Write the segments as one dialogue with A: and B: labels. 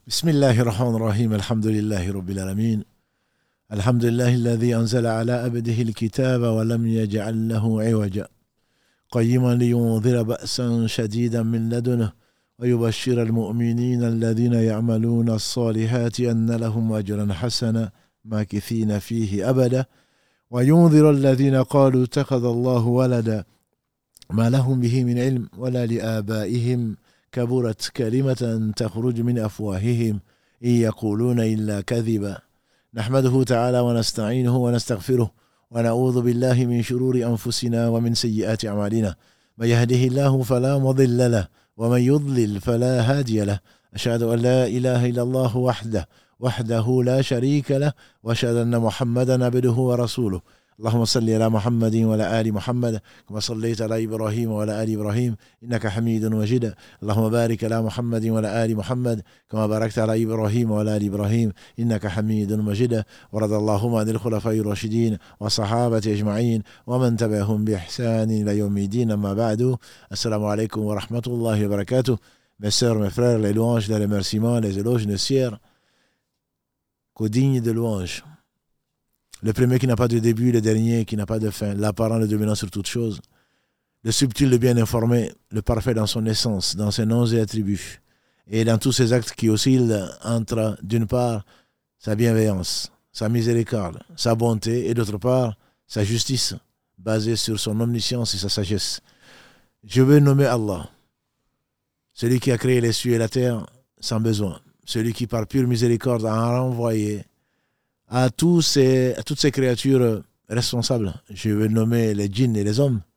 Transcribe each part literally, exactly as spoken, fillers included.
A: بسم الله الرحمن الرحيم الحمد لله رب العالمين الحمد لله الذي أنزل على عبده الكتاب ولم يجعل له عوجا قيما لينذر بأسا شديدا من لدنه ويبشر المؤمنين الذين يعملون الصالحات أن لهم أجرا حسنا ماكثين فيه أبدا وينذر الذين قالوا اتخذ الله ولدا ما لهم به من علم ولا لآبائهم كبرت كلمة تخرج من أفواههم إن يقولون إلا كذبا نحمده تعالى ونستعينه ونستغفره ونعوذ بالله من شرور أنفسنا ومن سيئات أعمالنا من يهده الله فلا مضل له ومن يضلل فلا هادي له أشهد أن لا إله إلا الله وحده وحده لا شريك له وأشهد أن محمدا عبده ورسوله اللهم صل على محمد وعلى آل محمد كما صليت على إبراهيم وعلى آل إبراهيم إنك حميد مجيد اللهم بارك على محمد وعلى آل محمد كما باركت على إبراهيم وعلى آل إبراهيم إنك حميد مجيد ورضى اللهم عن الخلفاء الراشدين والصحابة أجمعين ومن تبعهم بإحسان إلى يوم الدين أما بعد السلام عليكم ورحمة الله وبركاته. Mes sœurs, mes frères, les louanges, les remerciements, les éloges ne sièrent qu'aux dignes de louanges. Le premier qui n'a pas de début, le dernier qui n'a pas de fin, l'apparent, le dominant sur toute chose, le subtil, le bien informé, le parfait dans son essence, dans ses noms et attributs, et dans tous ses actes qui oscillent entre, d'une part, sa bienveillance, sa miséricorde, sa bonté, et d'autre part, sa justice, basée sur son omniscience et sa sagesse. Je veux nommer Allah, celui qui a créé les cieux et la terre sans besoin, celui qui par pure miséricorde a renvoyé à, tous ces, à toutes ces créatures responsables. Je veux nommer les djinns et les hommes.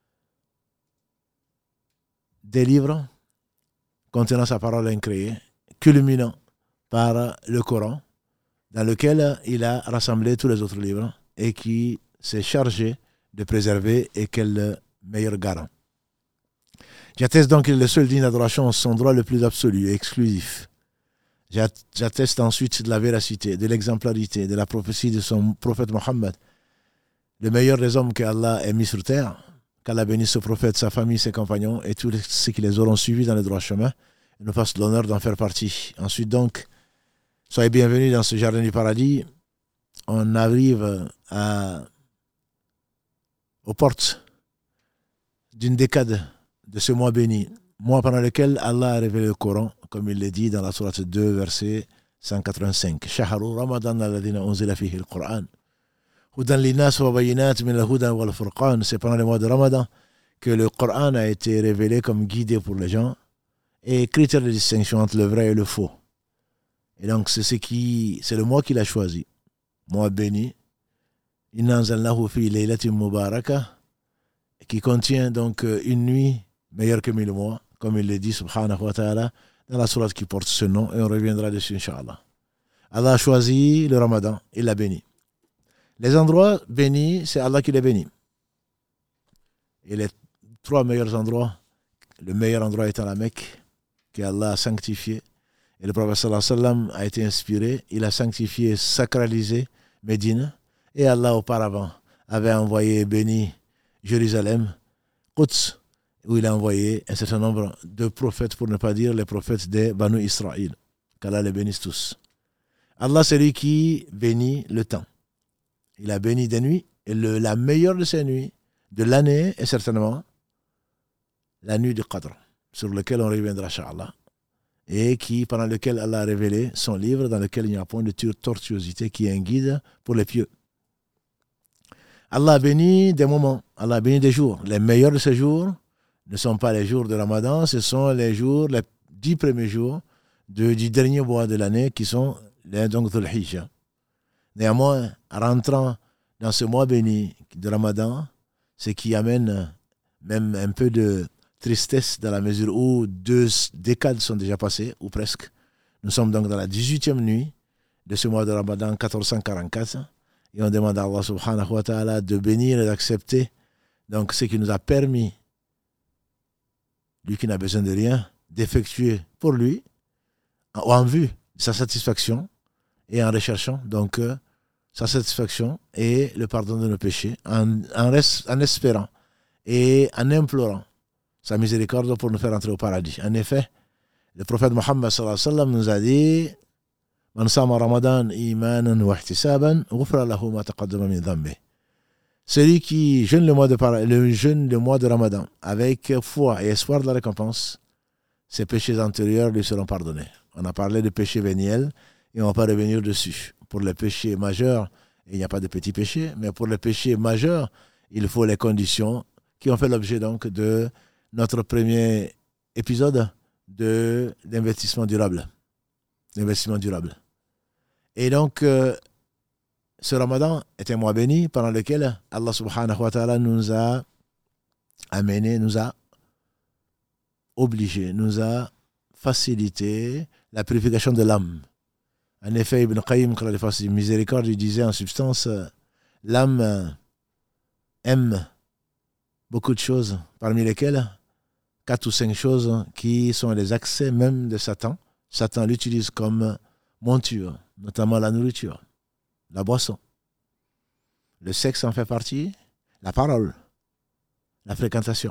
A: Des livres contenant sa parole incréée, culminant par le Coran, dans lequel il a rassemblé tous les autres livres et qui s'est chargé de préserver et qu'est le meilleur garant. J'atteste donc que le seul digne d'adoration, son droit le plus absolu et exclusif. J'atteste ensuite de la véracité, de l'exemplarité, de la prophétie de son prophète Mohammed, le meilleur des hommes qu'Allah ait mis sur terre, qu'Allah bénisse ce prophète, sa famille, ses compagnons et tous ceux qui les auront suivis dans le droit chemin et nous fasse l'honneur d'en faire partie. Ensuite donc, soyez bienvenus dans ce jardin du paradis. On arrive à, aux portes d'une décade de ce mois béni, mois pendant lequel Allah a révélé le Coran, comme il le dit dans la sourate deux, verset cent quatre-vingt-cinq. Shahru Ramadan alladhina unzila fihi al-Qur'an. Hudan linnas wa bayinat min al-huda wal furqan. C'est pendant le mois de Ramadan que le Coran a été révélé comme guidé pour les gens et critère de distinction entre le vrai et le faux. Et donc c'est ce qui, c'est le mois qu'il a choisi, mois béni. Inna anzalnahu fi laylatin mubarakah, qui contient donc une nuit meilleure que mille mois, comme il le dit subhanahu wa ta'ala dans la sourate qui porte ce nom, et on reviendra dessus incha'Allah. Allah a choisi le Ramadan, il l'a béni. Les endroits bénis, c'est Allah qui les bénit. Et les trois meilleurs endroits, le meilleur endroit étant la Mecque, qu'Allah a sanctifié, et le prophète sallallahu alayhi wa sallam a été inspiré, il a sanctifié, sacralisé Médine, et Allah auparavant avait envoyé et béni Jérusalem, Quds, où il a envoyé un certain nombre de prophètes, pour ne pas dire les prophètes des Banu Israël. Qu'Allah les bénisse tous. Allah, c'est lui qui bénit le temps. Il a béni des nuits, et le, la meilleure de ces nuits de l'année est certainement la nuit du Qadr, sur lequel on reviendra, Inch'Allah, et qui, pendant lequel Allah a révélé son livre, dans lequel il n'y a point de tortuosité, qui est un guide pour les pieux. Allah a béni des moments, Allah a béni des jours. Les meilleurs de ces jours ne sont pas les jours de Ramadan, ce sont les jours, les dix premiers jours de, du dernier mois de l'année qui sont les donc Dhul Hijjah. Néanmoins, rentrant dans ce mois béni de Ramadan, ce qui amène même un peu de tristesse dans la mesure où deux décades sont déjà passées, ou presque. Nous sommes donc dans la dix-huitième nuit de ce mois de Ramadan quatorze cent quarante-quatre, et on demande à Allah subhanahu wa ta'ala de bénir et d'accepter donc ce qui nous a permis, lui qui n'a besoin de rien, d'effectuer pour lui, en, en vue de sa satisfaction, et en recherchant donc euh, sa satisfaction et le pardon de nos péchés, en, en, res, en espérant et en implorant sa miséricorde pour nous faire entrer au paradis. En effet, Le prophète Mohammed sallallahu alayhi wa sallam nous a dit Man sama Ramadan imanan wa ihtisaban, ghufra lahu ma taqaddama min dhanbi. Celui qui jeûne le mois de le jeûne le mois de Ramadan avec foi et espoir de la récompense, ses péchés antérieurs lui seront pardonnés. On a parlé de péchés véniels et on ne va pas revenir dessus. Pour les péchés majeurs, il n'y a pas de petits péchés, mais pour les péchés majeurs, il faut les conditions qui ont fait l'objet donc de notre premier épisode de l'investissement durable. L'investissement durable. Et donc, euh, ce Ramadan est un mois béni pendant lequel Allah subhanahu wa ta'ala nous a amené, nous a obligé, nous a facilité la purification de l'âme. En effet, Ibn Qayyim, quand il fasse miséricorde, il disait en substance, l'âme aime beaucoup de choses, parmi lesquelles quatre ou cinq choses qui sont les accès même de Satan. Satan l'utilise comme monture, notamment la nourriture, la boisson. Le sexe en fait partie, la parole, la fréquentation,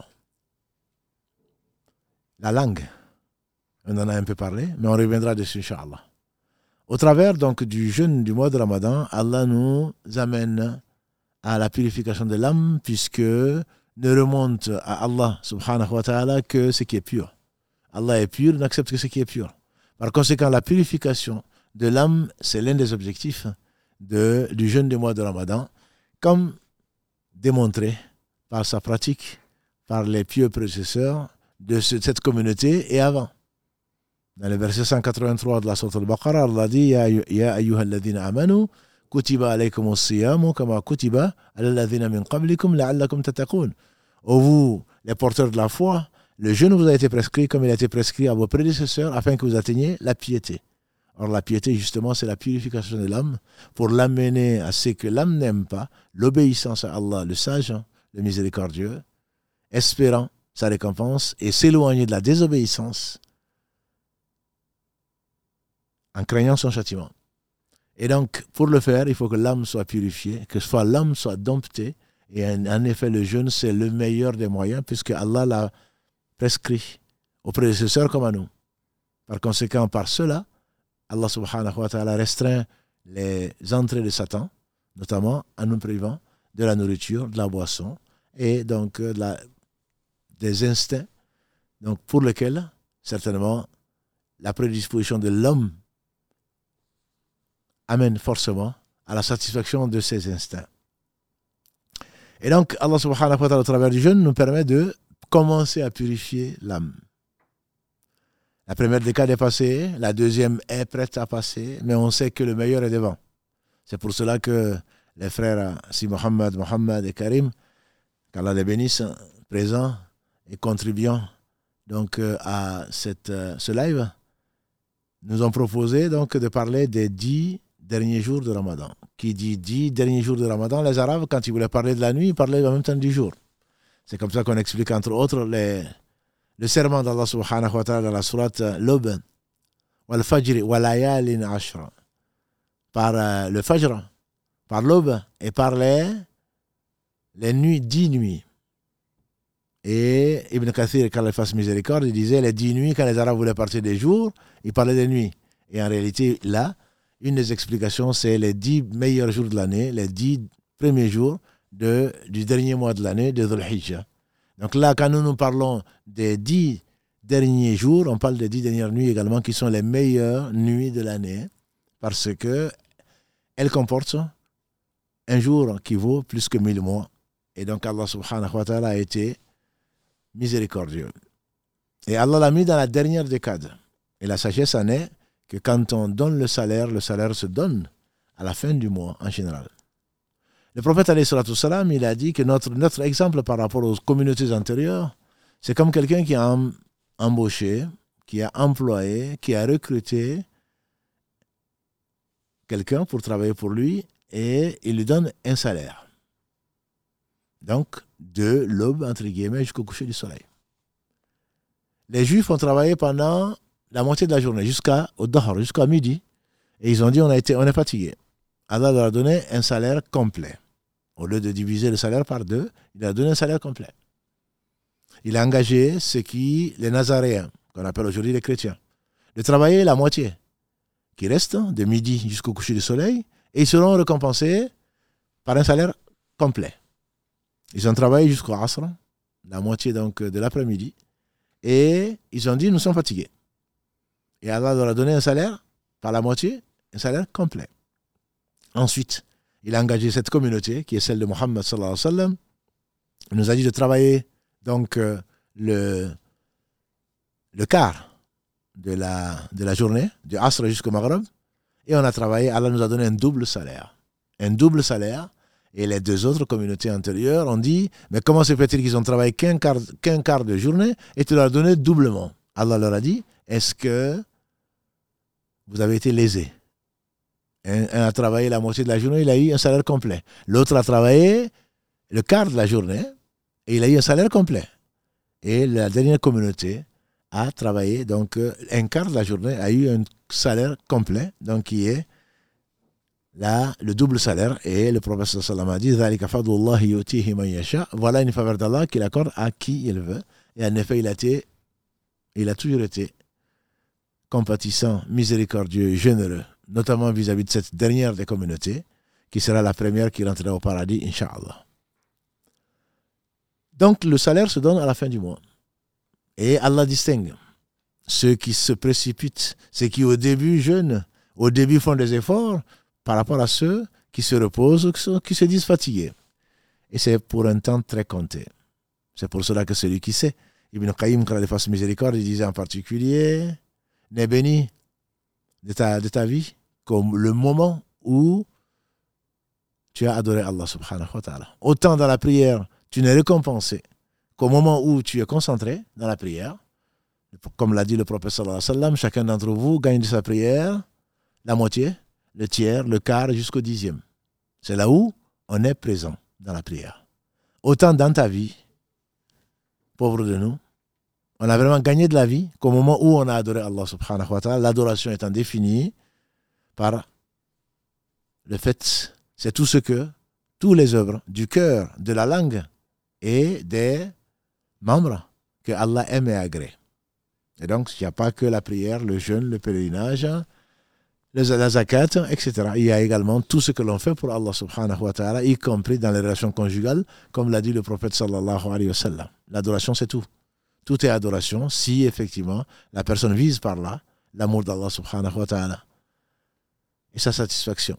A: la langue. On en a un peu parlé, mais on reviendra dessus, Inch'Allah. Au travers donc du jeûne du mois de Ramadan, Allah nous amène à la purification de l'âme, puisque ne remonte à Allah subhanahu wa ta'ala que ce qui est pur. Allah est pur, il n'accepte que ce qui est pur. Par conséquent, la purification de l'âme, c'est l'un des objectifs de, du jeûne du mois de Ramadan, comme démontré par sa pratique, par les pieux prédécesseurs de ce, cette communauté et avant. Dans le verset cent quatre-vingt-trois de la sourate Al-Baqarah, Allah dit Ya, ya ayyuhal ladhina amanu, kutiba alaykum as-siyamu kama kutiba ala alladhina min qablikum la'allakum tattaqun. Ô vous, les porteurs de la foi, le jeûne vous a été prescrit comme il a été prescrit à vos prédécesseurs afin que vous atteigniez la piété. Or, la piété, justement, c'est la purification de l'âme pour l'amener à ce que l'âme n'aime pas, l'obéissance à Allah, le sage, le miséricordieux, espérant sa récompense et s'éloigner de la désobéissance en craignant son châtiment. Et donc, pour le faire, il faut que l'âme soit purifiée, que soit l'âme soit domptée. Et en, en effet, le jeûne, c'est le meilleur des moyens, puisque Allah l'a prescrit aux prédécesseurs comme à nous. Par conséquent, par cela, Allah subhanahu wa ta'ala restreint les entrées de Satan, notamment en nous privant de la nourriture, de la boisson, et donc de la, des instincts, donc pour lesquels, certainement, la prédisposition de l'homme amène forcément à la satisfaction de ses instincts. Et donc, Allah subhanahu wa ta'ala, au travers du jeûne, nous permet de commencer à purifier l'âme. La première décade est passée, la deuxième est prête à passer, mais on sait que le meilleur est devant. C'est pour cela que les frères Si Mohammed, Mohammed et Karim, qu'Allah les bénisse, présents et contribuant donc à cette, ce live, nous ont proposé donc de parler des dix derniers jours de Ramadan. Qui dit dix derniers jours de Ramadan, les Arabes, quand ils voulaient parler de la nuit, ils parlaient en même temps du jour. C'est comme ça qu'on explique entre autres les, le serment d'Allah subhanahu wa ta'ala dans la sourate L'aube, wal fajri wa layalin ashra, par euh, le fajr, par l'aube et par les, les nuits, dix nuits. Et Ibn Kathir, quand il fasse miséricorde, il disait les dix nuits, quand les Arabes voulaient partir des jours, ils parlaient des nuits. Et en réalité, là, une des explications, c'est les dix meilleurs jours de l'année, les dix premiers jours de, du dernier mois de l'année, de Dhul Hijjah. Donc là, quand nous nous parlons des dix derniers jours, on parle des dix dernières nuits également, qui sont les meilleures nuits de l'année, parce qu'elles comportent un jour qui vaut plus que mille mois. Et donc Allah subhanahu wa ta'ala a été miséricordieux. Et Allah l'a mis dans la dernière décade. Et la sagesse en est que quand on donne le salaire, le salaire se donne à la fin du mois en général. Le prophète alayhi salatu wassalam, il a dit que notre, notre exemple par rapport aux communautés antérieures, c'est comme quelqu'un qui a embauché, qui a employé, qui a recruté quelqu'un pour travailler pour lui et il lui donne un salaire. Donc, de l'aube, entre guillemets, jusqu'au coucher du soleil. Les Juifs ont travaillé pendant la moitié de la journée, jusqu'à au Dahar, jusqu'à midi. Et ils ont dit, on, a été, on est fatigué. Allah leur a donné un salaire complet. Au lieu de diviser le salaire par deux, il leur a donné un salaire complet. Il a engagé ceux qui, les Nazaréens, qu'on appelle aujourd'hui les chrétiens, de travailler la moitié qui reste, de midi jusqu'au coucher du soleil, et ils seront récompensés par un salaire complet. Ils ont travaillé jusqu'au Asr, la moitié donc de l'après-midi, et ils ont dit, nous sommes fatigués. Et Allah leur a donné un salaire, par la moitié, un salaire complet. Ensuite, il a engagé cette communauté, qui est celle de Mohammed sallallahu alayhi wa sallam. Il nous a dit de travailler donc euh, le, le quart de la, de la journée, du Asr jusqu'au Maghreb, et on a travaillé, Allah nous a donné un double salaire. Un double salaire, et les deux autres communautés antérieures ont dit, mais comment se fait-il qu'ils ont travaillé qu'un quart, qu'un quart de journée, et tu leur as donné doublement? Allah leur a dit, est-ce que vous avez été lésés? Un, un a travaillé la moitié de la journée, il a eu un salaire complet. L'autre a travaillé le quart de la journée, et il a eu un salaire complet. Et la dernière communauté a travaillé, donc un quart de la journée, a eu un salaire complet, donc qui est là, le double salaire. Et le prophète sallallahu alayhi wa sallam a dit, voilà une faveur d'Allah qu'il accorde à qui il veut. Et en effet, il a, été, il a toujours été compatissant, miséricordieux, généreux, notamment vis-à-vis de cette dernière des communautés, qui sera la première qui rentrera au paradis, Inch'Allah. Donc, le salaire se donne à la fin du mois. Et Allah distingue ceux qui se précipitent, ceux qui au début jeûnent, au début font des efforts, par rapport à ceux qui se reposent, qui se disent fatigués. Et c'est pour un temps très compté. C'est pour cela que celui qui sait, Ibn Qayyim, quand il fasse miséricorde, il disait en particulier, n'est béni de ta, de ta vie comme le moment où tu as adoré Allah subhanahu wa ta'ala. Autant dans la prière, tu n'es récompensé qu'au moment où tu es concentré dans la prière. Comme l'a dit le prophète sallallahu alayhi wa sallam, chacun d'entre vous gagne de sa prière la moitié, le tiers, le quart jusqu'au dixième. C'est là où on est présent dans la prière. Autant dans ta vie, pauvre de nous, on a vraiment gagné de la vie qu'au moment où on a adoré Allah subhanahu wa ta'ala, l'adoration étant définie par le fait, c'est tout ce que, tous les œuvres du cœur, de la langue et des membres que Allah aime et agrée. Et donc, il n'y a pas que la prière, le jeûne, le pèlerinage, la zakat, et cetera. Il y a également tout ce que l'on fait pour Allah subhanahu wa ta'ala, y compris dans les relations conjugales, comme l'a dit le prophète sallallahu alayhi wa sallam. L'adoration, c'est tout. Tout est adoration si, effectivement, la personne vise par là l'amour d'Allah subhanahu wa ta'ala et sa satisfaction.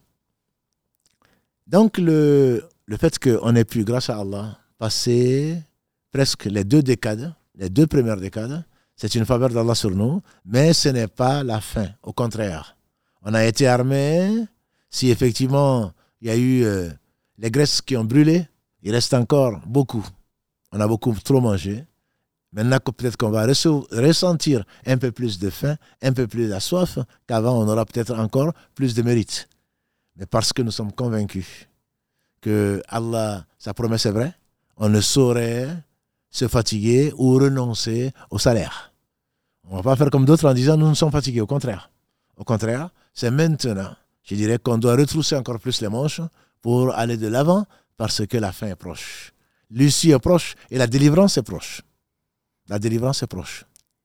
A: Donc, le, le fait qu'on ait pu, grâce à Allah, passer presque les deux décades, les deux premières décades, c'est une faveur d'Allah sur nous, mais ce n'est pas la fin, au contraire. On a été armés, si effectivement il y a eu euh, les graisses qui ont brûlé, il reste encore beaucoup. On a beaucoup trop mangé. Maintenant, peut-être qu'on va ressentir un peu plus de faim, un peu plus de soif, qu'avant on aura peut-être encore plus de mérite. Mais parce que nous sommes convaincus que Allah, sa promesse est vraie, on ne saurait se fatiguer ou renoncer au salaire. On ne va pas faire comme d'autres en disant nous nous sommes fatigués, au contraire. Au contraire, c'est maintenant, je dirais qu'on doit retrousser encore plus les manches pour aller de l'avant parce que la fin est proche. L'issue est proche et la délivrance est proche. La délivrance est proche.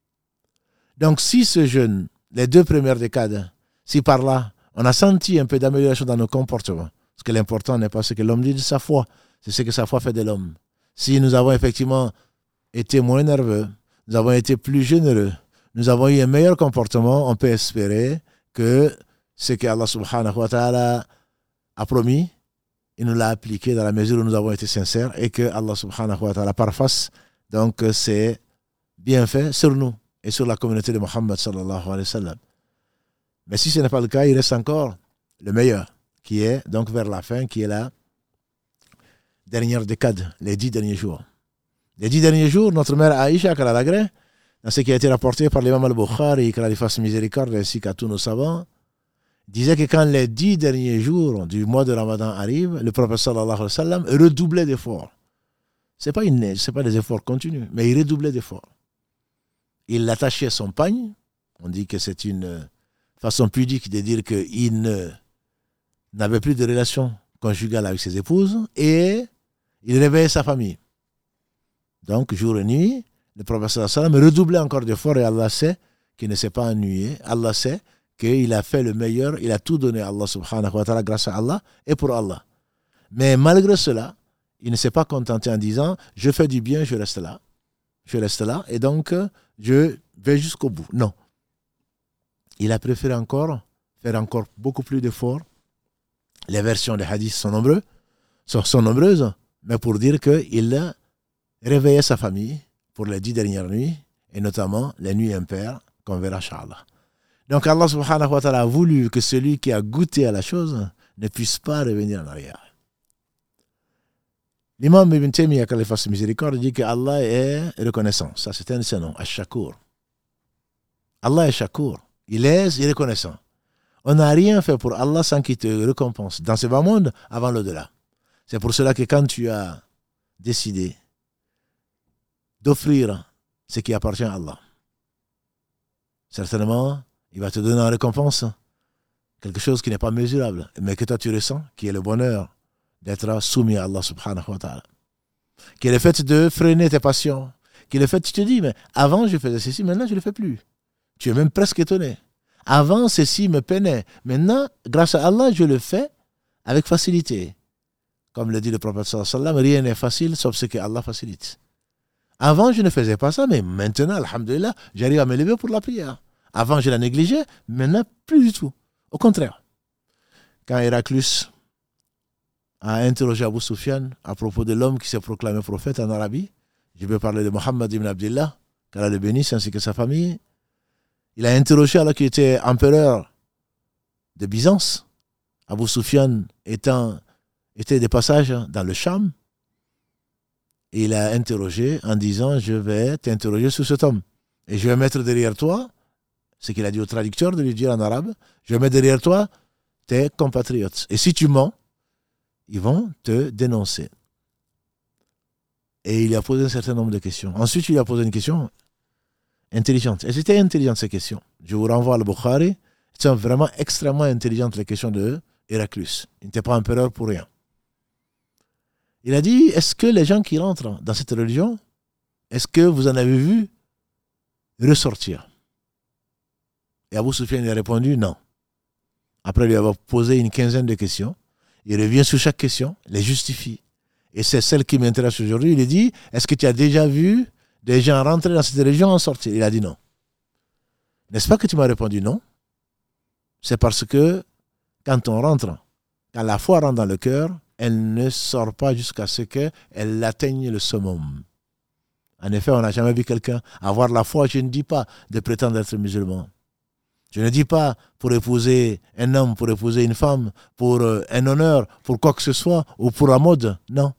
A: Donc si ce jeûne, les deux premières décades, si par là, on a senti un peu d'amélioration dans nos comportements, parce que l'important n'est pas ce que l'homme dit de sa foi, c'est ce que sa foi fait de l'homme. Si nous avons effectivement été moins nerveux, nous avons été plus généreux, nous avons eu un meilleur comportement, on peut espérer que ce que Allah subhanahu wa ta'ala a promis, il nous l'a appliqué dans la mesure où nous avons été sincères et que Allah subhanahu wa ta'ala parfasse donc c'est bien fait sur nous et sur la communauté de Mohammed sallallahu alayhi wa sallam. Mais si ce n'est pas le cas, il reste encore le meilleur, qui est donc vers la fin, qui est la dernière décade, les dix derniers jours. Les dix derniers jours, notre mère Aïcha, qu'elle a l'agré, dans ce qui a été rapporté par l'imam al-Bukhari, qu'elle lui fasse miséricorde, ainsi qu'à tous nos savants, disait que quand les dix derniers jours du mois de Ramadan arrivent, le prophète sallallahu alayhi wa sallam redoublait d'efforts. Ce n'est pas, c'est pas des efforts continus, mais il redoublait d'efforts. Il l'attachait à son pagne. On dit que c'est une façon pudique de dire qu'il ne, n'avait plus de relation conjugale avec ses épouses et il réveillait sa famille. Donc, jour et nuit, le prophète sallallahu alayhi wa sallam redoublait encore d'efforts et Allah sait qui ne s'est pas ennuyé. Allah sait qu'il a fait le meilleur, il a tout donné à Allah subhanahu wa ta'ala grâce à Allah et pour Allah. Mais malgré cela, il ne s'est pas contenté en disant « je fais du bien, je reste là ». Je reste là et donc je vais jusqu'au bout. Non. Il a préféré encore faire encore beaucoup plus d'efforts. Les versions des hadiths sont nombreuses, sont, sont nombreuses, mais pour dire qu'il réveillait sa famille pour les dix dernières nuits, et notamment les nuits impaires, qu'on verra Inch'Allah. Donc Allah subhanahu wa ta'ala a voulu que celui qui a goûté à la chose ne puisse pas revenir en arrière. L'imam Ibn Taymiyyah, qu'Allah fasse miséricorde, dit que Allah est reconnaissant. Ça, c'est un de ses noms, Ash-Shakur. Allah est Shakur. Il est, il est reconnaissant. On n'a rien fait pour Allah sans qu'il te récompense dans ce bas monde avant l'au-delà. C'est pour cela que quand tu as décidé d'offrir ce qui appartient à Allah, certainement, il va te donner en récompense quelque chose qui n'est pas mesurable, mais que toi tu ressens, qui est le bonheur d'être soumis à Allah subhanahu wa ta'ala. Qui est le fait de freiner tes passions. Qui est le fait, tu te dis, mais avant je faisais ceci, maintenant je ne le fais plus. Tu es même presque étonné. Avant, ceci me peinait. Maintenant, grâce à Allah, je le fais avec facilité. Comme le dit le prophète sallallahu alayhi wa sallam, rien n'est facile sauf ce que Allah facilite. Avant, je ne faisais pas ça, mais maintenant, alhamdulillah, j'arrive à me lever pour la prière. Avant, je la négligeais, maintenant, plus du tout. Au contraire. Quand Héraclius a interrogé Abu Sufyan à propos de l'homme qui s'est proclamé prophète en Arabie, je vais parler de Mohammed ibn Abdillah, qu'Allah le bénisse, ainsi que sa famille. Il a interrogé alors qu'il était empereur de Byzance, Abu Sufyan étant, était de passage dans le Cham, et il a interrogé en disant « Je vais t'interroger sur cet homme, et je vais mettre derrière toi, ce qu'il a dit au traducteur de lui dire en arabe, je vais mettre derrière toi tes compatriotes, et si tu mens, ils vont te dénoncer. » Et il lui a posé un certain nombre de questions. Ensuite, il lui a posé une question intelligente. Et c'était intelligente, ces questions. Je vous renvoie à al-Bukhari. C'est vraiment extrêmement intelligente, les questions de Héraclius. Il n'était pas empereur pour rien. Il a dit, est-ce que les gens qui rentrent dans cette religion, est-ce que vous en avez vu ressortir? Et Abu Sufyan a répondu non. Après lui avoir posé une quinzaine de questions, il revient sur chaque question, les justifie. Et c'est celle qui m'intéresse aujourd'hui. Il lui dit, est-ce que tu as déjà vu des gens rentrer dans cette religion en sortir? Il a dit non. N'est-ce pas que tu m'as répondu non? C'est parce que quand on rentre, quand la foi rentre dans le cœur, elle ne sort pas jusqu'à ce qu'elle atteigne le summum. En effet, on n'a jamais vu quelqu'un avoir la foi. Je ne dis pas de prétendre être musulman. Je ne dis pas pour épouser un homme, pour épouser une femme, pour euh, un honneur, pour quoi que ce soit, ou pour la mode. Non.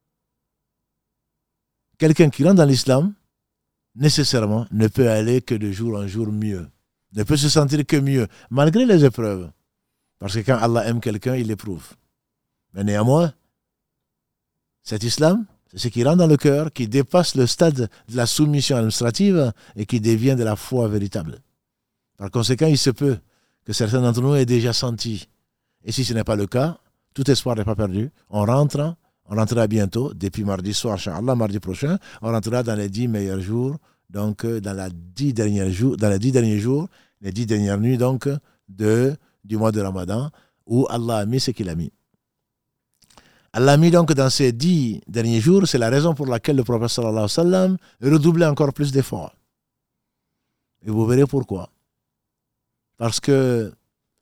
A: Quelqu'un qui rentre dans l'islam, nécessairement, ne peut aller que de jour en jour mieux. Ne peut se sentir que mieux, malgré les épreuves. Parce que quand Allah aime quelqu'un, il l'éprouve. Mais néanmoins, cet islam, c'est ce qui rentre dans le cœur, qui dépasse le stade de la soumission administrative et qui devient de la foi véritable. Par conséquent, il se peut que certains d'entre nous aient déjà senti. Et si ce n'est pas le cas, tout espoir n'est pas perdu. On rentre, on rentrera bientôt, depuis mardi soir, Inch'Allah, mardi prochain, on rentrera dans les dix meilleurs jours, donc dans, la dix derniers jours, dans les dix derniers jours, les dix dernières nuits donc, de, du mois de Ramadan, où Allah a mis ce qu'il a mis. Allah a mis donc dans ces dix derniers jours, c'est la raison pour laquelle le prophète sallallahu alayhi wa sallam redoublait encore plus d'efforts. Et vous verrez pourquoi. Parce que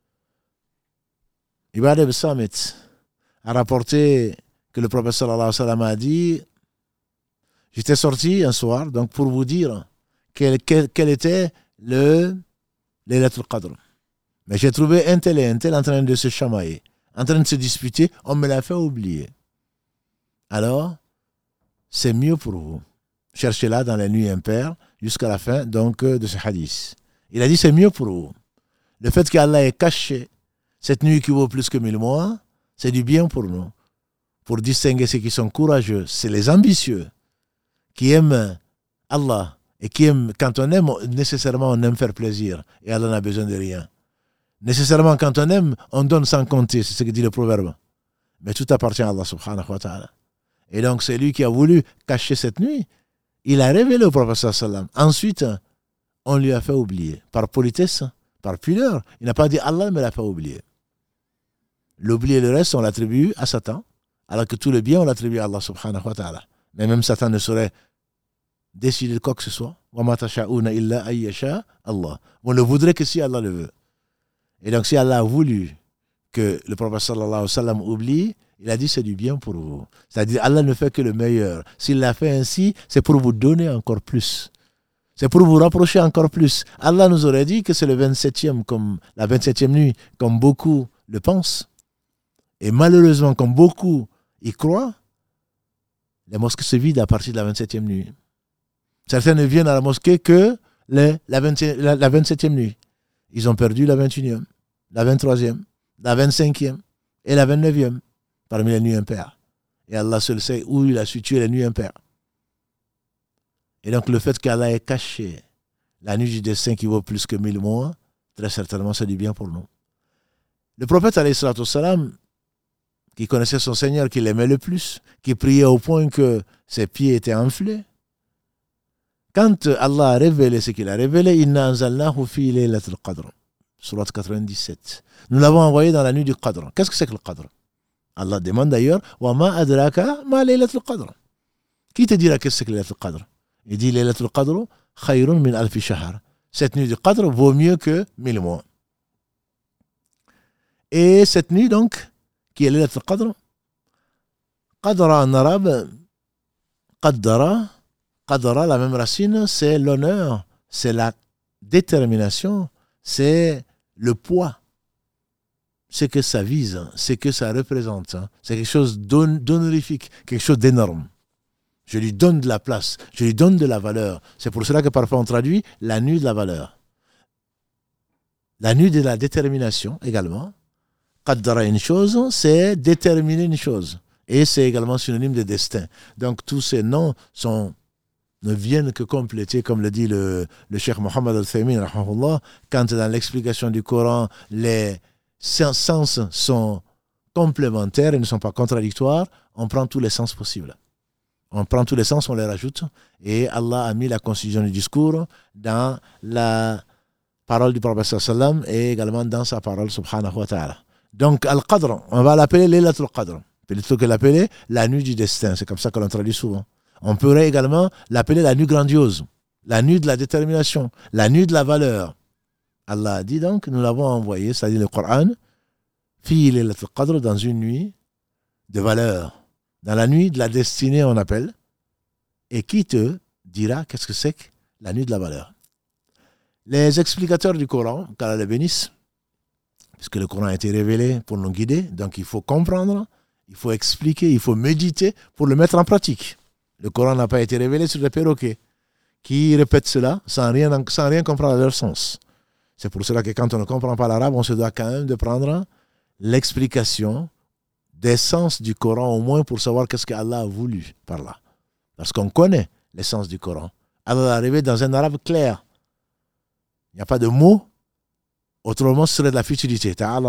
A: Ibad ibn Samit a rapporté que le prophète sallallahu alayhi wa sallam a dit, j'étais sorti un soir donc pour vous dire quel, quel, quel était le Laylatul Qadr. Mais j'ai trouvé un tel et un tel en train de se chamailler, en train de se disputer, on me l'a fait oublier. Alors, c'est mieux pour vous. Cherchez-la dans les nuits impaires jusqu'à la fin donc de ce hadith. Il a dit c'est mieux pour vous. Le fait qu'Allah ait caché cette nuit qui vaut plus que mille mois, c'est du bien pour nous. Pour distinguer ceux qui sont courageux, c'est les ambitieux qui aiment Allah et qui aiment, quand on aime, nécessairement on aime faire plaisir et Allah n'a besoin de rien. Nécessairement quand on aime, on donne sans compter, c'est ce que dit le proverbe. Mais tout appartient à Allah subhanahu wa ta'ala. Et donc c'est lui qui a voulu cacher cette nuit. Il a révélé au prophète sallallahu alayhi wa sallam. Ensuite, on lui a fait oublier. Par politesse, par pudeur, il n'a pas dit Allah me l'a fait oublier. L'oubli et le reste, on l'attribue à Satan, alors que tout le bien, on l'attribue à Allah subhanahu wa ta'ala. Mais même Satan ne saurait décider de quoi que ce soit. On ne voudrait que si Allah le veut. Et donc, si Allah a voulu que le prophète sallallahu alayhi wa sallam oublie, il a dit c'est du bien pour vous. C'est-à-dire, Allah ne fait que le meilleur. S'il l'a fait ainsi, c'est pour vous donner encore plus. C'est pour vous rapprocher encore plus. Allah nous aurait dit que c'est le vingt-septième, comme la vingt-septième nuit, comme beaucoup le pensent. Et malheureusement, comme beaucoup y croient, les mosquées se vident à partir de la vingt-septième nuit. Certains ne viennent à la mosquée que les, la, vingt, la, la vingt-septième nuit. Ils ont perdu la vingt et unième, la vingt-troisième, la vingt-cinquième et la vingt-neuvième parmi les nuits impaires. Et Allah seul sait où il a situé les nuits impaires. Et donc le fait qu'Allah ait caché la nuit du destin qui vaut plus que mille mois, très certainement c'est du bien pour nous. Le prophète alayhi salatu wassalam, qui connaissait son Seigneur, qui l'aimait le plus, qui priait au point que ses pieds étaient enflés, quand Allah a révélé ce qu'il a révélé, Inna anzalnahu fi laylatul qadr, sourate quatre-vingt-dix-sept. Nous l'avons envoyé dans la nuit du Qadr. Qu'est-ce que c'est que le Qadr? Allah demande d'ailleurs, Wa ma adraka ma laylatul qadr. Qui te dira qu'est-ce que c'est que laylatul qadr? Il dit laylatul qadr khayrun min alfi shahr. Cette nuit du Qadr vaut mieux que mille mois. Et cette nuit donc, qui est laylatul qadr, qadra en arabe, qaddara, qadra, la même racine, c'est l'honneur, c'est la détermination, c'est le poids, c'est que ça vise, c'est que ça représente, c'est quelque chose d'honorifique, quelque chose d'énorme. Je lui donne de la place, je lui donne de la valeur. C'est pour cela que parfois on traduit la nuit de la valeur. La nuit de la détermination également. Qaddara une chose, c'est déterminer une chose. Et c'est également synonyme de destin. Donc tous ces noms sont, ne viennent que compléter, comme le dit le, le Cheikh Mohammed Al-Thaymin, quand dans l'explication du Coran, les sens sont complémentaires et ne sont pas contradictoires, on prend tous les sens possibles. On prend tous les sens, on les rajoute. Et Allah a mis la constitution du discours dans la parole du prophète sallam et également dans sa parole subhanahu wa ta'ala. Donc, Al-Qadr, on va l'appeler Laylatul Qadr. Plutôt que l'appeler la nuit du destin. C'est comme ça qu'on l'on traduit souvent. On pourrait également l'appeler la nuit grandiose, la nuit de la détermination, la nuit de la valeur. Allah a dit donc, nous l'avons envoyé, c'est-à-dire le Coran, fi Laylatul Qadr, dans une nuit de valeur. Dans la nuit de la destinée, on appelle. Et qui te dira qu'est-ce que c'est que la nuit de la valeur? Les explicateurs du Coran, qu'Allah les bénisse, puisque le Coran a été révélé pour nous guider, donc il faut comprendre, il faut expliquer, il faut méditer pour le mettre en pratique. Le Coran n'a pas été révélé sur des perroquets qui répètent cela sans rien, sans rien comprendre à leur sens. C'est pour cela que quand on ne comprend pas l'arabe, on se doit quand même de prendre l'explication des sens du Coran, au moins pour savoir qu'est-ce qu'Allah a voulu par là. Parce qu'on connaît l'essence du Coran. Allah est arrivé dans un arabe clair. Il n'y a pas de mots. Autrement, ce serait de la futilité. Quand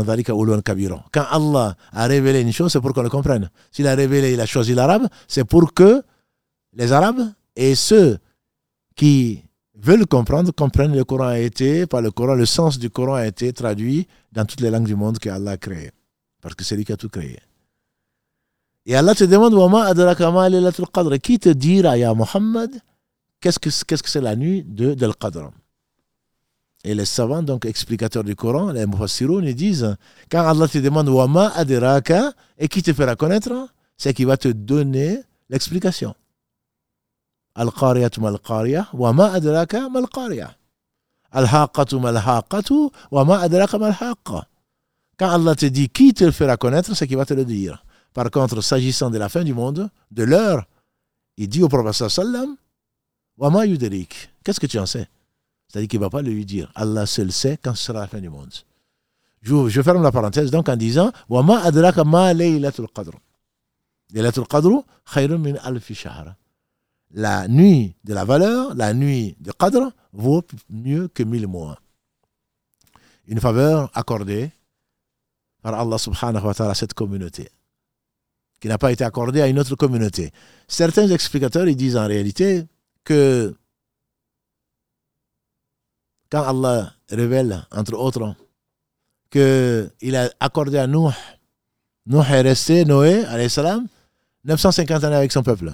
A: Allah a révélé une chose, c'est pour qu'on le comprenne. S'il a révélé, il a choisi l'arabe, c'est pour que les Arabes et ceux qui veulent comprendre, comprennent le Coran a été, par le Coran, le sens du Coran a été traduit dans toutes les langues du monde qu'Allah a créées. Parce que c'est lui qui a tout créé. Et Allah te demande, qui te dira, ya Muhammad, qu'est-ce que, qu'est-ce que c'est la nuit de, de l'Qadr? Et les savants, donc explicateurs du Coran, les mufassiroun, ils disent, quand Allah te demande, wama adraka, et qui te fera connaître, c'est qu'il va te donner l'explication. Al-Qariyatu mal-Qariya, wama adraka mal-Qariya. Al-Haqatu mal-Haqatu, wama adraka mal-Haqqa. Quand Allah te dit qui te le fera connaître, c'est qu'il va te le dire. Par contre, s'agissant de la fin du monde, de l'heure, il dit au prophète sallam, Wama yudrik, qu'est-ce que tu en sais? C'est-à-dire qu'il ne va pas le lui dire. Allah seul sait quand ce sera la fin du monde. Je, je ferme la parenthèse donc en disant, Wama adraka ma laylatul qadr. Laylatul qadr, khayrun min alfi shahr. La nuit de la valeur, la nuit de qadr, vaut mieux que mille mois. Une faveur accordée par Allah subhanahu wa ta'ala à cette communauté, qui n'a pas été accordée à une autre communauté. Certains explicateurs ils disent en réalité que quand Allah révèle, entre autres, qu'il a accordé à Nuh, Nuh est resté, Noé, alayhi salam, neuf cent cinquante années avec son peuple.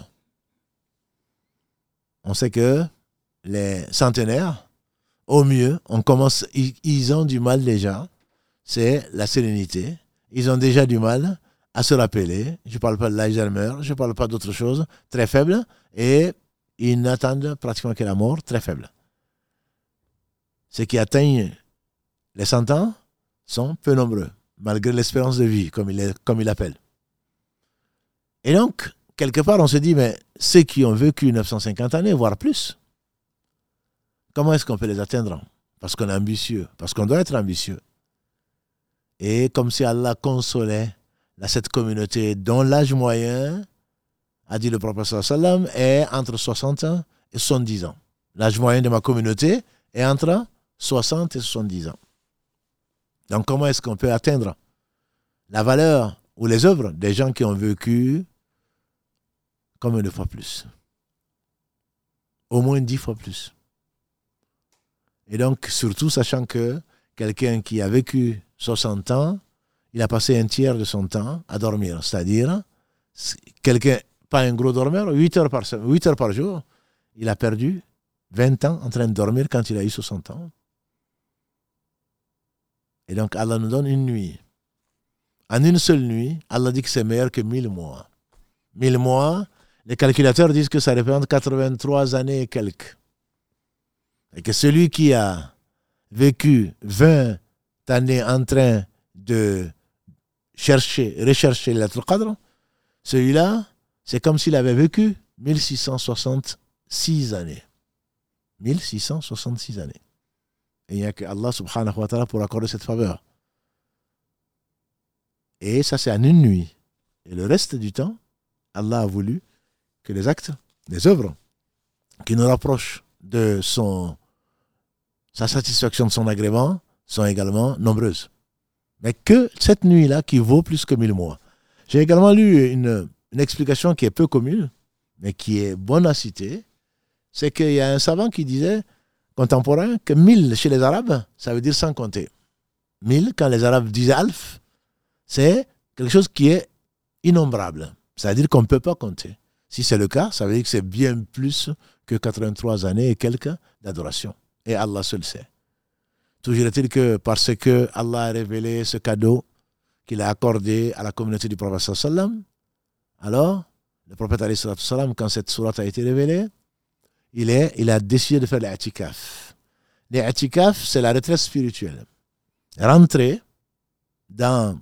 A: On sait que les centenaires, au mieux, on commence, ils, ils ont du mal déjà, c'est la sérénité. Ils ont déjà du mal à se rappeler. Je ne parle pas de l'Alzheimer, je ne parle pas d'autre chose, très faible, et ils n'attendent pratiquement que la mort, très faible. Ceux qui atteignent les cent ans sont peu nombreux, malgré l'espérance de vie, comme il, est, comme il l'appelle. Et donc, quelque part, on se dit, mais ceux qui ont vécu neuf cent cinquante années, voire plus, comment est-ce qu'on peut les atteindre? Parce qu'on est ambitieux, parce qu'on doit être ambitieux. Et comme si Allah consolait cette communauté dont l'âge moyen, a dit le prophète sallallahu alayhi wa sallam, est entre soixante et soixante-dix ans. L'âge moyen de ma communauté est entre soixante et soixante-dix ans. Donc comment est-ce qu'on peut atteindre la valeur ou les œuvres des gens qui ont vécu combien de fois plus? Au moins dix fois plus. Et donc, surtout sachant que quelqu'un qui a vécu soixante ans, il a passé un tiers de son temps à dormir. C'est-à-dire, quelqu'un, pas un gros dormeur, huit heures par, huit heures par jour, il a perdu vingt ans en train de dormir quand il a eu soixante ans. Et donc, Allah nous donne une nuit. En une seule nuit, Allah dit que c'est meilleur que mille mois. Mille mois, les calculateurs disent que ça représente quatre-vingt-trois années et quelques. Et que celui qui a vécu vingt années en train de chercher, rechercher l'être Qadr, celui-là, c'est comme s'il avait vécu mille six cent soixante-six années. mille six cent soixante-six années. Et il n'y a que Allah subhanahu wa ta'ala pour accorder cette faveur. Et ça, c'est en une nuit. Et le reste du temps, Allah a voulu que les actes, les œuvres, qui nous rapprochent de son, sa satisfaction, de son agrément, sont également nombreuses. Mais que cette nuit-là qui vaut plus que mille mois. J'ai également lu une, une explication qui est peu commune, mais qui est bonne à citer. C'est qu'il y a un savant qui disait, contemporain, que mille chez les Arabes, ça veut dire sans compter. Mille, quand les Arabes disent alf, c'est quelque chose qui est innombrable. C'est-à-dire qu'on ne peut pas compter. Si c'est le cas, ça veut dire que c'est bien plus que quatre-vingt-trois années et quelques d'adoration. Et Allah seul sait. Toujours est-il que parce que Allah a révélé ce cadeau qu'il a accordé à la communauté du prophète sallallahu alayhi wa sallam, alors, le prophète sallallahu alayhi wa sallam, quand cette sourate a été révélée, il, est, il a décidé de faire l'i'tikaf. L'i'tikaf, c'est la retraite spirituelle. Rentrer dans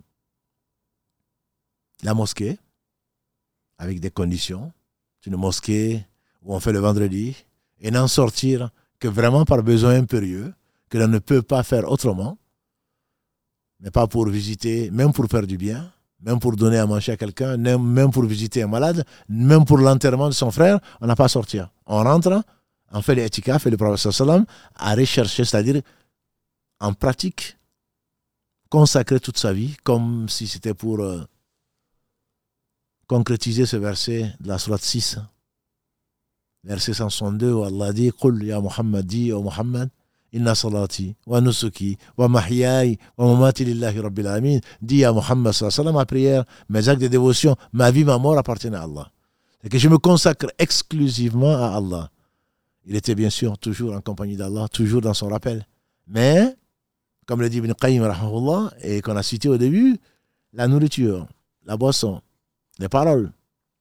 A: la mosquée avec des conditions, une mosquée où on fait le vendredi, et n'en sortir que vraiment par besoin impérieux, que l'on ne peut pas faire autrement, mais pas pour visiter, même pour faire du bien, même pour donner à manger à quelqu'un, même pour visiter un malade, même pour l'enterrement de son frère, on n'a pas à sortir. On rentre, on fait l'i'tikaf et le prophète sallam a recherché, c'est-à-dire en pratique, consacrer toute sa vie, comme si c'était pour euh, concrétiser ce verset de la sourate six, verset cent soixante-deux, où Allah dit « Qul ya Muhammad, dit au Muhammad, inna salati wa nusuki wa mahyai wa mamati lillahi rabbil alamin » dit à Muhammad sallallahu alayhi wa sallam, ma prière, mes actes de dévotion, ma vie, ma mort appartiennent à Allah. Et que je me consacre exclusivement à Allah. Il était bien sûr toujours en compagnie d'Allah, toujours dans son rappel. Mais, comme le dit Ibn Qayyim rahimahullah, et qu'on a cité au début, la nourriture, la boisson, les paroles,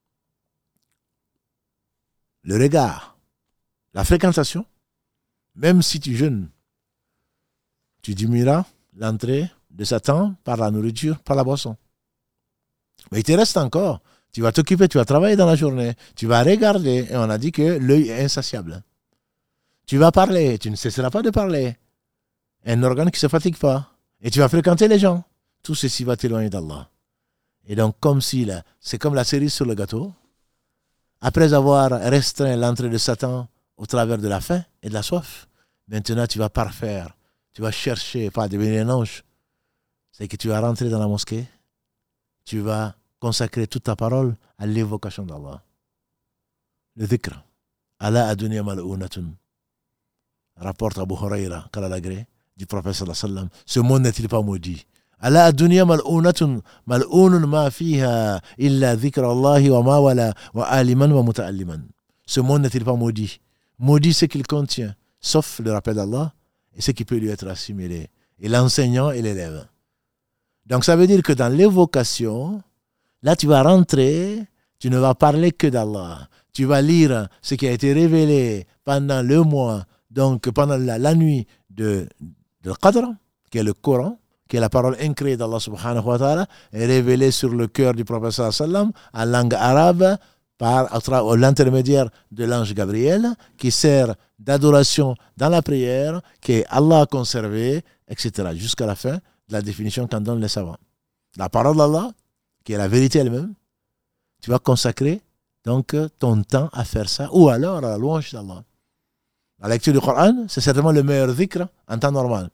A: le regard, la fréquentation, même si tu jeûnes, tu diminueras l'entrée de Satan par la nourriture, par la boisson. Mais il te reste encore. Tu vas t'occuper, tu vas travailler dans la journée, tu vas regarder, et on a dit que l'œil est insatiable. Tu vas parler, tu ne cesseras pas de parler. Un organe qui ne se fatigue pas. Et tu vas fréquenter les gens. Tout ceci va t'éloigner d'Allah. Et donc, comme si là, c'est comme la cerise sur le gâteau. Après avoir restreint l'entrée de Satan au travers de la faim et de la soif, maintenant tu vas parfaire, tu vas chercher, pas devenir un ange. C'est que tu vas rentrer dans la mosquée, tu vas consacrer toute ta parole à l'évocation d'Allah. Le dhikr. Allah a donné mal'ounatun. rapporte Abu Huraira, qu'Allah l'agrée, du prophète sallallahu alayhi wa sallam, ce monde n'est-il pas maudit? Ala ad-dunya mal'unatun mal'unun ma fiha illa dhikra Allahi wa ma wala wa aliman wa muta'alliman. Ce monde n'est-il pas maudit? Maudit ce qu'il contient, sauf le rappel d'Allah et ce qui peut lui être assimilé, et l'enseignant et l'élève. Donc ça veut dire que dans l'évocation, là tu vas rentrer, tu ne vas parler que d'Allah. Tu vas lire ce qui a été révélé pendant le mois, donc pendant la, la nuit de, de Qadr, qui est le Coran, qui est la parole incréée d'Allah subhanahu wa ta'ala, est révélée sur le cœur du prophète sallallahu alayhi wa sallam en langue arabe, par l'intermédiaire de l'ange Gabriel, qui sert d'adoration dans la prière, que Allah a conservé, et cetera, jusqu'à la fin de la définition qu'en donnent les savants. La parole d'Allah, qui est la vérité elle-même, tu vas consacrer donc ton temps à faire ça, ou alors à la louange d'Allah. La lecture du Coran, c'est certainement le meilleur dhikr en temps normal.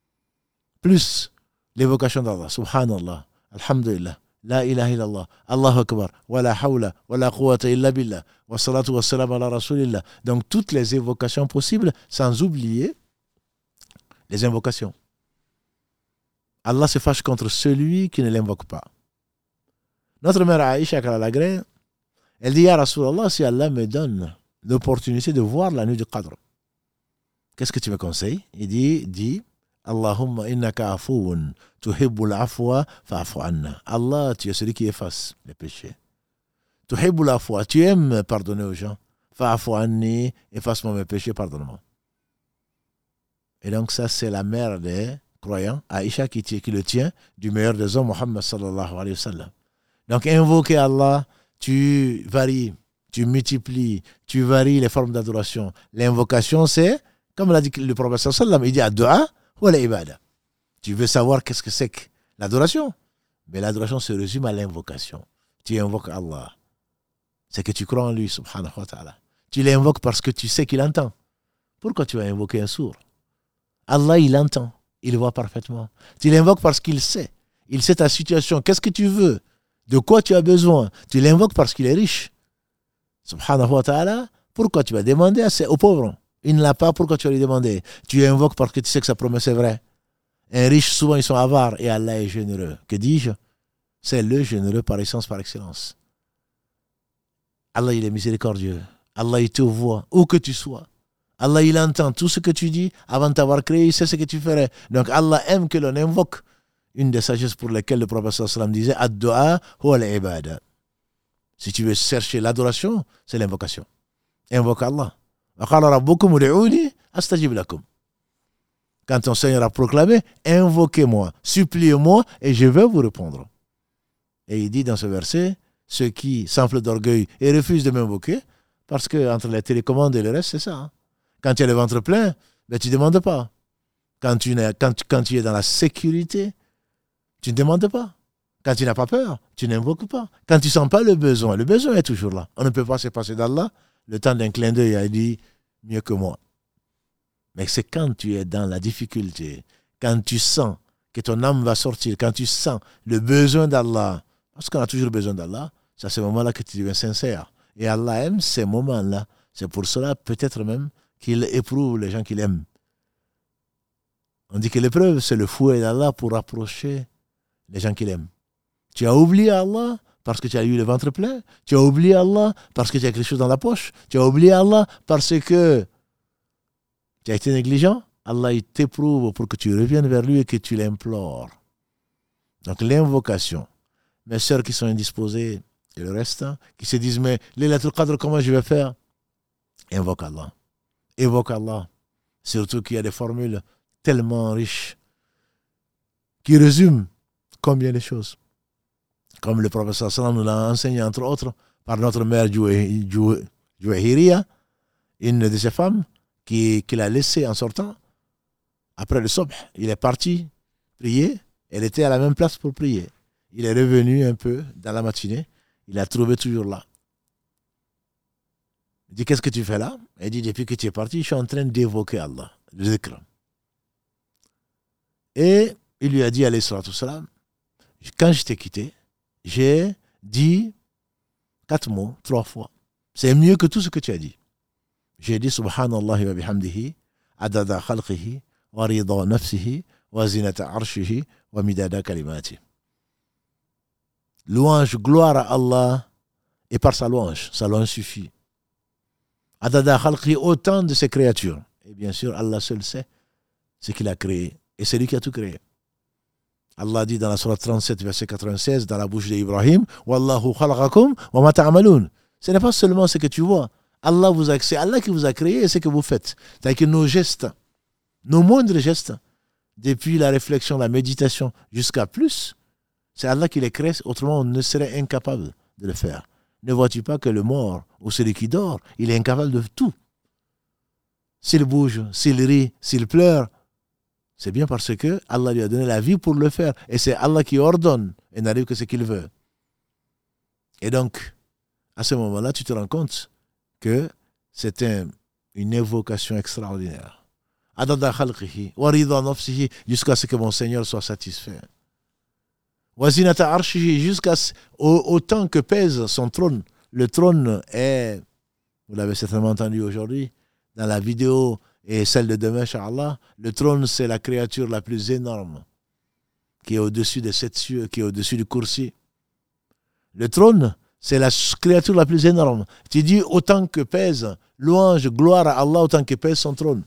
A: Plus l'évocation d'Allah, subhanallah, alhamdulillah, la ilaha illallah, Allahu akbar, wa la hawla, wa la quwwata illa billah, wa salatu wa salam ala rasulillah. Donc toutes les évocations possibles, sans oublier les invocations. Allah se fâche contre celui qui ne l'invoque pas. Notre mère Aïcha, qu'Allah l'agrée, elle dit, Ya Rasulallah, si Allah me donne l'opportunité de voir la nuit du Qadr, qu'est-ce que tu me conseilles? Il dit, dis, Allahumma innaka afoun, tuhibbul afwa fa'afu anna. Allah, tu es celui qui efface les péchés. Tuhibbul afwa, tu aimes pardonner aux gens. Fa'afu anni, efface-moi mes péchés, pardonne-moi. Et donc ça, c'est la mère des croyants, Aïcha, qui, qui le tient du meilleur des hommes, Muhammad sallallahu alayhi wa sallam. Donc invoquer Allah, tu varies, tu multiplies, tu varies les formes d'adoration. L'invocation, c'est, comme l'a dit le prophète sallallahu alayhi wa sallam, il dit ad-du'a wa l'ibada. Tu veux savoir qu'est-ce que c'est que l'adoration? Mais l'adoration se résume à l'invocation. Tu invoques Allah. C'est que tu crois en lui, subhanahu wa ta'ala. Tu l'invoques parce que tu sais qu'il entend. Pourquoi tu vas invoquer un sourd? Allah, il entend. Il voit parfaitement. Tu l'invoques parce qu'il sait. Il sait ta situation. Qu'est-ce que tu veux? De quoi tu as besoin? Tu l'invoques parce qu'il est riche. Subhanahu wa ta'ala. Pourquoi tu vas demander aux pauvres? Il ne l'a pas, pourquoi tu vas lui demander? Tu invoques parce que tu sais que sa promesse est vraie. Un riche, souvent, ils sont avares et Allah est généreux. Que dis-je? C'est le généreux par essence, par excellence. Allah, il est miséricordieux. Allah, il te voit, où que tu sois. Allah, il entend tout ce que tu dis. Avant de t'avoir créé, il sait ce que tu ferais. Donc, Allah aime que l'on invoque. Une des sagesses pour lesquelles le prophète sallallahu alayhi wa sallam disait ad-du'a huwa al-ibada. Si tu veux chercher l'adoration, c'est l'invocation. Invoque Allah. Quand ton Seigneur a proclamé, invoquez-moi, suppliez-moi et je vais vous répondre. Et il dit dans ce verset, ceux qui s'enflent d'orgueil et refusent de m'invoquer, parce que entre les télécommandes et le reste, c'est ça. Hein. Quand tu as le ventre plein, ben, tu ne demandes pas. Quand tu, quand, quand tu es dans la sécurité, tu ne demandes pas. Quand tu n'as pas peur, tu n'invoques pas. Quand tu ne sens pas le besoin, le besoin est toujours là. On ne peut pas se passer d'Allah. Le temps d'un clin d'œil a dit mieux que moi. Mais c'est quand tu es dans la difficulté, quand tu sens que ton âme va sortir, quand tu sens le besoin d'Allah, parce qu'on a toujours besoin d'Allah, c'est à ce moment-là que tu deviens sincère. Et Allah aime ces moments-là. C'est pour cela, peut-être même, qu'il éprouve les gens qu'il aime. On dit que l'épreuve, c'est le fouet d'Allah pour rapprocher les gens qu'il aime. Tu as oublié Allah parce que tu as eu le ventre plein. Tu as oublié Allah parce que tu as quelque chose dans la poche. Tu as oublié Allah parce que tu as été négligent. Allah, il t'éprouve pour que tu reviennes vers lui et que tu l'implores. Donc l'invocation. Mes sœurs qui sont indisposées et le reste, qui se disent, mais Laylatul Qadr, comment je vais faire? Invoque Allah. Évoque Allah. Surtout qu'il y a des formules tellement riches qui résument combien de choses. Comme le professeur sallam nous l'a enseigné, entre autres, par notre mère Juwayriya, une de ses femmes, qui, qui l'a laissée en sortant. Après le subh, il est parti prier. Elle était à la même place pour prier. Il est revenu un peu dans la matinée. Il l'a trouvé toujours là. Il dit, qu'est-ce que tu fais là? Elle dit, depuis que tu es parti, je suis en train d'évoquer Allah, le zikr. Et il lui a dit, alayhi salatu salam, quand je t'ai quitté, j'ai dit quatre mots, trois fois. C'est mieux que tout ce que tu as dit. J'ai dit, subhanallah wa bihamdihi, adada khalqihi wa rida nafsihi wa zinata arshihi wa midada kalimati. Louange, gloire à Allah, et par sa louange, sa louange suffit. Adada khalqihi, autant de ses créatures. Et bien sûr, Allah seul sait ce qu'il a créé. Et c'est lui qui a tout créé. Allah dit dans la sourate trente-sept, verset quatre-vingt-seize, dans la bouche d'Ibrahim, Wallahu khalaqakum wa ma ta'malun. Ce n'est pas seulement ce que tu vois. Allah vous a, c'est Allah qui vous a créé et ce que vous faites. C'est-à-dire que nos gestes, nos moindres gestes, depuis la réflexion, la méditation, jusqu'à plus, c'est Allah qui les crée, autrement on ne serait incapable de le faire. Ne vois-tu pas que le mort, ou celui qui dort, il est incapable de tout. S'il bouge, s'il rit, s'il pleure, c'est bien parce que Allah lui a donné la vie pour le faire. Et c'est Allah qui ordonne et n'arrive que ce qu'il veut. Et donc, à ce moment-là, tu te rends compte que c'est un, une évocation extraordinaire. Adada khalqihi, wa rida nafsihi, jusqu'à ce que mon Seigneur soit satisfait. Wa zinata arshihi, jusqu'à au, autant que pèse son trône. Le trône est, vous l'avez certainement entendu aujourd'hui, dans la vidéo et celle de demain, Inch'Allah, le trône, c'est la créature la plus énorme qui est au-dessus des sept cieux, qui est au-dessus du kursi. Le trône, c'est la créature la plus énorme. Tu dis autant que pèse, louange, gloire à Allah, autant que pèse son trône.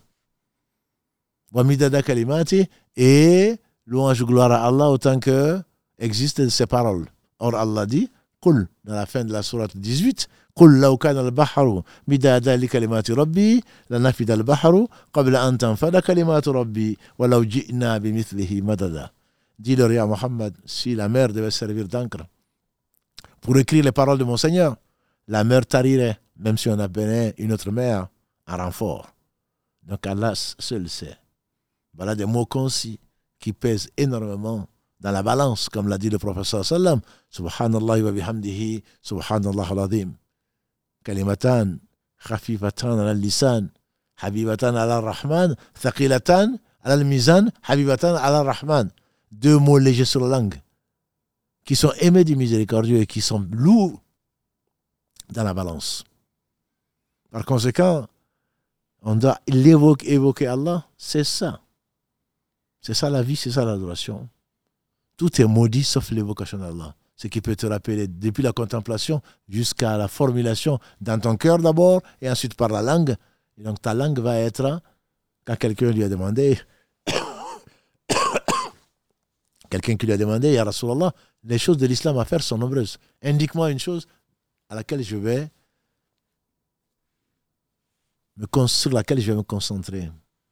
A: Wa midada kalimati, et louange, gloire à Allah, autant que existent ses paroles. Or, Allah dit, Qul, dans la fin de la sourate dix-huit, قل لو كان البحر مدادا لكلمات ربي لنفد البحر قبل أن تنفد كلمات ربي ولو جئنا بمثله مددا. Dis-leur, ya Muhammad, si la mer devait servir d'encre pour écrire les paroles de mon Seigneur, la mer tarirait, même si on appelait une autre mer en renfort. Donc Allah seul sait. Voilà des mots concis qui pèsent énormément dans la balance, comme l'a dit le prophète sallam, Subhanallah wa bihamdihi, Subhanallah al-azim. Kalimatan, khafifatan ala al-lisan, habibatan ala al-rahman, thaqilatan ala al-mizan, habibatan ala al-rahman. Deux mots légers sur la langue, qui sont aimés du miséricordieux et qui sont lourds dans la balance. Par conséquent, on doit l'évoquer, évoquer Allah, c'est ça. C'est ça la vie, c'est ça l'adoration. Tout est maudit sauf l'évocation d'Allah. Ce qui peut te rappeler depuis la contemplation jusqu'à la formulation dans ton cœur d'abord et ensuite par la langue. Et donc ta langue va être, quand quelqu'un lui a demandé, quelqu'un qui lui a demandé, Ya Rasulallah, les choses de l'islam à faire sont nombreuses. Indique-moi une chose à laquelle je vais me con- sur laquelle je vais me concentrer,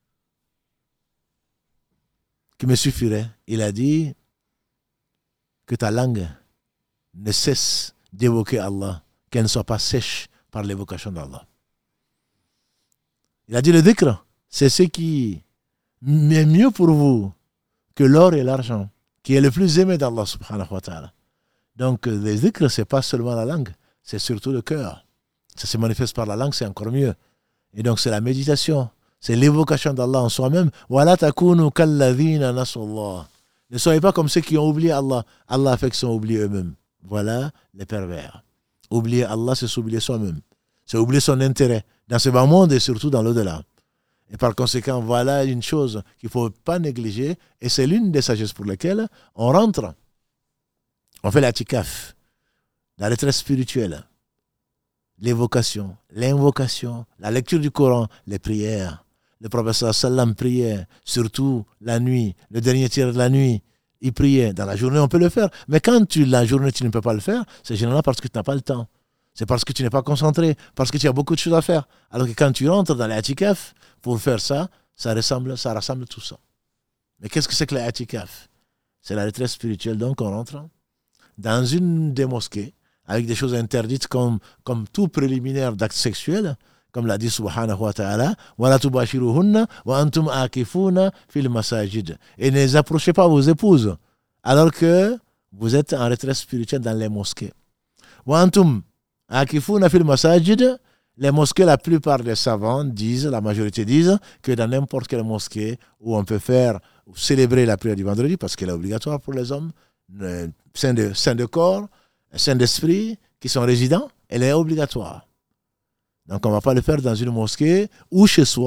A: qui me suffirait. Il a dit que ta langue ne cesse d'évoquer Allah, qu'elle ne soit pas sèche par l'évocation d'Allah. Il a dit le dhikr, c'est ce qui est mieux pour vous que l'or et l'argent, qui est le plus aimé d'Allah subhanahu wa ta'ala. Donc le dhikr, c'est pas seulement la langue, c'est surtout le cœur. Ça se manifeste par la langue, c'est encore mieux. Et donc c'est la méditation, c'est l'évocation d'Allah en soi-même. Wala takunu kalladhina nasullah. Ne soyez pas comme ceux qui ont oublié Allah. Allah a fait qu'ils sont oubliés eux-mêmes. Voilà les pervers. Oublier Allah, c'est s'oublier soi-même. C'est oublier son intérêt dans ce bas monde et surtout dans l'au-delà. Et par conséquent, voilà une chose qu'il ne faut pas négliger. Et c'est l'une des sagesses pour lesquelles on rentre. On fait l'atikaf, la retraite spirituelle, l'évocation, l'invocation, la lecture du Coran, les prières. Le prophète sallam priait, surtout la nuit, le dernier tiers de la nuit. Il priait. Dans la journée, on peut le faire. Mais quand tu, la journée, tu ne peux pas le faire, c'est généralement parce que tu n'as pas le temps. C'est parce que tu n'es pas concentré, parce que tu as beaucoup de choses à faire. Alors que quand tu rentres dans l'atikaf, pour faire ça, ça ressemble, ça rassemble tout ça. Mais qu'est-ce que c'est que l'atikaf? C'est la retraite spirituelle. Donc, on rentre dans une des mosquées, avec des choses interdites comme, comme tout préliminaire d'acte sexuel, comme l'a dit subhanahu wa ta'ala, wa tubashiruhunna wa antum akifuna fil masajid. Et ne les approchez pas vos épouses, alors que vous êtes en retraite spirituelle dans les mosquées. Wa antum akifuna fil masajid. Les mosquées, la plupart des savants disent, la majorité disent, que dans n'importe quelle mosquée où on peut faire, célébrer la prière du vendredi, parce qu'elle est obligatoire pour les hommes, saints de, saints de corps, saints d'esprit, qui sont résidents, elle est obligatoire. Donc on ne va pas le faire dans une mosquée ou chez soi,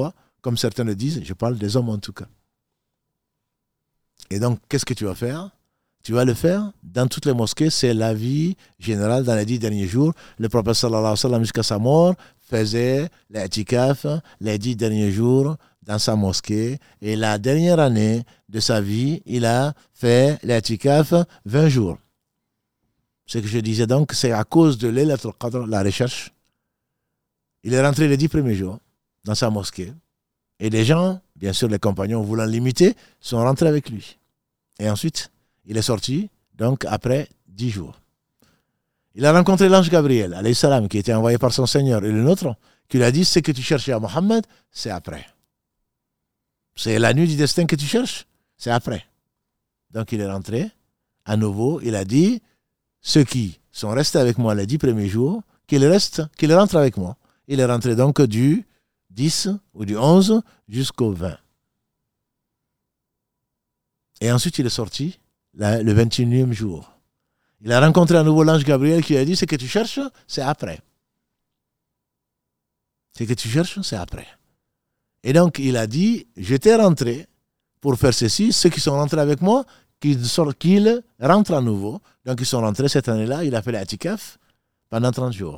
A: comme certains le disent, je parle des hommes en tout cas. Et donc, qu'est-ce que tu vas faire? Tu vas le faire dans toutes les mosquées, c'est l'avis général dans les dix derniers jours. Le prophète sallallahu alayhi wa sallam jusqu'à sa mort faisait l'i'tikaf les dix derniers jours dans sa mosquée. Et la dernière année de sa vie, il a fait l'i'tikaf vingt jours. Ce que je disais donc, c'est à cause de Laylatul Qadr, la recherche. Il est rentré les dix premiers jours dans sa mosquée. Et les gens, bien sûr les compagnons voulant l'imiter, sont rentrés avec lui. Et ensuite, il est sorti, donc après dix jours. Il a rencontré l'ange Gabriel, alayhi salam, qui était envoyé par son Seigneur, et le nôtre, qui lui a dit, ce que tu cherchais à Mohammed, c'est après. C'est la nuit du destin que tu cherches, c'est après. Donc il est rentré, à nouveau, il a dit, ceux qui sont restés avec moi les dix premiers jours, qu'ils restent, qu'ils rentrent avec moi. Il est rentré donc du dix ou du onze jusqu'au vingt. Et ensuite il est sorti la, le vingt et unième jour. Il a rencontré à nouveau l'ange Gabriel qui lui a dit, ce que tu cherches, c'est après. Ce que tu cherches, c'est après. Et donc il a dit, j'étais rentré pour faire ceci, ceux qui sont rentrés avec moi, qu'ils, sortent, qu'ils rentrent à nouveau. Donc ils sont rentrés cette année-là, il a fait l'i'tikaf pendant trente jours.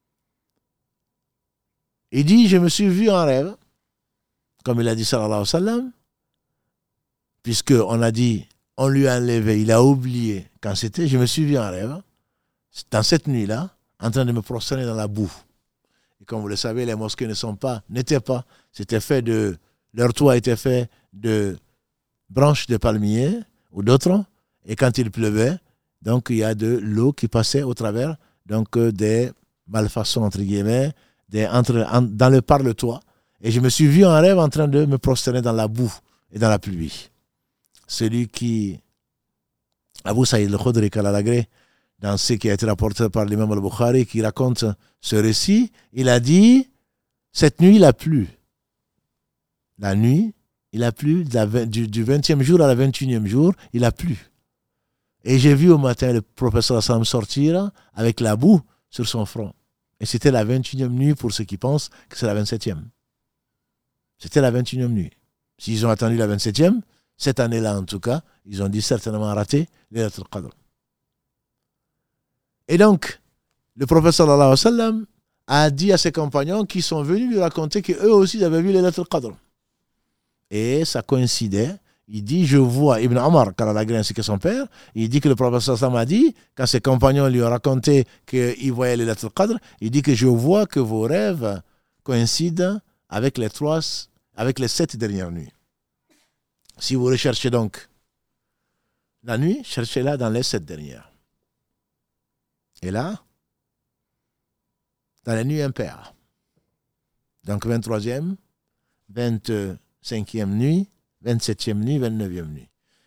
A: Il dit, je me suis vu en rêve, comme il a dit sallallahu alayhi wa sallam, puisqu'on a dit, on lui a enlevé, il a oublié quand c'était, je me suis vu en rêve, dans cette nuit-là, en train de me prosterner dans la boue. Et comme vous le savez, les mosquées ne sont pas, n'étaient pas, c'était fait de, leur toit était fait de branches de palmiers ou d'autres, et quand il pleuvait, donc il y a de l'eau qui passait au travers, donc des malfaçons entre guillemets, des, entre, en, dans le par le toit, et je me suis vu en rêve en train de me prosterner dans la boue et dans la pluie. Celui qui, Abu Saïd al-Khudri Kalalagré, dans ce qui a été rapporté par l'imam al-Bukhari, qui raconte ce récit, il a dit, cette nuit il a plu. La nuit, il a plu, du, du vingtième jour à la vingt et unième jour, il a plu. Et j'ai vu au matin le professeur Sallam sortir avec la boue sur son front. Et c'était la vingt et unième nuit pour ceux qui pensent que c'est la vingt-septième. C'était la vingt et unième nuit. S'ils ont attendu la vingt-septième, cette année-là en tout cas, ils ont dit certainement raté Laylatul Qadr. Et donc, le prophète sallallahu alayhi wa sallam a dit à ses compagnons qui sont venus lui raconter qu'eux aussi avaient vu Laylatul Qadr. Et ça coïncidait. Il dit, je vois, Ibn Omar, Kalalagré ainsi que son père, il dit que le prophète sallallahu alayhi wa sallam a dit, quand ses compagnons lui ont raconté qu'ils voyaient Laylatul Qadr, il dit que je vois que vos rêves coïncident avec les trois, avec les sept dernières nuits. Si vous recherchez donc la nuit, cherchez-la dans les sept dernières. Et là, dans les nuits impaires. Donc vingt-troisième, vingt-cinquième nuit, vingt-septième nuit, vingt-neuvième nuit.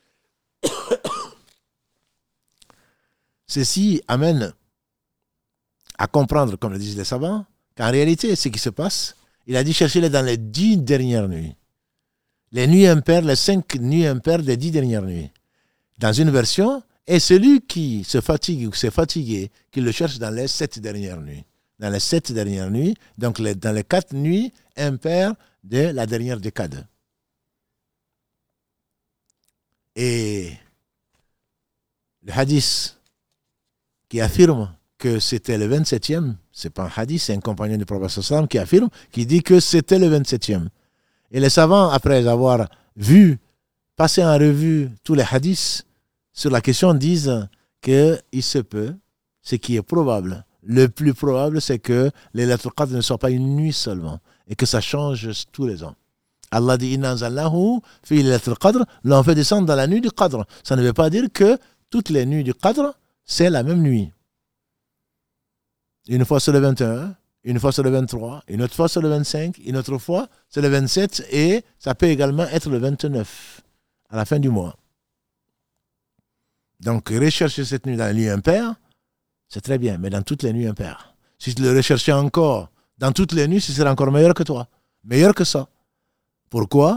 A: Ceci amène à comprendre, comme le disent les savants, qu'en réalité, ce qui se passe, il a dit chercher-les dans les dix dernières nuits. Les nuits impaires, les cinq nuits impaires des dix dernières nuits. Dans une version, et celui qui se fatigue ou s'est fatigué, qui le cherche dans les sept dernières nuits. Dans les sept dernières nuits, donc les, dans les quatre nuits impaires de la dernière décade. Et le hadith qui affirme que c'était le vingt-septième, c'est pas un hadith, c'est un compagnon du prophète sallam qui affirme, qui dit que c'était le vingt-septième. Et les savants, après avoir vu, passer en revue tous les hadiths sur la question, disent qu'il se peut, ce qui est probable, le plus probable, c'est que les Laylatul Qadr ne soient pas une nuit seulement, et que ça change tous les ans. Allah dit inna anzalnahu fi laylatil qadr, l'on fait descendre dans la nuit du Qadr. Ça ne veut pas dire que toutes les nuits du Qadr, c'est la même nuit. Une fois c'est le vingt et un, une fois c'est le vingt-trois, une autre fois c'est le vingt-cinq, une autre fois c'est le vingt-sept et ça peut également être le vingt-neuf à la fin du mois. Donc rechercher cette nuit dans les nuits impaires, c'est très bien, mais dans toutes les nuits impaires. Si tu le recherchais encore dans toutes les nuits, ce serait encore meilleur que toi, meilleur que ça. Pourquoi ?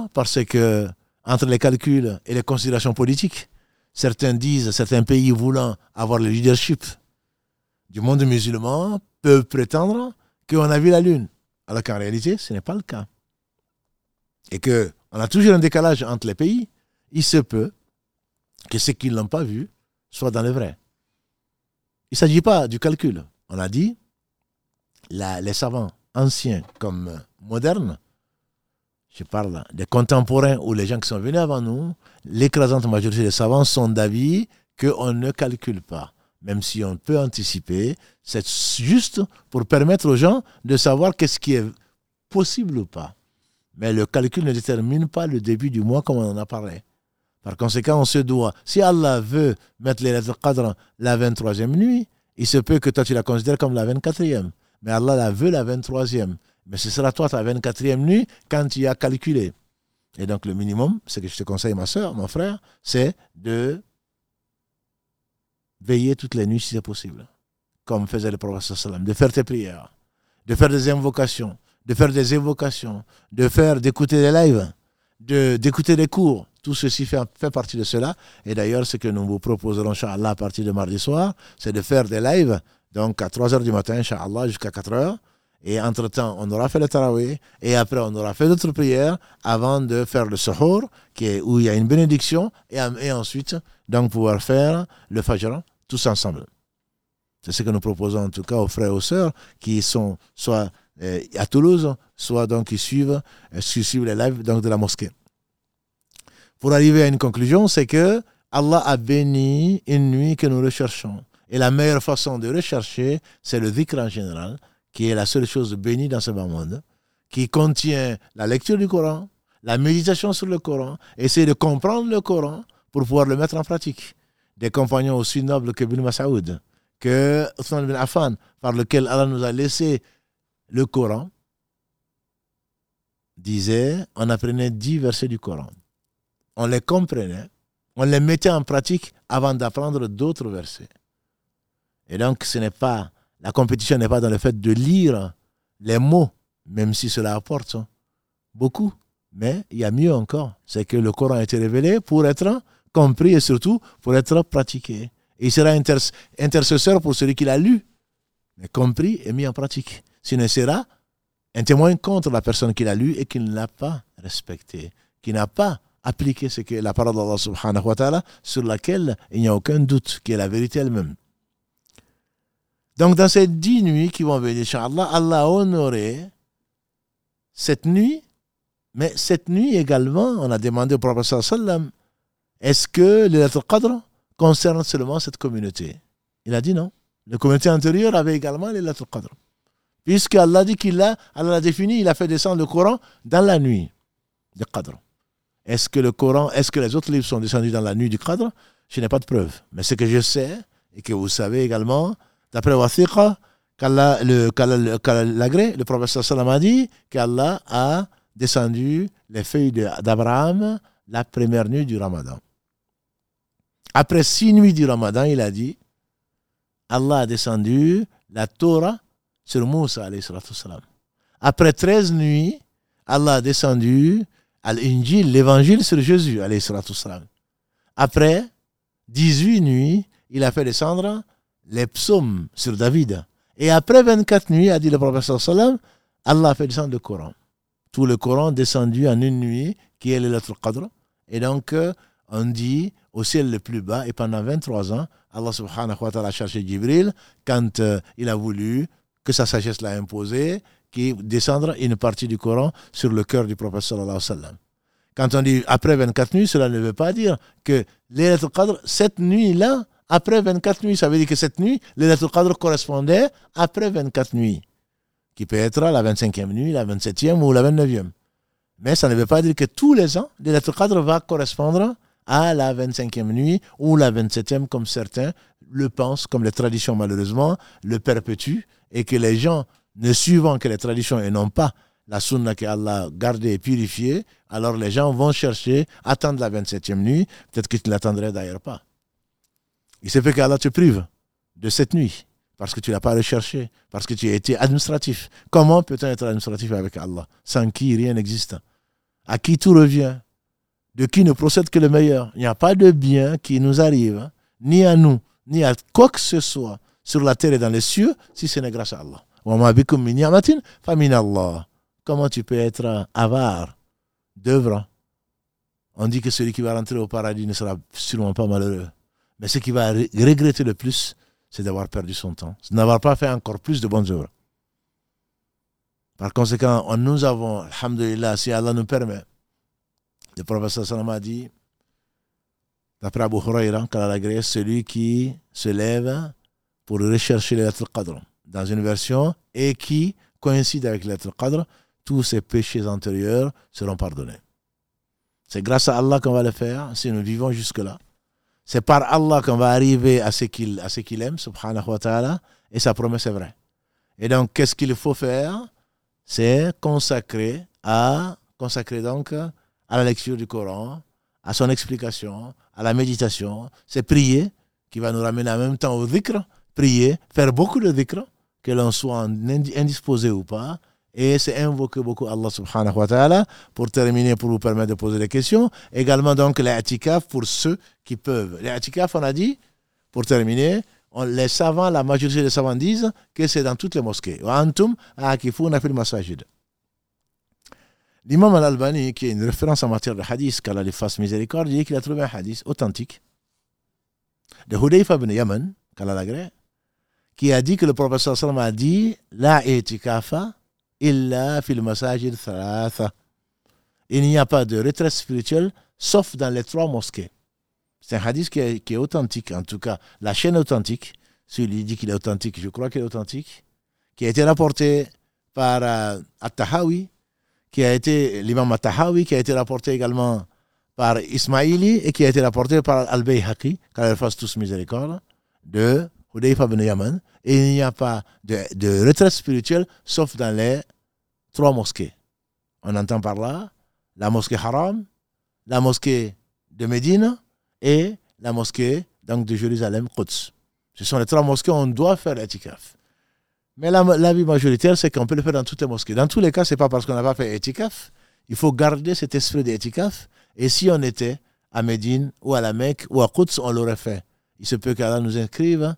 A: Parce que, entre les calculs et les considérations politiques, certains disent, certains pays voulant avoir le leadership du monde musulman peuvent prétendre qu'on a vu la lune. Alors qu'en réalité, ce n'est pas le cas. et qu'on a toujours un décalage entre les pays, il se peut que ceux qui ne l'ont pas vu soient dans le vrai. Il ne s'agit pas du calcul. On a dit, la, les savants anciens comme modernes, je parle des contemporains ou les gens qui sont venus avant nous, l'écrasante majorité des savants sont d'avis qu'on ne calcule pas. Même si on peut anticiper, c'est juste pour permettre aux gens de savoir qu'est-ce qui est possible ou pas. Mais le calcul ne détermine pas le début du mois comme on en a parlé. Par conséquent, on se doit, si Allah veut mettre les lettres Qadr la vingt-troisième nuit, il se peut que toi tu la considères comme la vingt-quatrième. Mais Allah la veut la vingt-troisième. Mais ce sera toi ta vingt-quatrième nuit quand tu as calculé. Et donc le minimum, ce que je te conseille ma soeur, mon frère, c'est de veiller toutes les nuits si c'est possible. Comme faisait le prophète sallam, de faire tes prières, de faire des invocations, de faire des évocations, de faire, d'écouter des lives, de, d'écouter des cours. Tout ceci fait, fait partie de cela. Et d'ailleurs, ce que nous vous proposerons, Inch'Allah, à partir de mardi soir, c'est de faire des lives, donc à trois heures du matin, Inch'Allah, jusqu'à quatre heures. Et entre-temps, on aura fait le tarawih, et après, on aura fait d'autres prières avant de faire le suhour, qui est, où il y a une bénédiction, et, et ensuite, donc, pouvoir faire le fajr, tous ensemble. C'est ce que nous proposons, en tout cas, aux frères et aux sœurs qui sont soit euh, à Toulouse, soit donc qui suivent, euh, qui suivent les lives donc, de la mosquée. Pour arriver à une conclusion, c'est que Allah a béni une nuit que nous recherchons. Et la meilleure façon de rechercher, c'est le dhikr en général, qui est la seule chose bénie dans ce bas monde, qui contient la lecture du Coran, la méditation sur le Coran, essayer de comprendre le Coran pour pouvoir le mettre en pratique. Des compagnons aussi nobles que Ibn Mas'ud, que Uthman ibn Affan, par lequel Allah nous a laissé le Coran, disait, on apprenait dix versets du Coran. On les comprenait, on les mettait en pratique avant d'apprendre d'autres versets. Et donc, ce n'est pas, la compétition n'est pas dans le fait de lire les mots, même si cela apporte beaucoup. Mais il y a mieux encore, c'est que le Coran a été révélé pour être compris et surtout pour être pratiqué. Et il sera inter- intercesseur pour celui qui l'a lu, mais compris et mis en pratique. Sinon, il sera un témoin contre la personne qui l'a lu et qui ne l'a pas respecté, qui n'a pas appliqué ce que la parole d'Allah subhanahu wa ta'ala, sur laquelle il n'y a aucun doute, qui est la vérité elle-même. Donc, dans ces dix nuits qui vont venir, Inch'Allah, Allah a honoré cette nuit, mais cette nuit également, on a demandé au prophète sallallahu alayhi wa sallam, est-ce que le Laylatul Qadr concerne seulement cette communauté? Il a dit non. La communauté antérieure avait également le Laylatul Qadr. Puisque Allah dit qu'il a, Allah l'a défini, il a fait descendre le Coran dans la nuit du Qadr. Est-ce que le Coran, est-ce que les autres livres sont descendus dans la nuit du Qadr? Je n'ai pas de preuve. Mais ce que je sais, et que vous savez également, d'après Wathiqa, qu'Allah, le, qu'Allah, qu'Allah l'agré, le prophète sallam a dit qu'Allah a descendu les feuilles de, d'Abraham la première nuit du Ramadan. Après six nuits du Ramadan, il a dit, Allah a descendu la Torah sur Moussa, alayhi salatu salam. Après treize nuits, Allah a descendu Al-Injil, l'évangile sur Jésus, alayhi salatu salam. Après dix-huit nuits, il a fait descendre les psaumes sur David. Et après vingt-quatre nuits, a dit le prophète sallallahu alayhi wa sallam, Allah a fait descendre le Coran. Tout le Coran descendu en une nuit, qui est le Laylatul Qadr. Et donc, on dit au ciel le plus bas, et pendant vingt-trois ans, Allah subhanahu wa ta'ala a cherché Jibril quand euh, il a voulu que sa sagesse l'a imposé, qui descendre une partie du Coran sur le cœur du prophète sallallahu alayhi wa sallam. Quand on dit après vingt-quatre nuits, cela ne veut pas dire que Laylatul Qadr, cette nuit-là, après vingt-quatre nuits, ça veut dire que cette nuit, Laylatul Qadr correspondait après vingt-quatre nuits, qui peut être la vingt-cinquième nuit, la vingt-septième ou la vingt-neuvième. Mais ça ne veut pas dire que tous les ans, Laylatul Qadr va correspondre à la vingt-cinquième nuit ou la vingt-septième, comme certains le pensent, comme les traditions malheureusement le perpétuent, et que les gens, ne suivant que les traditions et non pas la sunna qu'Allah a gardée et purifiée, alors les gens vont chercher, attendre la vingt-septième nuit, peut-être qu'ils ne l'attendraient d'ailleurs pas. Il se peut qu'Allah te prive de cette nuit, parce que tu ne l'as pas recherché, parce que tu as été administratif. Comment peut-on être administratif avec Allah, sans qui rien n'existe? À qui tout revient? De qui ne procède que le meilleur? Il n'y a pas de bien qui nous arrive, ni à nous, ni à quoi que ce soit, sur la terre et dans les cieux, si ce n'est grâce à Allah. Comment tu peux être avare d'œuvres, on dit que celui qui va rentrer au paradis ne sera sûrement pas malheureux. Mais ce qui va regretter le plus, c'est d'avoir perdu son temps, c'est d'avoir pas fait encore plus de bonnes œuvres. Par conséquent, on, nous avons, alhamdulillah, si Allah nous permet, le prophète sallam a dit, d'après Abu Huraira, qu'Allah l'agrée, celui qui se lève pour rechercher le Qadr dans une version et qui coïncide avec le Qadr, tous ses péchés antérieurs seront pardonnés. C'est grâce à Allah qu'on va le faire si nous vivons jusque-là. C'est par Allah qu'on va arriver à ce qu'il, à ce qu'il aime, subhanahu wa ta'ala, et sa promesse est vraie. Et donc, qu'est-ce qu'il faut faire? C'est consacrer à, consacrer donc à la lecture du Coran, à son explication, à la méditation. C'est prier qui va nous ramener en même temps au dhikr, prier, faire beaucoup de dhikr, que l'on soit indisposé ou pas, et c'est invoquer beaucoup Allah subhanahu wa ta'ala. Pour terminer, pour vous permettre de poser des questions, également donc l'i'tikaf pour ceux qui peuvent. L'i'tikaf, on a dit, pour terminer, on, les savants, la majorité des savants disent que c'est dans toutes les mosquées. Wa antum aakifuna fil masajid. L'imam al-Albani, qui est une référence en matière de hadith, qu'Allah lui fasse miséricorde, dit qu'il a trouvé un hadith authentique de Hudayfa ibn Yaman, qu'Allah l'agrée, qui a dit que le prophète sallallahu alayhi wa sallam a dit la i'tikafa illa fil masajid thalatha. Il n'y a pas de retraite spirituelle sauf dans les trois mosquées. C'est un hadith qui est, qui est authentique, en tout cas la chaîne authentique, celui qui dit qu'il est authentique, je crois qu'il est authentique, qui a été rapporté par euh, At-Tahawi, qui a été l'imam At-Tahawi, qui a été rapporté également par Ismaili et qui a été rapporté par Al-Bayhaqi, qu'Allah fasse tous miséricorde, de Hudayfa ibn Yaman. Et il n'y a pas de, de retraite spirituelle sauf dans les trois mosquées. On entend par là la mosquée Haram, la mosquée de Médine et la mosquée donc, de Jérusalem, Quds. Ce sont les trois mosquées où on doit faire l'itikaf. Mais la, l'avis majoritaire, c'est qu'on peut le faire dans toutes les mosquées. Dans tous les cas, ce n'est pas parce qu'on n'a pas fait itikaf. Il faut garder cet esprit d'itikaf. Et si on était à Médine ou à la Mecque ou à Quds, on l'aurait fait. Il se peut qu'Allah nous inscrive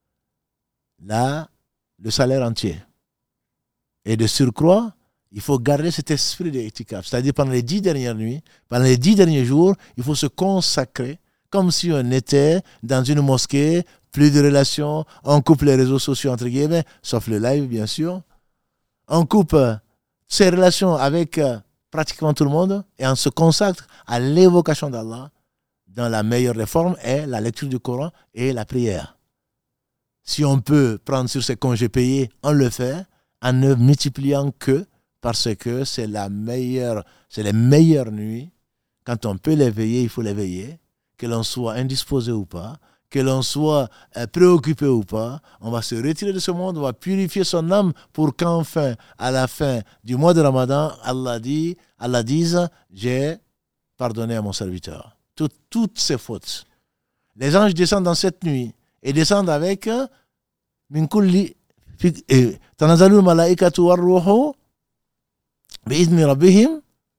A: là le salaire entier. Et de surcroît, il faut garder cet esprit d'itikaf. C'est-à-dire pendant les dix dernières nuits, pendant les dix derniers jours, il faut se consacrer comme si on était dans une mosquée, plus de relations, on coupe les réseaux sociaux entre guillemets, sauf le live bien sûr. On coupe ses relations avec pratiquement tout le monde et on se consacre à l'évocation d'Allah dans la meilleure des formes est la lecture du Coran et la prière. Si on peut prendre sur ses congés payés, on le fait en ne multipliant que parce que c'est la meilleure, c'est les meilleures nuits. Quand on peut les veiller, il faut les veiller. Que l'on soit indisposé ou pas, que l'on soit euh, préoccupé ou pas, on va se retirer de ce monde, on va purifier son âme pour qu'enfin, à la fin du mois de Ramadan, Allah dit, Allah dise, j'ai pardonné à mon serviteur Tout, toutes ses fautes. Les anges descendent dans cette nuit et descendent avec min kulli tanazalul malaikatu warruhu bi'idni rabbihim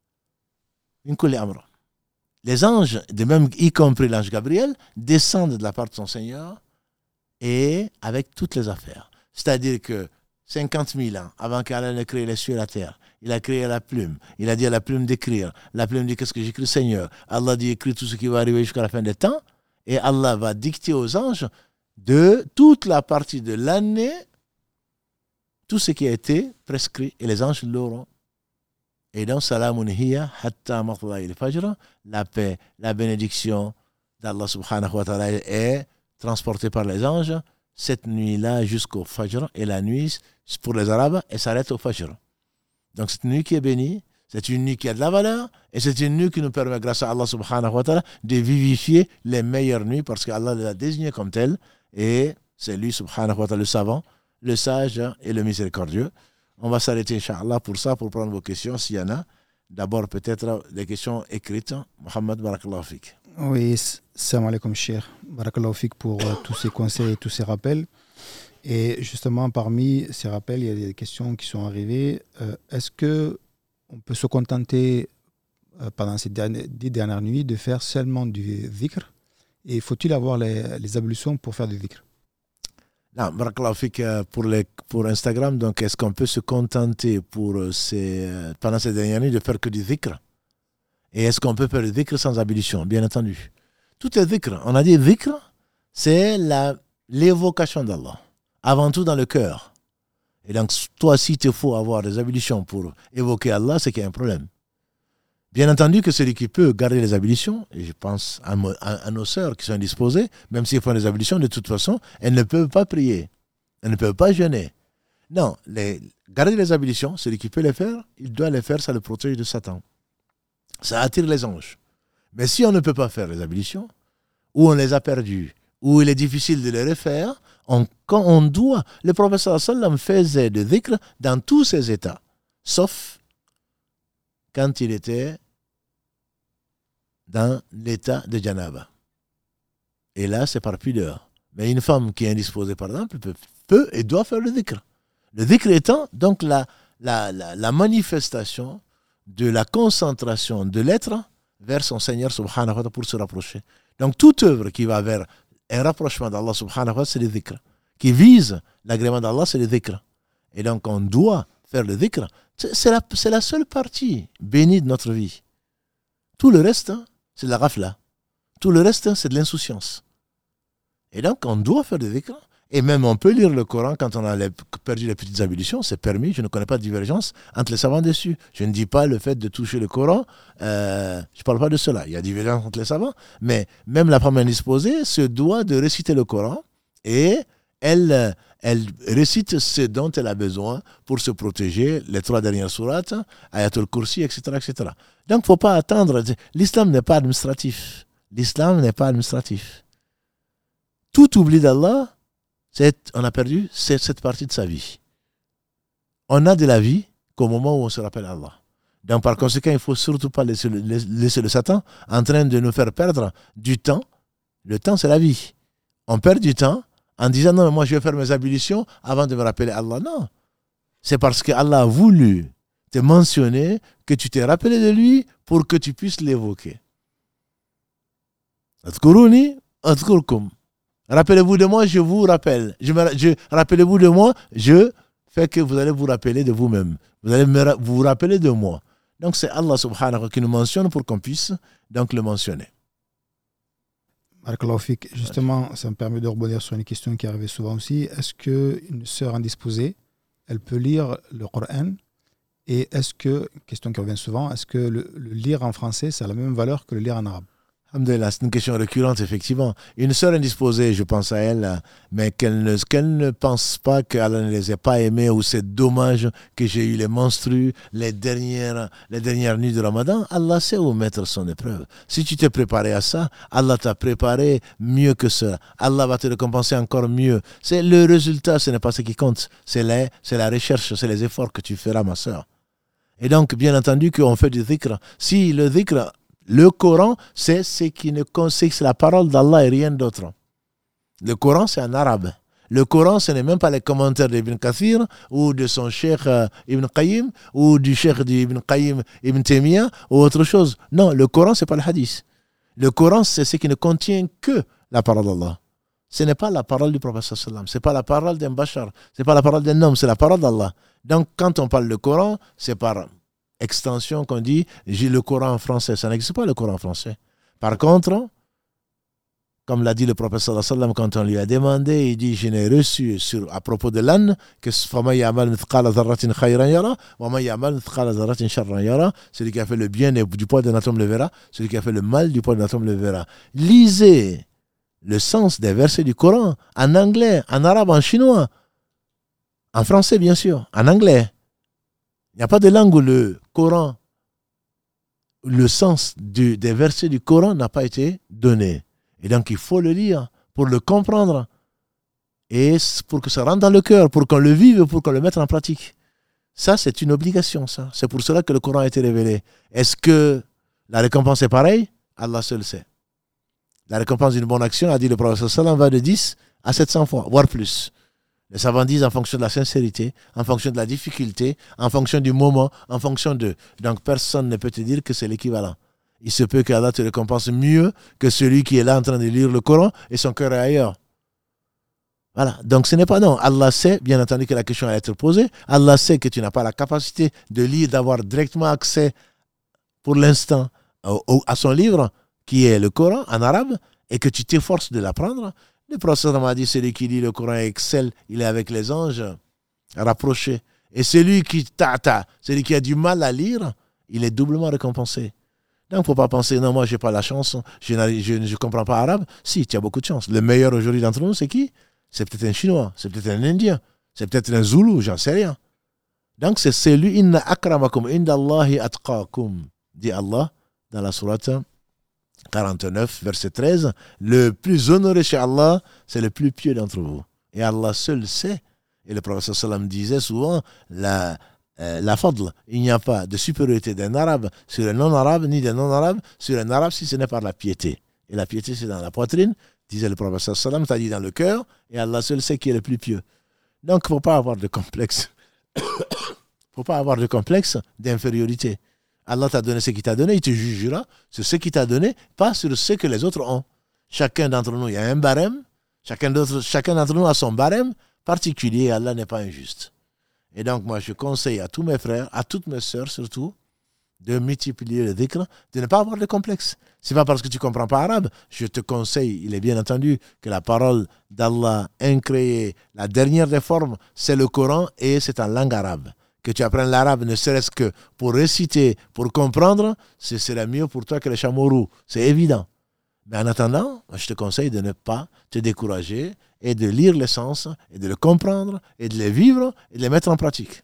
A: min kulli amr. Les anges, de même y compris l'ange Gabriel, descendent de la part de son Seigneur et avec toutes les affaires. C'est-à-dire que cinquante mille ans avant qu'Allah ne crée les cieux et la terre, il a créé la plume. Il a dit à la plume d'écrire. La plume dit qu'est-ce que j'écris, Seigneur. Allah dit écris tout ce qui va arriver jusqu'à la fin des temps. Et Allah va dicter aux anges de toute la partie de l'année tout ce qui a été prescrit. Et les anges l'auront. Et donc, salamun hiya hatta matla'il fajr, la paix, la bénédiction d'Allah subhanahu wa ta'ala est transportée par les anges cette nuit-là jusqu'au fajr. Et la nuit, pour les Arabes, elle s'arrête au fajr. Donc, cette nuit qui est bénie, c'est une nuit qui a de la valeur et c'est une nuit qui nous permet, grâce à Allah subhanahu wa ta'ala, de vivifier les meilleures nuits parce qu'Allah l'a désigné comme tel et c'est lui subhanahu wa ta'ala le savant, le sage et le miséricordieux. On va s'arrêter, Inch'Allah, pour ça, pour prendre vos questions, s'il y en a. D'abord, peut-être des questions écrites. Mohamed, barakallahu fik.
B: Oui, salam alaikum, cher. Barakallahu fik pour euh, tous ces conseils et tous ces rappels. Et justement, parmi ces rappels, il y a des questions qui sont arrivées. Euh, est-ce qu'on peut se contenter, euh, pendant ces dernières, dix dernières nuits, de faire seulement du dhikr? Et faut-il avoir les, les ablutions pour faire du dhikr?
A: Non, barakallahu fik, pour, les, pour Instagram, donc est-ce qu'on peut se contenter pour ces, pendant ces dernières nuits de faire que du dhikr? Et est-ce qu'on peut faire le dhikr sans ablution? Bien entendu. Tout est dhikr. On a dit dhikr, c'est la, l'évocation d'Allah. Avant tout dans le cœur. Et donc, toi, si il faut avoir des ablutions pour évoquer Allah, c'est qu'il y a un problème. Bien entendu que celui qui peut garder les ablutions, et je pense à, mo, à, à nos sœurs qui sont disposées, même s'ils font des ablutions, de toute façon, elles ne peuvent pas prier. Elles ne peuvent pas jeûner. Non, les, garder les ablutions, celui qui peut les faire, il doit les faire, ça le protège de Satan. Ça attire les anges. Mais si on ne peut pas faire les ablutions, ou on les a perdus, ou il est difficile de les refaire, on, quand on doit, le prophète sallam faisait de dhikr dans tous ses états, sauf quand il était dans l'état de janaba. Et là, c'est par pudeur. Mais une femme qui est indisposée, par exemple, peut, peut et doit faire le dhikr. Le dhikr étant donc la, la, la, la manifestation de la concentration de l'être vers son Seigneur subhanahu wa ta'ala pour se rapprocher. Donc toute œuvre qui va vers un rapprochement d'Allah subhanahu wa ta'ala, c'est le dhikr. Qui vise l'agrément d'Allah, c'est le dhikr. Et donc on doit faire le dhikr. C'est la, c'est la seule partie bénie de notre vie. Tout le reste, c'est de la ghafla. Tout le reste, c'est de l'insouciance. Et donc on doit faire le dhikr. Et même on peut lire le Coran quand on a les, perdu les petites ablutions, c'est permis, je ne connais pas de divergence entre les savants dessus. Je ne dis pas le fait de toucher le Coran, euh, je ne parle pas de cela, il y a divergence entre les savants, mais même la femme indisposée se doit de réciter le Coran et elle, elle récite ce dont elle a besoin pour se protéger, les trois dernières sourates, Ayatul Kursi, et cetera, et cetera. Donc il ne faut pas attendre, l'islam n'est pas administratif, l'islam n'est pas administratif. Tout oubli d'Allah, c'est, on a perdu cette, cette partie de sa vie. On n'a de la vie qu'au moment où on se rappelle Allah. Donc par conséquent, il ne faut surtout pas laisser le, laisser le Satan en train de nous faire perdre du temps. Le temps, c'est la vie. On perd du temps en disant non, mais moi je vais faire mes ablutions avant de me rappeler Allah. Non. C'est parce que Allah a voulu te mentionner que tu t'es rappelé de lui pour que tu puisses l'évoquer. Adkuruni, adkurkum. Rappelez-vous de moi, je vous rappelle. Je me, je, rappelez-vous de moi, je fais que vous allez vous rappeler de vous-même. Vous allez me, vous rappeler de moi. Donc c'est Allah subhanahu wa ta'ala qui nous mentionne pour qu'on puisse donc le mentionner.
B: Barakallahu fik. Justement, ça me permet de rebondir sur une question qui arrivait souvent aussi. Est-ce qu'une sœur indisposée, elle peut lire le Coran? Et est-ce que, question qui revient souvent, est-ce que le, le lire en français, ça a la même valeur que le lire en arabe?
A: Alhamdulillah, c'est une question récurrente, effectivement. Une sœur indisposée, je pense à elle, mais qu'elle ne, qu'elle ne pense pas qu'Allah ne les ait pas aimés ou c'est dommage que j'ai eu les menstrues les dernières, les dernières nuits de Ramadan. Allah sait où mettre son épreuve. Si tu t'es préparé à ça, Allah t'a préparé mieux que ça. Allah va te récompenser encore mieux. C'est le résultat, ce n'est pas ce qui compte. C'est la, c'est la recherche, c'est les efforts que tu feras, ma sœur. Et donc, bien entendu, qu'on fait du dhikr. Si le dhikr... Le Coran, c'est ce qui ne conseille, c'est la parole d'Allah et rien d'autre. Le Coran, c'est en arabe. Le Coran, ce n'est même pas les commentaires d'Ibn Kathir ou de son cheikh euh, Ibn Qayyim ou du cheikh d'Ibn Qayyim Ibn Taymiyyah ou autre chose. Non, le Coran, ce n'est pas le hadith. Le Coran, c'est ce qui ne contient que la parole d'Allah. Ce n'est pas la parole du prophète sallam. Ce n'est pas la parole d'un bashar. Ce n'est pas la parole d'un homme, c'est la parole d'Allah. Donc, quand on parle de Coran, c'est par extension qu'on dit j'ai le Coran en français. Ça n'existe pas le Coran en français. Par contre, comme l'a dit le prophète sallallahu alayhi wa sallam quand on lui a demandé, il dit je n'ai reçu sur, à propos de l'âne que celui qui a fait le bien du poids d'un atome le verra, celui qui a fait le mal du poids d'un atome le verra. Lisez le sens des versets du Coran en anglais, en arabe, en chinois, en français bien sûr, en anglais. Il n'y a pas de langue où le Coran, le sens du, des versets du Coran n'a pas été donné. Et donc il faut le lire pour le comprendre et pour que ça rentre dans le cœur, pour qu'on le vive, pour qu'on le mette en pratique. Ça, c'est une obligation, ça. C'est pour cela que le Coran a été révélé. Est-ce que la récompense est pareille? Allah seul sait. La récompense d'une bonne action, a dit le prophète sallam, va de dix à sept cents fois, voire plus. Les savants disent en fonction de la sincérité, en fonction de la difficulté, en fonction du moment, en fonction de... Donc personne ne peut te dire que c'est l'équivalent. Il se peut qu'Allah te récompense mieux que celui qui est là en train de lire le Coran et son cœur est ailleurs. Voilà. Donc ce n'est pas non. Allah sait, bien entendu, que la question va être posée. Allah sait que tu n'as pas la capacité de lire, d'avoir directement accès pour l'instant au, à son livre, qui est le Coran en arabe, et que tu t'efforces de l'apprendre, le prophète m'a dit, celui qui lit le Coran excelle, il est avec les anges rapprochés. Et celui qui tata, celui qui a du mal à lire, il est doublement récompensé. Donc, il ne faut pas penser, non, moi, je n'ai pas la chance, je ne comprends pas arabe. Si, tu as beaucoup de chance. Le meilleur aujourd'hui d'entre nous, c'est qui? C'est peut-être un Chinois, c'est peut-être un Indien, c'est peut-être un Zoulou, j'en sais rien. Donc, c'est celui, inna akramakum indallahi atqakum, dit Allah dans la sourate quarante-neuf, verset treize. Le plus honoré chez Allah, c'est le plus pieux d'entre vous. Et Allah seul sait. Et le prophète sallam disait souvent, la, euh, la fadl, il n'y a pas de supériorité d'un arabe sur un non-arabe, ni d'un non-arabe sur un arabe, si ce n'est par la piété. Et la piété, c'est dans la poitrine, disait le prophète sallam, c'est-à-dire dans le cœur, et Allah seul sait qui est le plus pieux. Donc, il ne faut pas avoir de complexe. Il ne faut pas avoir de complexe d'infériorité. Allah t'a donné ce qu'il t'a donné, il te jugera sur ce qu'il t'a donné, pas sur ce que les autres ont. Chacun d'entre nous, il y a un barème, chacun, d'autre, chacun d'entre nous a son barème particulier, Allah n'est pas injuste. Et donc, moi, je conseille à tous mes frères, à toutes mes sœurs surtout, de multiplier le dhikr, de ne pas avoir de complexe. Ce n'est pas parce que tu ne comprends pas arabe. Je te conseille, il est bien entendu, que la parole d'Allah incréée, la dernière des formes, c'est le Coran et c'est en langue arabe. Que tu apprennes l'arabe ne serait-ce que pour réciter, pour comprendre, ce serait mieux pour toi que le chameau roux. C'est évident. Mais en attendant, je te conseille de ne pas te décourager et de lire les sens, et de le comprendre, et de les vivre, et de les mettre en pratique.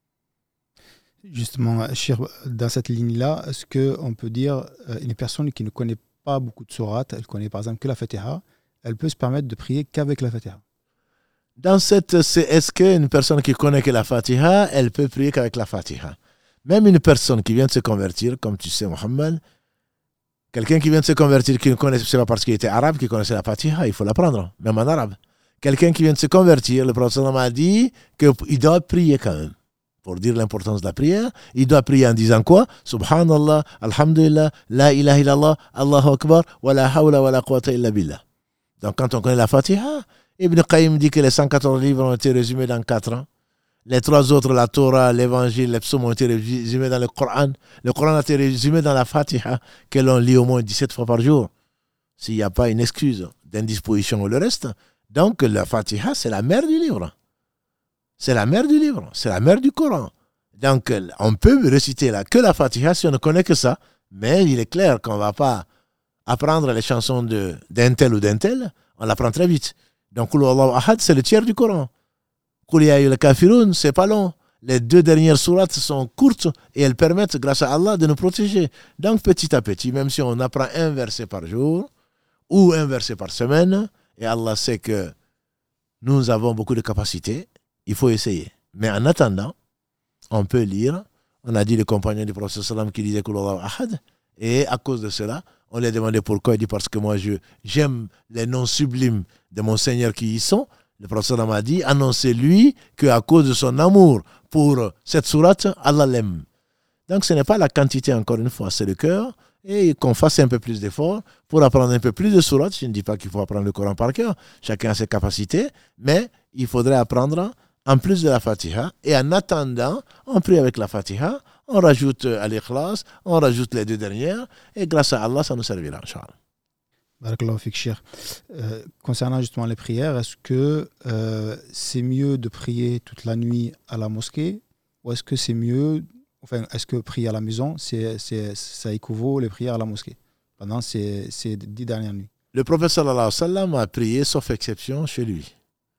B: Justement, dans cette ligne-là, est-ce qu'on peut dire une personne qui ne connaît pas beaucoup de sourates, elle connaît par exemple que la Fatiha, elle peut se permettre de prier qu'avec la Fatiha?
A: Dans cette, c'est, est-ce qu'une personne qui connaît que la Fatiha, elle peut prier qu'avec la Fatiha? Même une personne qui vient de se convertir, comme tu sais, Mohammed, quelqu'un qui vient de se convertir, qui ne connaissait, c'est pas parce qu'il était arabe qu'il connaissait la Fatiha, il faut l'apprendre, même en arabe. Quelqu'un qui vient de se convertir, le prophète m'a dit qu'il doit prier quand même. Pour dire l'importance de la prière, il doit prier en disant quoi? Subhanallah, alhamdulillah, la ilaha illallah, Allahu akbar, wa la hawla wa la quwwata illa billah. Donc quand on connaît la Fatiha, Ibn Qayyim dit que les cent quatorze livres ont été résumés dans quatre ans. Les trois autres, la Torah, l'Évangile, les psaumes ont été résumés dans le Coran. Le Coran a été résumé dans la Fatiha, que l'on lit au moins dix-sept fois par jour. S'il n'y a pas une excuse d'indisposition ou le reste. Donc la Fatiha, c'est la mère du livre. C'est la mère du livre, c'est la mère du Coran. Donc, on peut réciter là que la Fatiha si on ne connaît que ça, mais il est clair qu'on ne va pas apprendre les chansons de, d'un tel ou d'un tel, on l'apprend très vite. Donc, Qul Huwallahu Ahad, c'est le tiers du Coran. Qul Ya Ayyuhal Kafirun, c'est pas long. Les deux dernières sourates sont courtes et elles permettent, grâce à Allah, de nous protéger. Donc, petit à petit, même si on apprend un verset par jour ou un verset par semaine, et Allah sait que nous avons beaucoup de capacités, il faut essayer. Mais en attendant, on peut lire. On a dit le compagnon du prophète sallam qui disait Qul Huwallahu Ahad. Et à cause de cela, on lui a demandé pourquoi. Il dit parce que moi, je, j'aime les noms sublimes de mon Seigneur qui y sont. Le prophète sallam a dit annoncez-lui qu'à cause de son amour pour cette sourate, Allah l'aime. Donc ce n'est pas la quantité, encore une fois, c'est le cœur. Et qu'on fasse un peu plus d'efforts pour apprendre un peu plus de sourates. Je ne dis pas qu'il faut apprendre le Coran par cœur. Chacun a ses capacités. Mais il faudrait apprendre en plus de la Fatiha, et en attendant, on prie avec la Fatiha, on rajoute Al-Ikhlas, on rajoute les deux dernières, et grâce à Allah, ça nous servira, Inch'Allah.
B: Barakallahu fik, Cheikh. Euh, concernant justement les prières, est-ce que euh, c'est mieux de prier toute la nuit à la mosquée, ou est-ce que c'est mieux, enfin, est-ce que prier à la maison, c'est, c'est, ça équivaut les prières à la mosquée, pendant ces, ces dix dernières nuits?
A: Le prophète sallallahu alayhi wa sallam a prié, sauf exception, chez lui.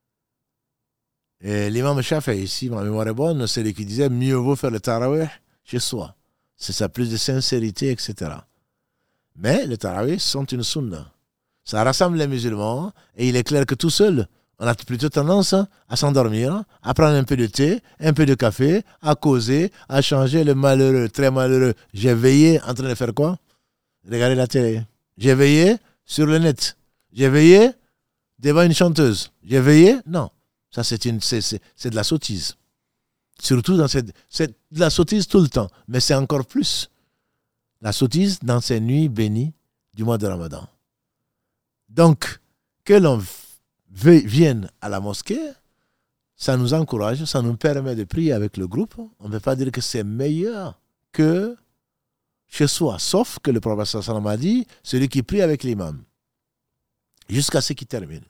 A: Et l'imam Shafi'i, ici, ma mémoire est bonne, c'est lui qui disait mieux vaut faire le tarawih chez soi. C'est ça, plus de sincérité, et cetera. Mais les tarawih sont une sunna. Ça rassemble les musulmans et il est clair que tout seul, on a plutôt tendance à s'endormir, à prendre un peu de thé, un peu de café, à causer, à changer le malheureux, très malheureux. J'ai veillé en train de faire quoi? Regarder la télé. J'ai veillé sur le net. J'ai veillé devant une chanteuse. J'ai veillé? Non. Ça, c'est, une, c'est, c'est, c'est de la sottise. Surtout dans cette... C'est de la sottise tout le temps. Mais c'est encore plus la sottise dans ces nuits bénies du mois de Ramadan. Donc, que l'on vienne à la mosquée, ça nous encourage, ça nous permet de prier avec le groupe. On ne peut pas dire que c'est meilleur que chez soi. Sauf que le prophète sallallahu alayhi wa sallam a dit, celui qui prie avec l'imam, jusqu'à ce qu'il termine,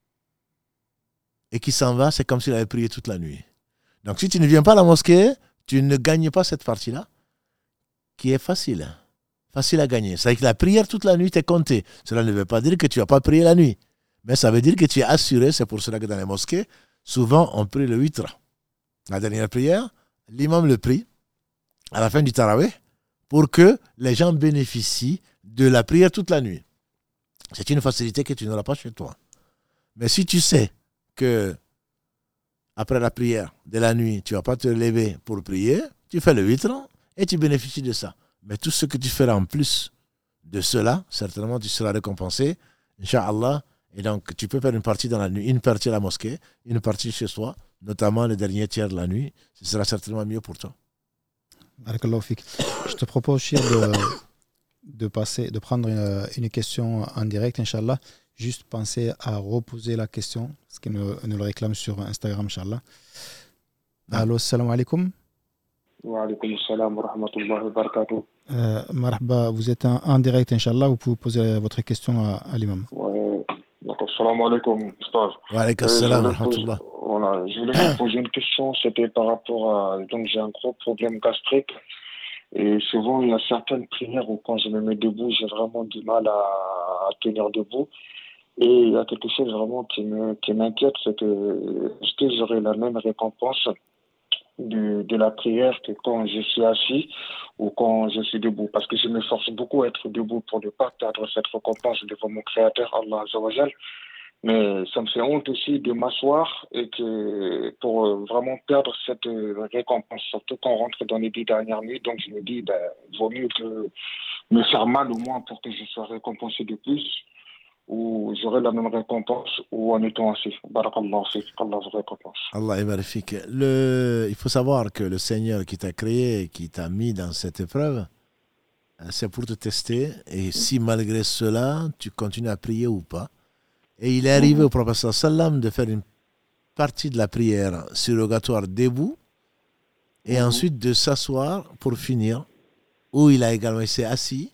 A: et qui s'en va, c'est comme s'il avait prié toute la nuit. Donc si tu ne viens pas à la mosquée, tu ne gagnes pas cette partie-là, qui est facile. Facile à gagner. C'est-à-dire que la prière toute la nuit t'est comptée. Cela ne veut pas dire que tu n'as pas prié la nuit. Mais ça veut dire que tu es assuré. C'est pour cela que dans les mosquées, souvent on prie le witr. La dernière prière, l'imam le prie à la fin du tarawih pour que les gens bénéficient de la prière toute la nuit. C'est une facilité que tu n'auras pas chez toi. Mais si tu sais que après la prière de la nuit, tu ne vas pas te lever pour prier, tu fais le witr et tu bénéficies de ça. Mais tout ce que tu feras en plus de cela, certainement tu seras récompensé, Inch'Allah. Et donc tu peux faire une partie dans la nuit, une partie à la mosquée, une partie chez soi, notamment le dernier tiers de la nuit. Ce sera certainement mieux pour toi.
B: Barakallahu fik. Je te propose, Chir, de, de, passer, de prendre une, une question en direct, Inch'Allah. Juste penser à reposer la question, ce qui nous, nous le réclame sur Instagram, Inch'Allah. Ah. Allô, salam alaikum.
C: Wa alaikum salam wa rahmatullahi wa barakatuh.
B: Euh, marhaba, vous êtes en, en direct, Inch'Allah. Vous pouvez poser votre question à, à l'imam.
C: Ouais. D'accord, salam alaikum, Ustaz.
A: Wa alaikum salam wa rahmatullah.
C: Voilà, je voulais vous poser une question, c'était par rapport à... Donc j'ai un gros problème gastrique. Et souvent, il y a certaines prières où quand je me mets debout, j'ai vraiment du mal à, à tenir debout. Et il y a quelque chose vraiment qui, me, qui m'inquiète, c'est que est-ce que j'aurai la même récompense de, de la prière que quand je suis assis ou quand je suis debout? Parce que je me force beaucoup à être debout pour ne pas perdre cette récompense devant mon Créateur, Allah Azza wa Jal. Mais ça me fait honte aussi de m'asseoir et que pour vraiment perdre cette récompense, surtout quand on rentre dans les dix dernières nuits. Donc je me dis, ben, vaut mieux que me faire mal au moins pour que je sois récompensé de plus, ou j'aurai la même récompense ou en étant assis. Barakallahu fik, Allah vous récompense.
A: Allah yabarik. Le, il faut savoir que le Seigneur qui t'a créé, qui t'a mis dans cette épreuve, c'est pour te tester. Et si malgré cela, tu continues à prier ou pas. Et il est arrivé au prophète sallam de faire une partie de la prière surrogatoire debout et mm-hmm. ensuite de s'asseoir pour finir, où il a également été assis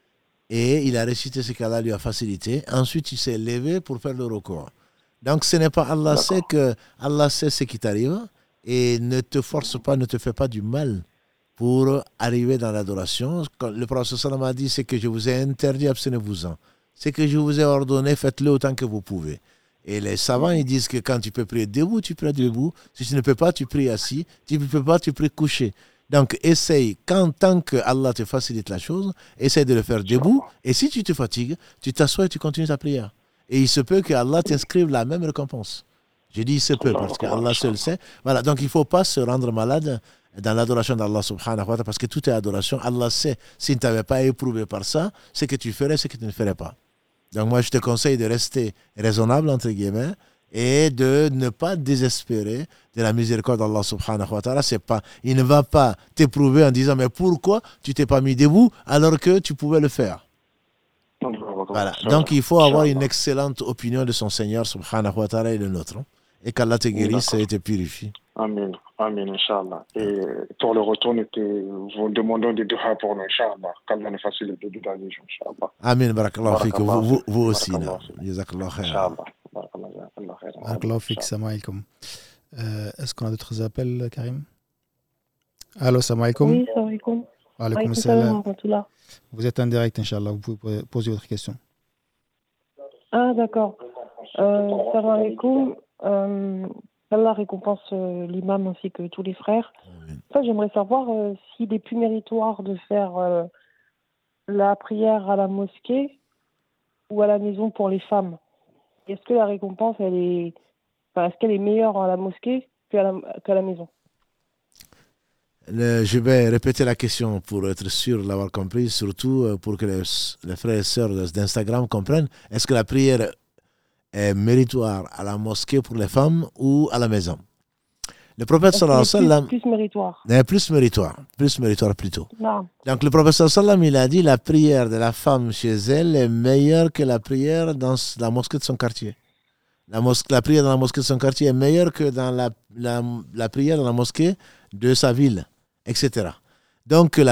A: et il a récité ce qu'Allah lui a facilité. Ensuite, il s'est levé pour faire le recours. Donc, ce n'est pas Allah sait que Allah sait ce qui t'arrive et ne te force pas, ne te fait pas du mal pour arriver dans l'adoration. Quand le prophète sallam a dit, c'est que je vous ai interdit, abstenez-vous-en. C'est que je vous ai ordonné, faites-le autant que vous pouvez. Et les savants, ils disent que quand tu peux prier debout, tu pries debout. Si tu ne peux pas, tu pries assis. Si tu ne peux pas, tu pries couché. Donc, essaye, quand, tant que Allah te facilite la chose, essaye de le faire debout. Et si tu te fatigues, tu t'assois et tu continues ta prière. Et il se peut que Allah t'inscrive la même récompense. Je dis il se peut parce que Allah seul sait. Voilà, donc il ne faut pas se rendre malade dans l'adoration d'Allah subhanahu wa ta'ala parce que tout est adoration. Allah sait, s'il ne t'avait pas éprouvé par ça, ce que tu ferais, ce que tu ne ferais pas. Donc moi, je te conseille de rester raisonnable, entre guillemets, et de ne pas désespérer de la miséricorde d'Allah subhanahu wa ta'ala. C'est pas, il ne va pas t'éprouver en disant, mais pourquoi tu t'es pas mis debout alors que tu pouvais le faire? Voilà. Donc il faut avoir une excellente opinion de son Seigneur subhanahu wa ta'ala et le nôtre. Et qu'Allah te guérisse et te purifie.
C: Amen. Amen, Inch'Allah. Et pour le retour, nous te vous demandons des doigts pour nous, Inch'Allah. Qu'Allah nous facilite le doigt des gens, Inch'Allah.
A: Amen, barakallahu fik. Vous, vous, vous aussi. Jazakallahu khair.
C: Inch'Allah. Barakallahu khair.
B: Barakallahu fik, salam alaikum. Est-ce qu'on a d'autres appels, Karim? Allô, salam alaikum.
D: Oui, salam alaikum.
B: Wa alaikum salam. Vous êtes en direct, Inch'Allah. Vous pouvez poser votre question.
D: Ah, d'accord. Euh, salam alaikum. Euh, Allah récompense euh, l'imam ainsi que tous les frères. Oui. Enfin, j'aimerais savoir euh, s'il est plus méritoire de faire euh, la prière à la mosquée ou à la maison pour les femmes. Est-ce que la récompense, elle est, enfin, est-ce qu'elle est meilleure à la mosquée qu'à la, qu'à la maison?
A: Le, je vais répéter la question pour être sûr de l'avoir compris, surtout pour que les, les frères et sœurs d'Instagram comprennent. Est-ce que la prière est méritoire à la mosquée pour les femmes ou à la maison? Le prophète sallallahu alayhi wa sallam...
D: Plus méritoire.
A: Est plus méritoire. Plus méritoire plutôt.
D: Non.
A: Donc le prophète sallallahu alayhi wa sallam, il a dit la prière de la femme chez elle est meilleure que la prière dans la mosquée de son quartier. La, mosquée, la prière dans la mosquée de son quartier est meilleure que dans la, la, la prière dans la mosquée de sa ville, et cetera. Donc la,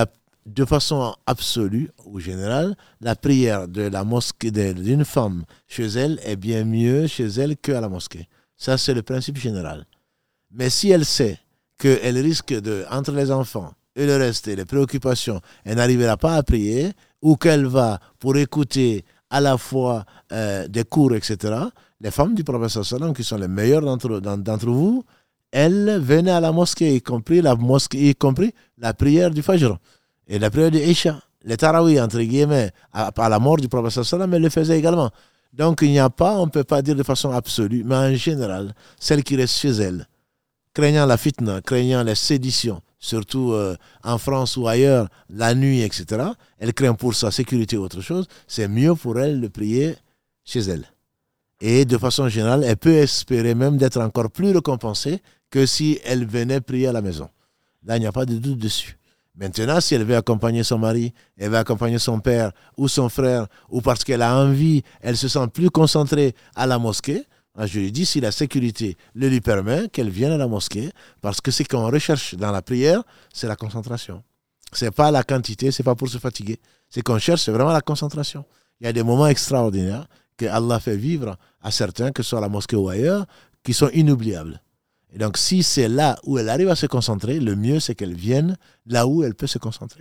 A: de façon absolue ou générale, la prière de la mosquée de- d'une femme chez elle est bien mieux chez elle qu'à la mosquée. Ça, c'est le principe général. Mais si elle sait qu'elle risque de, entre les enfants et le reste et les préoccupations, elle n'arrivera pas à prier, ou qu'elle va pour écouter à la fois euh, des cours, et cetera, les femmes du prophète sallallahu alayhi wa sallam, qui sont les meilleures d'entre, d'en- d'entre vous, elles venaient à la mosquée, y compris la mosquée, y compris la prière du Fajr et la prière du Isha. Les tarawih, entre guillemets, à, à la mort du prophète sallallahu alayhi wa sallam, elles le faisaient également. Donc il n'y a pas, on ne peut pas dire de façon absolue, mais en général, celles qui restent chez elles, craignant la fitna, craignant les séditions, surtout euh, en France ou ailleurs, la nuit, et cetera, elle craint pour sa sécurité ou autre chose, c'est mieux pour elle de prier chez elle. Et de façon générale, elle peut espérer même d'être encore plus récompensée que si elle venait prier à la maison. Là, il n'y a pas de doute dessus. Maintenant, si elle veut accompagner son mari, elle veut accompagner son père ou son frère, ou parce qu'elle a envie, elle se sent plus concentrée à la mosquée, je lui dis, si la sécurité le lui permet, qu'elle vienne à la mosquée, parce que ce qu'on recherche dans la prière, c'est la concentration. Ce n'est pas la quantité, ce n'est pas pour se fatiguer. Ce qu'on cherche, c'est vraiment la concentration. Il y a des moments extraordinaires que Allah fait vivre à certains, que ce soit à la mosquée ou ailleurs, qui sont inoubliables. Et donc, si c'est là où elle arrive à se concentrer, le mieux, c'est qu'elle vienne là où elle peut se concentrer.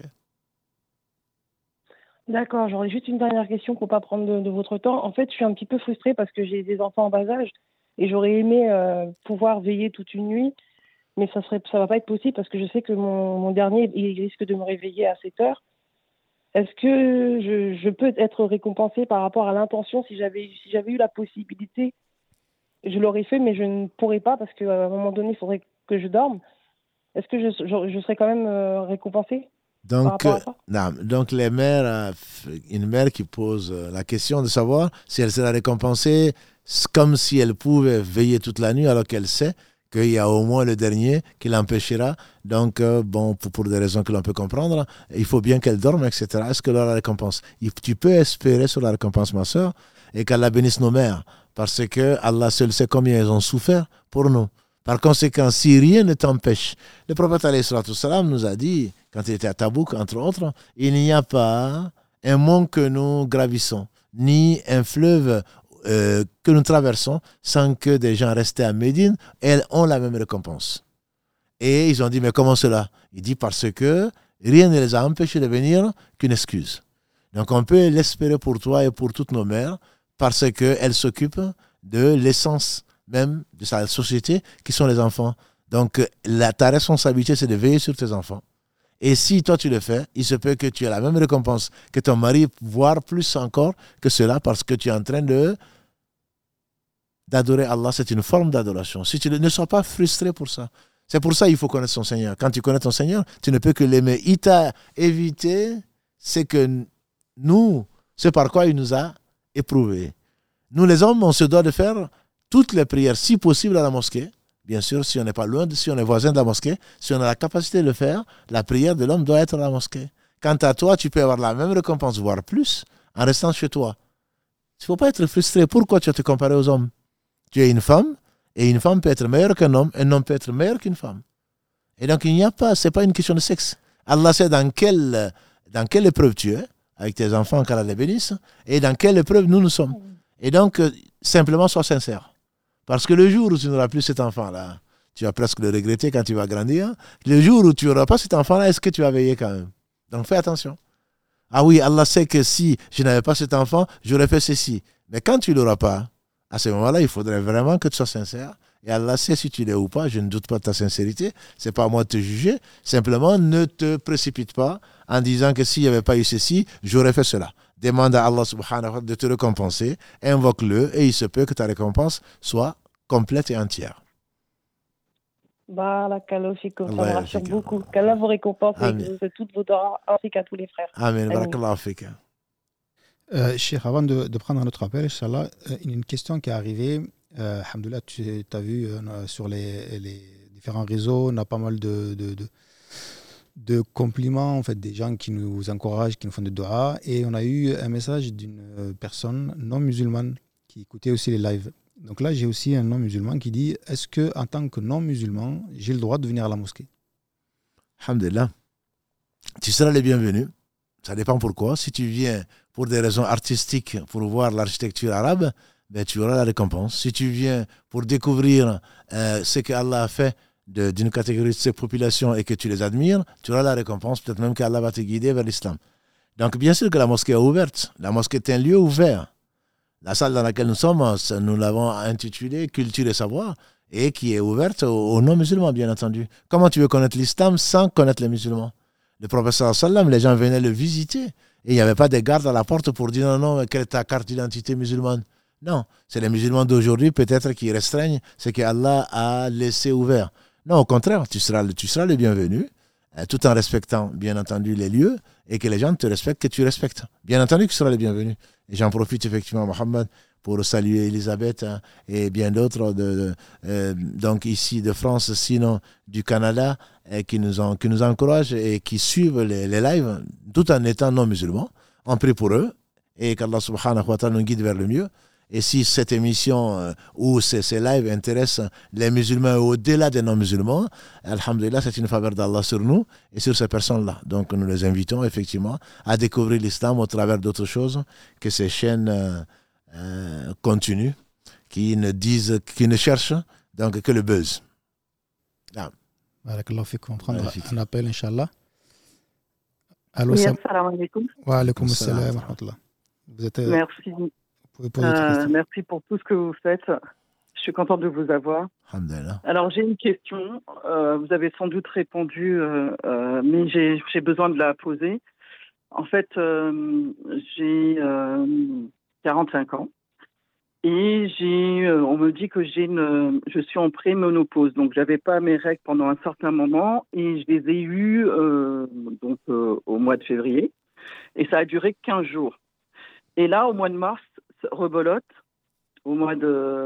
D: D'accord, j'aurais juste une dernière question pour ne pas prendre de, de votre temps. En fait, je suis un petit peu frustrée parce que j'ai des enfants en bas âge et j'aurais aimé euh, pouvoir veiller toute une nuit, mais ça serait, ça va pas être possible parce que je sais que mon, mon dernier, il risque de me réveiller à sept heures. Est-ce que je, je peux être récompensée par rapport à l'intention si j'avais, si j'avais eu la possibilité? Je l'aurais fait, mais je ne pourrais pas parce qu'à un moment donné, il faudrait que je dorme. Est-ce que je, je, je serais quand même euh, récompensée par
A: Donc,
D: rapport à ça?
A: non, donc les mères, euh, une mère qui pose euh, la question de savoir si elle sera récompensée comme si elle pouvait veiller toute la nuit alors qu'elle sait qu'il y a au moins le dernier qui l'empêchera. Donc, euh, bon, pour, pour des raisons que l'on peut comprendre, il faut bien qu'elle dorme, et cetera. Est-ce que la récompense? Il- Tu peux espérer sur la récompense, ma soeur, et qu'Allah bénisse nos mères, parce que Allah seul sait combien elles ont souffert pour nous. Par conséquent, si rien ne t'empêche, le prophète alayhi salatu wassalam nous a dit, quand il était à Tabouk, entre autres, il n'y a pas un mont que nous gravissons, ni un fleuve euh, que nous traversons, sans que des gens restés à Médine, elles ont la même récompense. Et ils ont dit, mais comment cela? Il dit, parce que rien ne les a empêchés de venir qu'une excuse. Donc on peut l'espérer pour toi et pour toutes nos mères, parce qu'elles s'occupent de l'essence même de sa société, qui sont les enfants. Donc, la, ta responsabilité, c'est de veiller sur tes enfants. Et si toi, tu le fais, il se peut que tu aies la même récompense que ton mari, voire plus encore que cela, parce que tu es en train de d'adorer Allah. C'est une forme d'adoration. Si tu ne, ne sois pas frustré pour ça. C'est pour ça qu'il faut connaître son Seigneur. Quand tu connais ton Seigneur, tu ne peux que l'aimer. Il t'a évité ce que nous, ce par quoi il nous a éprouvés. Nous, les hommes, on se doit de faire toutes les prières, si possible, à la mosquée. Bien sûr, si on n'est pas loin, si on est voisin de la mosquée, si on a la capacité de le faire, la prière de l'homme doit être à la mosquée. Quant à toi, tu peux avoir la même récompense, voire plus, en restant chez toi. Il ne faut pas être frustré. Pourquoi tu vas te comparer aux hommes? Tu es une femme, et une femme peut être meilleure qu'un homme, un homme peut être meilleur qu'une femme. Et donc, il n'y a pas, ce n'est pas une question de sexe. Allah sait dans quelle, dans quelle épreuve tu es, avec tes enfants, qu'Allah les bénisse, et dans quelle épreuve nous nous sommes. Et donc, simplement, sois sincère. Parce que le jour où tu n'auras plus cet enfant-là, tu vas presque le regretter quand tu vas grandir. Le jour où tu n'auras pas cet enfant-là, est-ce que tu vas veiller quand même? Donc fais attention. Ah oui, Allah sait que si je n'avais pas cet enfant, j'aurais fait ceci. Mais quand tu ne l'auras pas, à ce moment-là, il faudrait vraiment que tu sois sincère. Et Allah sait si tu l'es ou pas, je ne doute pas de ta sincérité. Ce n'est pas à moi de te juger. Simplement, ne te précipite pas en disant que s'il n'y avait pas eu ceci, j'aurais fait cela. Demande à Allah subhanahu wa ta'ala de te récompenser, invoque-le et il se peut que ta récompense soit complète et entière.
D: Barakallahu fikum, ça me rassure beaucoup. Qu'Allah vous récompense et que vous faites toutes vos doigts ainsi qu'à tous les frères.
A: Amen. Barakallahu fik.
B: Euh, Cheikh, avant de, de prendre un autre appel, Inch'Allah, euh, une question qui est arrivée. Euh, Alhamdoulilah, tu as vu euh, sur les, les différents réseaux, on a pas mal de, de, de, de compliments, en fait, des gens qui nous encouragent, qui nous font des doigts. Et on a eu un message d'une personne non musulmane qui écoutait aussi les lives. Donc là, j'ai aussi un non-musulman qui dit, est-ce qu'en tant que non-musulman, j'ai le droit de venir à la mosquée?
A: Alhamdulillah. tu seras le bienvenu. Ça dépend pourquoi. Si tu viens pour des raisons artistiques, pour voir l'architecture arabe, ben, tu auras la récompense. Si tu viens pour découvrir euh, ce qu'Allah a fait de, d'une catégorie de ces populations et que tu les admires, tu auras la récompense. Peut-être même qu'Allah va te guider vers l'islam. Donc, bien sûr que la mosquée est ouverte. La mosquée est un lieu ouvert. La salle dans laquelle nous sommes, nous l'avons intitulée Culture et Savoir, et qui est ouverte aux, aux non-musulmans, bien entendu. Comment tu veux connaître l'islam sans connaître les musulmans? Le prophète sallam, les gens venaient le visiter, et il n'y avait pas de garde à la porte pour dire non, non, quelle est ta carte d'identité musulmane? Non, c'est les musulmans d'aujourd'hui peut-être qui restreignent ce qu'Allah a laissé ouvert. Non, au contraire, tu seras, tu seras le bienvenu, tout en respectant, bien entendu, les lieux, et que les gens te respectent, que tu respectes. Bien entendu que tu seras le bienvenu. Et j'en profite effectivement, Mohamed, pour saluer Elisabeth hein, et bien d'autres, de, de, euh, donc ici de France, sinon du Canada, et qui, nous en, qui nous encouragent et qui suivent les, les lives, tout en étant non musulmans. On prie pour eux, et qu'Allah subhanahu wa ta'ala nous guide vers le mieux. Et si cette émission euh, ou ces, ces lives intéressent les musulmans au-delà des non-musulmans, alhamdulillah, c'est une faveur d'Allah sur nous et sur ces personnes-là. Donc nous les invitons effectivement à découvrir l'islam au travers d'autres choses que ces chaînes euh, euh, continues qui ne disent, qui ne cherchent donc que le buzz. Ah.
B: Barakallahu fik, on prend un appel, Inch'Allah. Allô,
E: oui, assalamu alaikum.
B: Wa alaikum assalam wa rahmatullah. Vous êtes...
E: Merci. Euh, merci pour tout ce que vous faites. Je suis contente de vous avoir. Alors, j'ai une question. Euh, vous avez sans doute répondu, euh, euh, mais j'ai, j'ai besoin de la poser. En fait, euh, j'ai euh, quarante-cinq ans et j'ai, euh, on me dit que j'ai une, je suis en pré-ménopause. Donc, je n'avais pas mes règles pendant un certain moment et je les ai eues euh, donc, euh, au mois de février. Et ça a duré quinze jours. Et là, au mois de mars, rebolote, au mois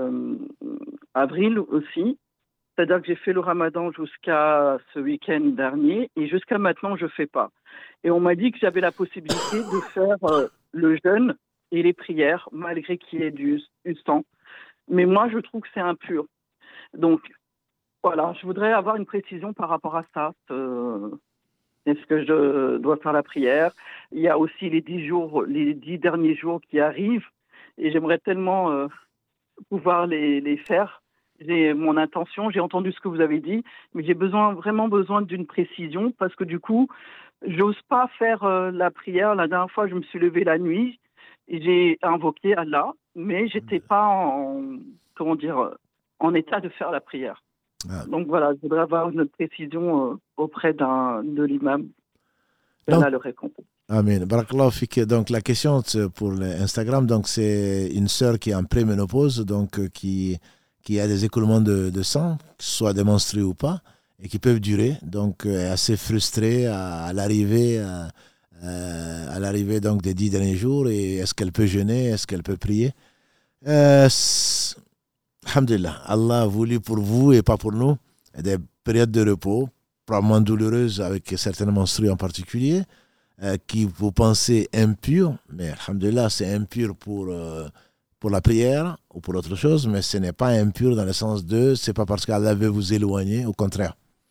E: d'avril aussi. C'est-à-dire que j'ai fait le ramadan jusqu'à ce week-end dernier et jusqu'à maintenant, je ne fais pas. Et on m'a dit que j'avais la possibilité de faire euh, le jeûne et les prières, malgré qu'il y ait du, du sang. Mais moi, je trouve que c'est impur. Donc, voilà, je voudrais avoir une précision par rapport à ça. Euh, Est-ce que je dois faire la prière? Il y a aussi les dix jours, les dix derniers jours qui arrivent. Et j'aimerais tellement euh, pouvoir les, les faire. J'ai mon intention, j'ai entendu ce que vous avez dit, mais j'ai besoin, vraiment besoin d'une précision parce que du coup, j'ose pas faire euh, la prière. La dernière fois, je me suis levée la nuit et j'ai invoqué Allah, mais j'étais pas en, comment dire, en état de faire la prière. Ah. Donc voilà, je voudrais avoir une précision euh, auprès d'un, de l'imam. Allah le récompense.
A: Amen. Barakallahu fik. Donc la question pour Instagram, donc c'est une sœur qui est en préménopause, donc qui qui a des écoulements de, de sang, soit des menstrues ou pas, et qui peuvent durer. Donc elle est assez frustrée à, à l'arrivée, à, à l'arrivée donc des dix derniers jours. Et est-ce qu'elle peut jeûner, est-ce qu'elle peut prier? euh, Alhamdulillah, Allah a voulu pour vous et pas pour nous des périodes de repos, probablement douloureuses avec certaines menstrues en particulier. Euh, qui vous pensez impur, mais alhamdulillah, c'est impur pour, euh, pour la prière ou pour autre chose, mais ce n'est pas impur dans le sens de, c'est pas parce qu'Allah veut vous éloigner, au contraire.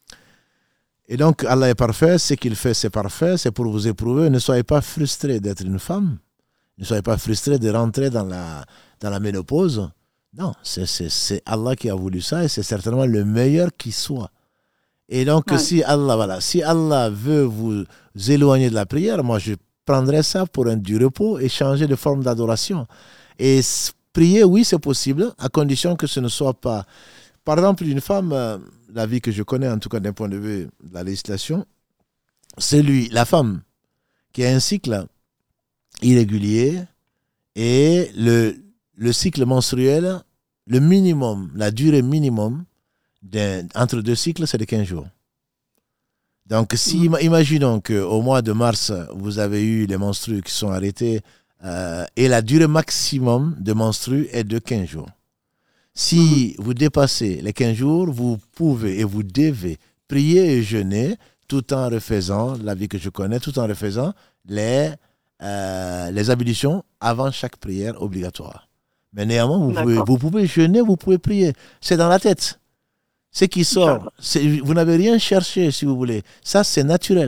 A: Et donc, Allah est parfait, ce qu'il fait, c'est parfait, c'est pour vous éprouver. Ne soyez pas frustrés d'être une femme, ne soyez pas frustrés de rentrer dans la, dans la ménopause. Non, c'est, c'est, c'est Allah qui a voulu ça et c'est certainement le meilleur qui soit. Et donc, ouais. si Allah, voilà, si Allah veut vous éloigner de la prière, moi, je prendrais ça pour un du repos et changer de forme d'adoration. Et prier, oui, c'est possible, à condition que ce ne soit pas... Par exemple, une femme, euh, la vie que je connais, en tout cas d'un point de vue de la législation, c'est lui, la femme, qui a un cycle irrégulier et le, le cycle menstruel, le minimum, la durée minimum, entre deux cycles, c'est de quinze jours. Donc, si, mmh. imaginons qu'au mois de mars, vous avez eu les menstrues qui sont arrêtés euh, et la durée maximum de menstrues est de quinze jours. Si mmh. vous dépassez les quinze jours, vous pouvez et vous devez prier et jeûner tout en refaisant, la vie que je connais, tout en refaisant les, euh, les ablutions avant chaque prière obligatoire. Mais néanmoins, vous pouvez, vous pouvez jeûner, vous pouvez prier. C'est dans la tête. Ce qui sort, c'est, vous n'avez rien cherché, si vous voulez. Ça, c'est naturel.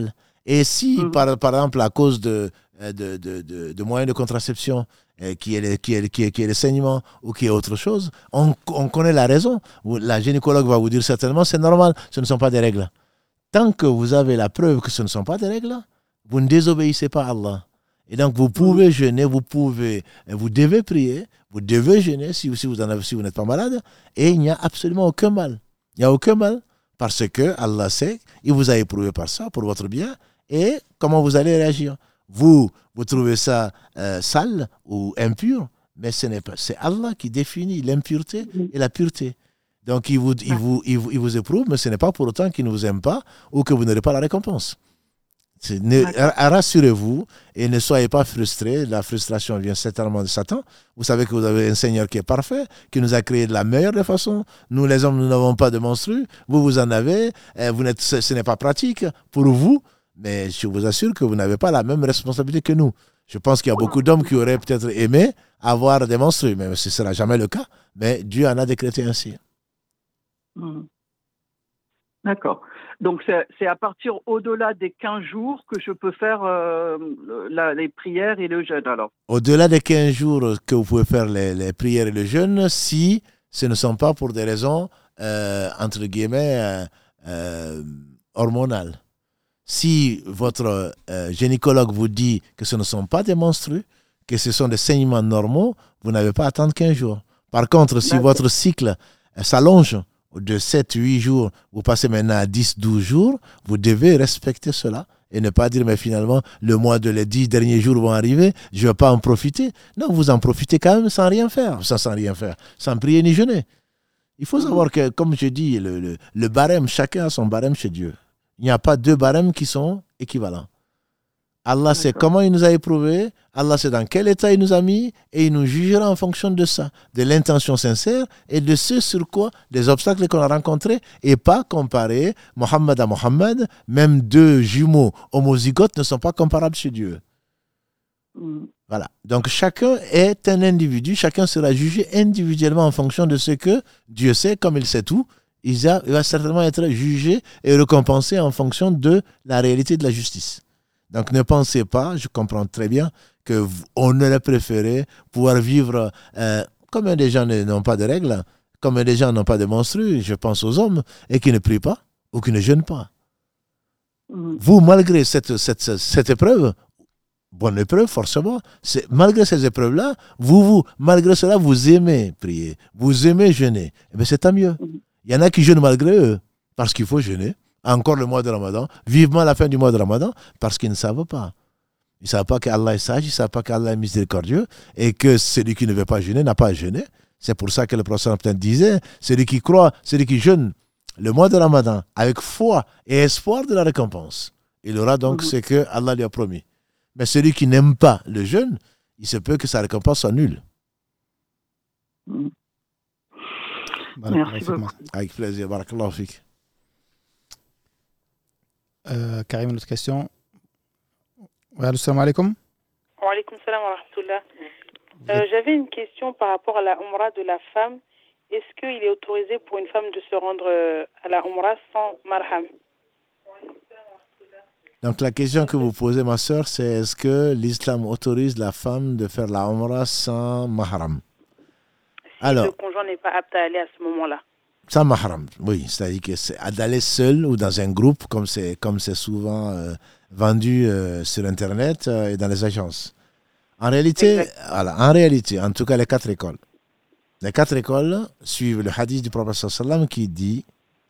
A: Et si,
E: Mhm.
A: par, par exemple, à cause de, de, de, de, de moyens de contraception, euh, qui est, le, qui, est, qui, est, qui est le saignement ou qui est autre chose, on, on connaît la raison. La gynécologue va vous dire certainement, c'est normal, ce ne sont pas des règles. Tant que vous avez la preuve que ce ne sont pas des règles, vous ne désobéissez pas à Allah. Et donc, vous pouvez mmh. jeûner, vous pouvez, vous devez prier, vous devez jeûner si, si, vous, en avez, si vous n'êtes pas malade, et il n'y a absolument aucun mal. Il n'y a aucun mal, parce que Allah sait, il vous a éprouvé par ça, pour votre bien, et comment vous allez réagir. Vous, vous trouvez ça euh, sale ou impur, mais ce n'est pas, c'est Allah qui définit l'impureté et la pureté. Donc, il vous, il, vous, il, vous, il vous éprouve, mais ce n'est pas pour autant qu'il ne vous aime pas ou que vous n'aurez pas la récompense. C'est, ne, rassurez-vous et ne soyez pas frustrés. La frustration vient certainement de Satan. Vous savez que vous avez un Seigneur qui est parfait, qui nous a créé de la meilleure des façons. Nous, les hommes, nous n'avons pas de menstrues. Vous, vous en avez. Vous n'êtes, ce, ce n'est pas pratique pour vous, mais je vous assure que vous n'avez pas la même responsabilité que nous. Je pense qu'il y a beaucoup d'hommes qui auraient peut-être aimé avoir des menstrues, mais ce ne sera jamais le cas. Mais Dieu en a décrété ainsi.
E: Mmh. D'accord. Donc, c'est, c'est à partir au-delà des quinze jours que je peux faire euh, la, les prières et le jeûne, alors.
A: Au-delà des quinze jours que vous pouvez faire les, les prières et le jeûne, si ce ne sont pas pour des raisons, euh, entre guillemets, euh, euh, hormonales. Si votre euh, gynécologue vous dit que ce ne sont pas des menstrues, que ce sont des saignements normaux, vous n'avez pas à attendre quinze jours. Par contre, si D'accord. votre cycle euh, s'allonge de sept à huit jours, vous passez maintenant à dix à douze jours, vous devez respecter cela et ne pas dire, mais finalement, le mois de les dix derniers jours vont arriver, je ne vais pas en profiter. Non, vous en profitez quand même sans rien faire, sans, sans rien faire, sans prier ni jeûner. Il faut savoir que, comme je dis, le, le, le barème, chacun a son barème chez Dieu. Il n'y a pas deux barèmes qui sont équivalents. Allah sait comment il nous a éprouvés, Allah sait dans quel état il nous a mis, et il nous jugera en fonction de ça, de l'intention sincère et de ce sur quoi, des obstacles qu'on a rencontrés, et pas comparer Mohammed à Mohammed. Même deux jumeaux homozygotes ne sont pas comparables chez Dieu. Mm. Voilà. Donc chacun est un individu, chacun sera jugé individuellement en fonction de ce que Dieu sait, comme il sait tout. Il va certainement être jugé et récompensé en fonction de la réalité de la justice. Donc ne pensez pas, je comprends très bien, qu'on aurait préféré pouvoir vivre, euh, comme des gens n'ont pas de règles, comme des gens n'ont pas de menstrues, je pense aux hommes, et qui ne prient pas ou qui ne jeûnent pas. Mmh. Vous, malgré cette, cette, cette épreuve, bonne épreuve forcément, c'est, malgré ces épreuves-là, vous, vous, malgré cela, vous aimez prier, vous aimez jeûner. Eh bien, c'est tant mieux. Il y en a qui jeûnent malgré eux, parce qu'il faut jeûner. Encore le mois de Ramadan, vivement la fin du mois de Ramadan, parce qu'ils ne savent pas. Ils ne savent pas qu'Allah est sage, ils ne savent pas qu'Allah est miséricordieux, et que celui qui ne veut pas jeûner n'a pas à jeûner. C'est pour ça que le prophète disait, celui qui croit, celui qui jeûne le mois de Ramadan, avec foi et espoir de la récompense, il aura donc mmh. ce que Allah lui a promis. Mais celui qui n'aime pas le jeûne, il se peut que sa récompense soit nulle.
E: Mmh. Merci beaucoup.
A: Avec plaisir. Barakallahu fik.
B: Euh, Karim, une autre question. Assalamu alaikum.
F: Wa alaikum salam wa rahmatullah. Euh, j'avais une question par rapport à la Umrah de la femme. Est-ce qu'il est autorisé pour une femme de se rendre à la Umrah sans marham?
A: Donc la question que vous posez, ma soeur, c'est est-ce que l'islam autorise la femme de faire la Umrah sans mahram?
F: Si Alors, le conjoint n'est pas apte à aller à ce moment-là.
A: Sans mahram, oui. C'est-à-dire que c'est d'aller seul ou dans un groupe, comme c'est, comme c'est souvent euh, vendu euh, sur Internet euh, et dans les agences. En réalité, voilà, en réalité, en tout cas, les quatre écoles. Les quatre écoles suivent le hadith du prophète sallallahu alayhi wa sallam qui dit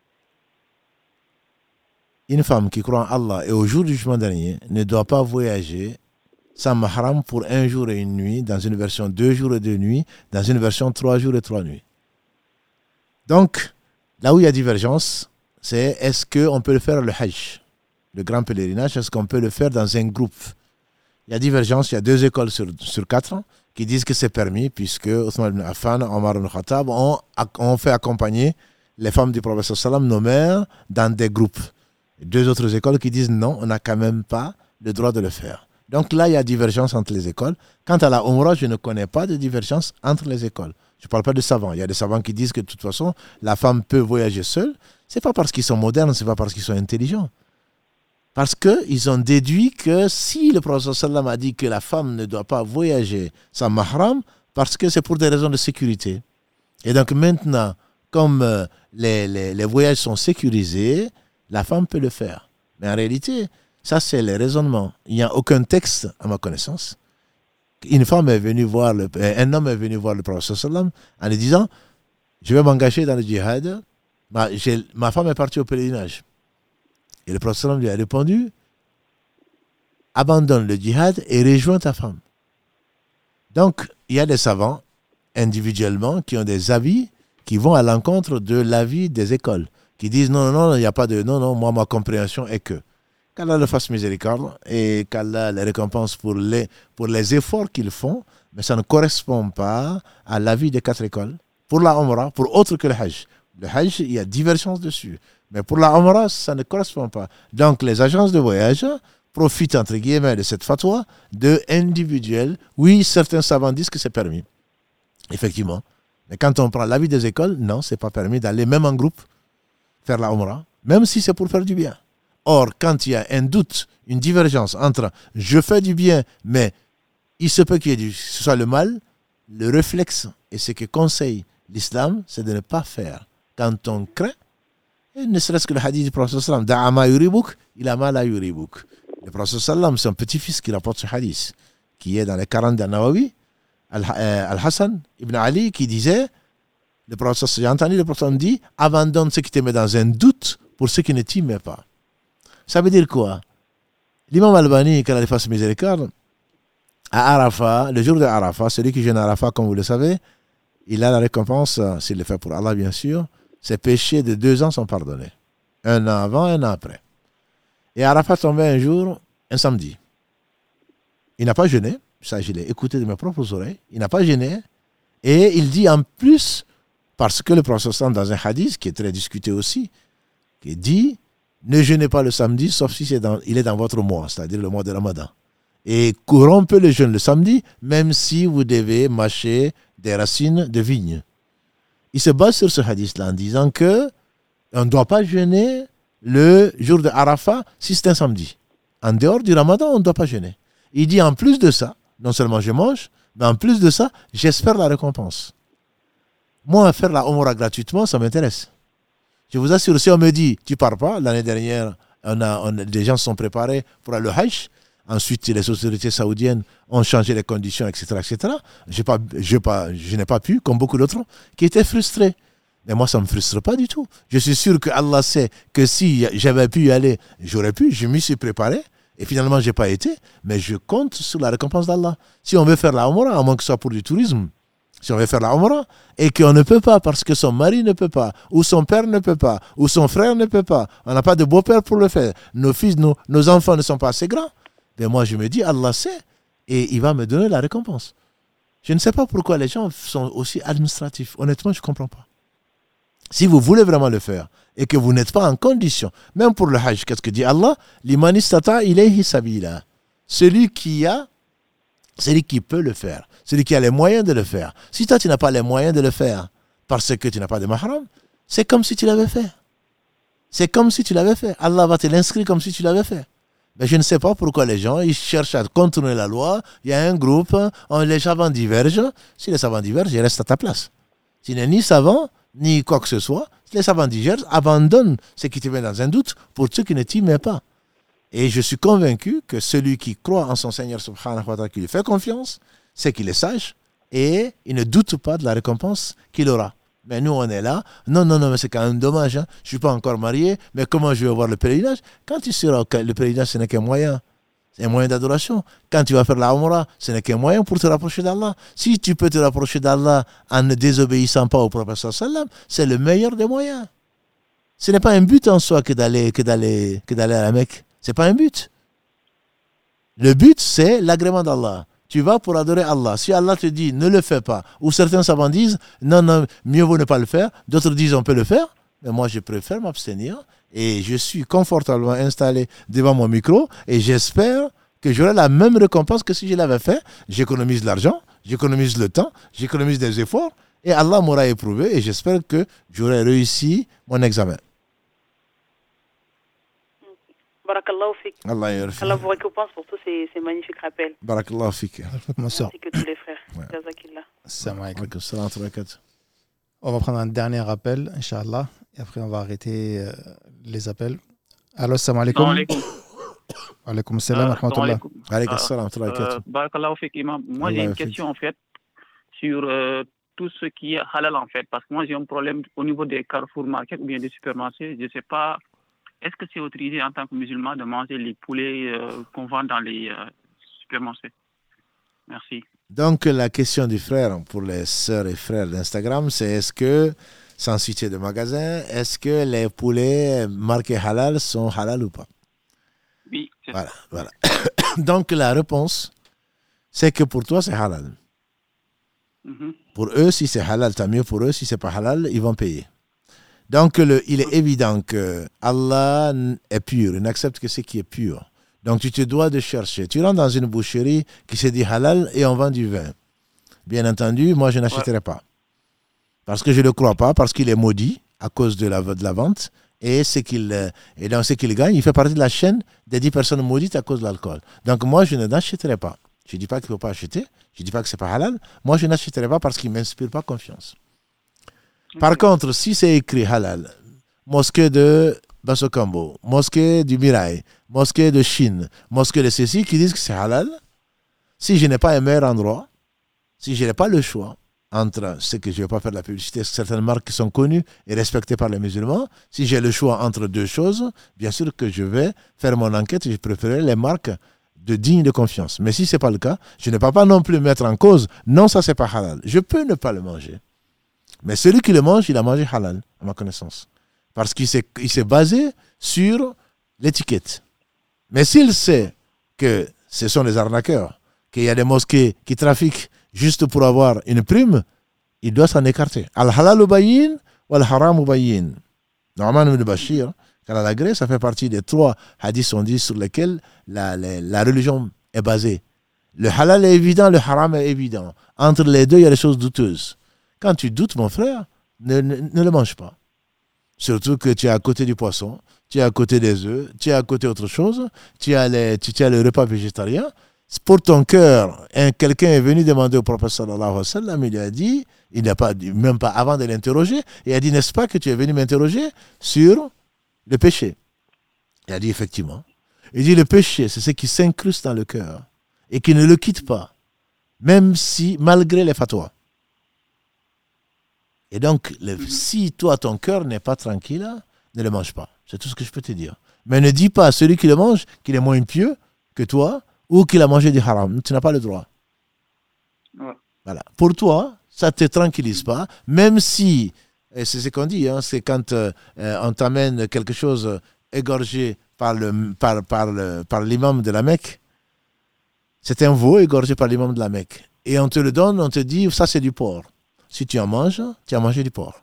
A: une femme qui croit en Allah et au jour du jugement dernier ne doit pas voyager sans mahram pour un jour et une nuit, dans une version deux jours et deux nuits, dans une version trois jours et trois nuits. Donc, là où il y a divergence, c'est est-ce qu'on peut le faire le Hajj, le grand pèlerinage, est-ce qu'on peut le faire dans un groupe? Il y a divergence, il y a deux écoles sur, sur quatre qui disent que c'est permis, puisque Othman ibn Affan, Omar ibn Khattab ont, ont fait accompagner les femmes du prophète sallam, nos mères, dans des groupes. Deux autres écoles qui disent non, on n'a quand même pas le droit de le faire. Donc là, il y a divergence entre les écoles. Quant à la Umrah, je ne connais pas de divergence entre les écoles. Je ne parle pas de savants. Il y a des savants qui disent que de toute façon, la femme peut voyager seule. Ce n'est pas parce qu'ils sont modernes, ce n'est pas parce qu'ils sont intelligents. Parce qu'ils ont déduit que si le prophète sallam a dit que la femme ne doit pas voyager sans mahram, parce que c'est pour des raisons de sécurité. Et donc maintenant, comme euh, les, les, les voyages sont sécurisés, la femme peut le faire. Mais en réalité, ça c'est le raisonnement. Il n'y a aucun texte, à ma connaissance. Une femme est venue voir, le, un homme est venu voir le prophète sallam en lui disant, je vais m'engager dans le djihad, ma, ma femme est partie au pèlerinage. Et le prophète sallam lui a répondu, abandonne le djihad et rejoins ta femme. Donc, il y a des savants, individuellement, qui ont des avis qui vont à l'encontre de l'avis des écoles, qui disent non, non, non, il n'y a pas de... Non, non, moi, ma compréhension est que qu'Allah le fasse miséricorde et qu'Allah les récompense pour les, pour les efforts qu'ils font, mais ça ne correspond pas à l'avis des quatre écoles. Pour la Umrah, pour autre que le Hajj. Le Hajj, il y a divergence dessus. Mais pour la Umrah, ça ne correspond pas. Donc, les agences de voyage profitent, entre guillemets, de cette fatwa de individuel. Oui, certains savants disent que c'est permis. Effectivement. Mais quand on prend l'avis des écoles, non, c'est pas permis d'aller même en groupe faire la Umrah, même si c'est pour faire du bien. Or, quand il y a un doute, une divergence entre je fais du bien, mais il se peut qu'il y ait du, ce soit le mal, le réflexe et ce que conseille l'islam, c'est de ne pas faire. Quand on craint, et ne serait-ce que le hadith du prophète sallam, da'ama yuribuk, il a mal à yuribuk. Le prophète sallam, c'est un petit-fils qui rapporte ce hadith, qui est dans les quarante d'An-Nawawi, Al-Hassan ibn Ali, qui disait, le prophète, j'ai entendu le prophète dit, abandonne ce qui te met dans un doute pour ce qui ne t'y met pas. Ça veut dire quoi? L'imam Albani, qu'Allah lui fasse miséricorde, à Arafat, le jour de Arafat, celui qui jeûne à Arafat, comme vous le savez, il a la récompense, s'il le fait pour Allah, bien sûr, ses péchés de deux ans sont pardonnés. Un an avant, un an après. Et Arafat tombait un jour, un samedi. Il n'a pas jeûné, ça je l'ai écouté de mes propres oreilles, il n'a pas jeûné, et il dit en plus, parce que le prophète dans un hadith, qui est très discuté aussi, qui dit, ne jeûnez pas le samedi, sauf si c'est dans, il est dans votre mois, c'est-à-dire le mois de Ramadan. Et corrompez le jeûne le samedi, même si vous devez mâcher des racines de vigne. Il se base sur ce hadith-là en disant que on ne doit pas jeûner le jour de Arafat si c'est un samedi. En dehors du Ramadan, on ne doit pas jeûner. Il dit en plus de ça, non seulement je mange, mais en plus de ça, j'espère la récompense. Moi, faire la Umrah gratuitement, ça m'intéresse. Je vous assure, si on me dit, tu pars pas, l'année dernière, on a, on, des gens se sont préparés pour aller au Hajj. Ensuite, les autorités saoudiennes ont changé les conditions, et cetera, et cetera. J'ai pas, j'ai pas, je n'ai pas pu, comme beaucoup d'autres, qui étaient frustrés. Mais moi, ça ne me frustre pas du tout. Je suis sûr que Allah sait que si j'avais pu y aller, j'aurais pu, je m'y suis préparé. Et finalement, je n'ai pas été. Mais je compte sur la récompense d'Allah. Si on veut faire la Umrah, à moins que ce soit pour du tourisme, si on veut faire la Umrah, et qu'on ne peut pas parce que son mari ne peut pas, ou son père ne peut pas, ou son frère ne peut pas, on n'a pas de beau-père pour le faire, nos fils, nos, nos enfants ne sont pas assez grands, mais moi je me dis, Allah sait, et il va me donner la récompense. Je ne sais pas pourquoi les gens sont aussi administratifs. Honnêtement, je ne comprends pas. Si vous voulez vraiment le faire, et que vous n'êtes pas en condition, même pour le Hajj, qu'est-ce que dit Allah? Liman istata ilayhi sabila. Celui qui a, celui qui peut le faire, celui qui a les moyens de le faire. Si toi, tu n'as pas les moyens de le faire parce que tu n'as pas de mahram, c'est comme si tu l'avais fait. C'est comme si tu l'avais fait. Allah va te l'inscrire comme si tu l'avais fait. Mais je ne sais pas pourquoi les gens ils cherchent à contourner la loi. Il y a un groupe, on, les savants divergent. Si les savants divergent, ils restent à ta place. Tu n'es ni savant, ni quoi que ce soit. Si les savants divergent, abandonne ce qui te met dans un doute pour ceux qui ne t'y mettent pas. Et je suis convaincu que celui qui croit en son Seigneur subhanahu wa ta'ala, qui lui fait confiance, c'est qu'il est sage et il ne doute pas de la récompense qu'il aura. Mais nous, on est là. Non, non, non, mais c'est quand même dommage. Hein. Je ne suis pas encore marié, mais comment je vais voir le pèlerinage? Quand tu seras le pèlerinage, ce n'est qu'un moyen. C'est un moyen d'adoration. Quand tu vas faire la Umrah, ce n'est qu'un moyen pour te rapprocher d'Allah. Si tu peux te rapprocher d'Allah en ne désobéissant pas au prophète sallam, c'est le meilleur des moyens. Ce n'est pas un but en soi que d'aller, que d'aller, que d'aller à la Mecque. Ce n'est pas un but. Le but, c'est l'agrément d'Allah. Tu vas pour adorer Allah. Si Allah te dit ne le fais pas, ou certains savants disent non, non, mieux vaut ne pas le faire, d'autres disent on peut le faire, mais moi je préfère m'abstenir et je suis confortablement installé devant mon micro et j'espère que j'aurai la même récompense que si je l'avais fait. J'économise l'argent, j'économise le temps, j'économise des efforts et Allah m'aura éprouvé et j'espère que j'aurai réussi mon examen.
F: Barakallahu fik.
A: Allah yarfik.
F: Allah vous récompense pour tous ces, ces magnifiques rappels.
A: Barakallahu fik.
B: Ma soeur.
F: Ainsi que tous les frères.
A: Ouais.
F: Jazakillah.
B: Salam alaikum.
A: Alaikum salam wa rahmatullah.
B: On va prendre un dernier appel, Inch'Allah, et après on va arrêter euh, les appels. Allô, salam alaikum.
G: Salam alaikum.
B: Alaikum salam wa rahmatullah.
A: Alaikum salam wa rahmatullah.
G: Euh, Barakallahu fik, imam. Moi,
A: Allah
G: j'ai une
A: yafik.
G: question, en fait, sur euh, tout ce qui est halal, en fait. Parce que moi, j'ai un problème au niveau des Carrefour Market ou bien des supermarchés. Je ne sais pas, est-ce que c'est autorisé en tant que musulman de manger les poulets euh, qu'on vend dans les euh, supermarchés? Merci.
A: Donc, la question du frère pour les sœurs et frères d'Instagram, c'est est-ce que, sans citer de magasin, est-ce que les poulets marqués halal sont halal ou pas?
G: Oui, c'est
A: Voilà, voilà. Donc, la réponse, c'est que pour toi, c'est halal.
G: Mhm.
A: Pour eux, si c'est halal, tant mieux pour eux. Si c'est pas halal, ils vont payer. Donc, le, il est évident que Allah est pur. Il n'accepte que ce qui est pur. Donc, tu te dois de chercher. Tu rentres dans une boucherie qui se dit halal et on vend du vin. Bien entendu, moi, je n'achèterai ouais. pas. Parce que je ne le crois pas, parce qu'il est maudit à cause de la, de la vente. Et, ce qu'il, et dans ce qu'il gagne, il fait partie de la chaîne des dix personnes maudites à cause de l'alcool. Donc, moi, je ne n'achèterai pas. Je ne dis pas qu'il ne faut pas acheter. Je ne dis pas que ce n'est pas halal. Moi, je n'achèterai pas parce qu'il ne m'inspire pas confiance. Par okay. contre, si c'est écrit halal, mosquée de Basso-Cambo, mosquée du Mirail, mosquée de Chine, mosquée de ceci, qui disent que c'est halal, si je n'ai pas un meilleur endroit, si je n'ai pas le choix entre ce que je ne vais pas faire de la publicité, certaines marques qui sont connues et respectées par les musulmans, si j'ai le choix entre deux choses, bien sûr que je vais faire mon enquête et je préférerais les marques de dignes de confiance. Mais si ce n'est pas le cas, je ne peux pas non plus mettre en cause, non, ça c'est pas halal. Je peux ne pas le manger. Mais celui qui le mange, il a mangé halal, à ma connaissance. Parce qu'il s'est, il s'est basé sur l'étiquette. Mais s'il sait que ce sont des arnaqueurs, qu'il y a des mosquées qui trafiquent juste pour avoir une prime, il doit s'en écarter. Al-halal bayin ou al-haram bayin. Normalement, ibn Bashir, car la Grèce, ça fait partie des trois hadiths on dit sur lesquels la, la, la religion est basée. Le halal est évident, le haram est évident. Entre les deux, il y a des choses douteuses. Quand tu doutes, mon frère, ne, ne, ne le mange pas. Surtout que tu es à côté du poisson, tu es à côté des œufs, tu es à côté d'autre chose, tu as, les, tu, tu as le repas végétarien. Pour ton cœur, hein, quelqu'un est venu demander au prophète sallallahu alayhi wa sallam, il lui a dit, il n'a pas, même pas avant de l'interroger, il a dit, n'est-ce pas que tu es venu m'interroger sur le péché? Il a dit, effectivement. Il dit, le péché, c'est ce qui s'incruste dans le cœur et qui ne le quitte pas, même si, malgré les fatwas. Et donc, le, mm-hmm. si toi, ton cœur n'est pas tranquille, ne le mange pas. C'est tout ce que je peux te dire. Mais ne dis pas à celui qui le mange qu'il est moins pieux que toi ou qu'il a mangé du haram. Tu n'as pas le droit.
G: Ouais.
A: Voilà. Pour toi, ça ne te tranquillise pas, même si, et c'est ce qu'on dit, hein, c'est quand euh, on t'amène quelque chose égorgé par, le, par, par, le, par l'imam de la Mecque. C'est un veau égorgé par l'imam de la Mecque. Et on te le donne, on te dit, ça c'est du porc. Si tu en manges, tu as mangé du porc.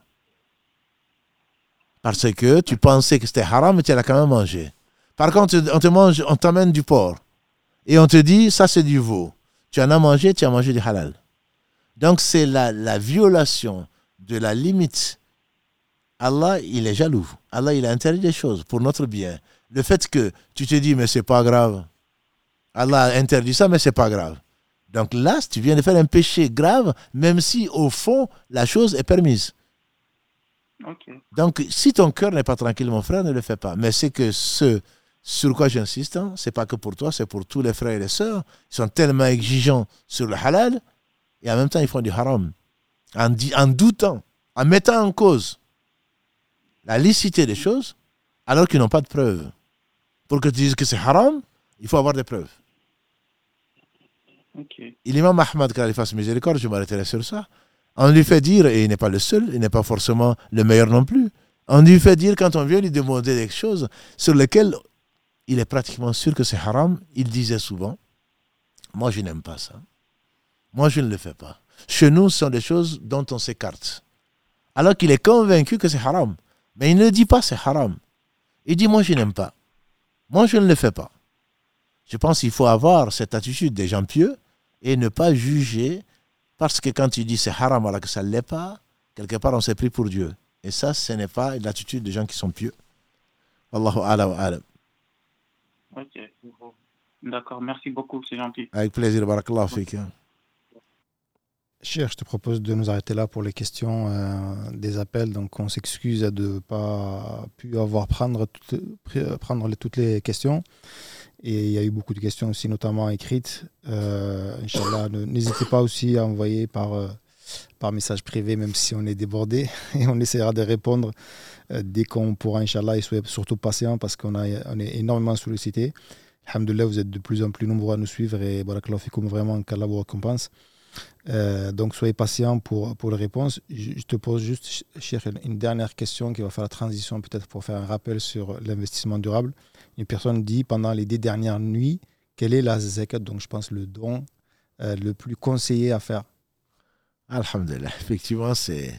A: Parce que tu pensais que c'était haram, mais tu l'as quand même mangé. Par contre, on te mange, on t'amène du porc. Et on te dit, ça c'est du veau. Tu en as mangé, tu as mangé du halal. Donc c'est la, la violation de la limite. Allah, il est jaloux. Allah, il a interdit des choses pour notre bien. Le fait que tu te dis, mais c'est pas grave. Allah a interdit ça, mais c'est pas grave. Donc là, tu viens de faire un péché grave, même si au fond, la chose est permise.
G: Okay.
A: Donc, si ton cœur n'est pas tranquille, mon frère, ne le fais pas. Mais c'est que ce sur quoi j'insiste, hein, ce n'est pas que pour toi, c'est pour tous les frères et les sœurs. Ils sont tellement exigeants sur le halal, et en même temps, ils font du haram. En, en doutant, en mettant en cause la licité des choses, alors qu'ils n'ont pas de preuves. Pour que tu dises que c'est haram, il faut avoir des preuves.
G: Okay.
A: Et l'imam Ahmad, quand il fasse miséricorde, je m'arrêterai sur ça. On lui fait dire, et il n'est pas le seul, il n'est pas forcément le meilleur non plus, on lui fait dire, quand on vient lui demander des choses sur lesquelles il est pratiquement sûr que c'est haram, il disait souvent, moi je n'aime pas ça. Moi je ne le fais pas. Chez nous, ce sont des choses dont on s'écarte. Alors qu'il est convaincu que c'est haram. Mais il ne dit pas c'est haram. Il dit, moi je n'aime pas. Moi je ne le fais pas. Je pense qu'il faut avoir cette attitude des gens pieux et ne pas juger parce que quand tu dis c'est haram alors que ça ne l'est pas, quelque part on s'est pris pour Dieu. Et ça, ce n'est pas l'attitude des gens qui sont pieux. Wallahu a'lam wa a'lam.
G: Ok. D'accord, merci beaucoup, c'est gentil.
A: Avec plaisir, barakallahu fik.
B: Cher, je te propose de nous arrêter là pour les questions euh, des appels. Donc, on s'excuse de ne pas pu avoir prendre, toutes, prendre les, toutes les questions. Et il y a eu beaucoup de questions aussi, notamment écrites. Euh, Inch'Allah, ne, n'hésitez pas aussi à envoyer par, euh, par message privé, même si on est débordé. Et on essaiera de répondre euh, dès qu'on pourra, Inch'Allah. Et soyez surtout patient parce qu'on a, on est énormément sollicité. Alhamdoulilah, vous êtes de plus en plus nombreux à nous suivre et barakallahu fikoum, vraiment, qu'Allah vous récompense. Euh, donc soyez patient pour, pour les réponses. Je, je te pose juste, Cheikh, une dernière question qui va faire la transition peut-être pour faire un rappel sur l'investissement durable. Une personne dit pendant les dix dernières nuits, quelle est la zakat, donc je pense le don euh, le plus conseillé à faire?
A: Alhamdulillah, effectivement, c'est,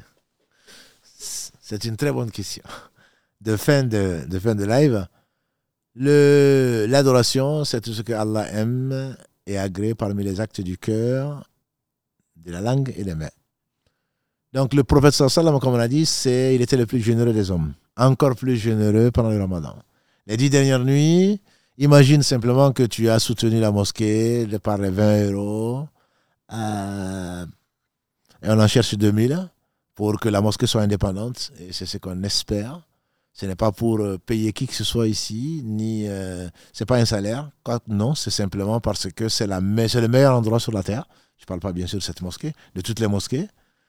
A: c'est une très bonne question. De fin de, de, fin de live, le, l'adoration, c'est tout ce que Allah aime et agrée parmi les actes du cœur, de la langue et des mains. Donc le prophète sallallahu alayhi wa sallam, comme on a dit, c'est, il était le plus généreux des hommes, encore plus généreux pendant le Ramadan. Les dix dernières nuits, imagine simplement que tu as soutenu la mosquée de par les vingt euros euh, et on en cherche deux mille pour que la mosquée soit indépendante, et c'est ce qu'on espère. Ce n'est pas pour payer qui que ce soit ici, ni euh, c'est pas un salaire. Non, c'est simplement parce que c'est, la, c'est le meilleur endroit sur la terre. Je ne parle pas bien sûr de cette mosquée, de toutes les mosquées.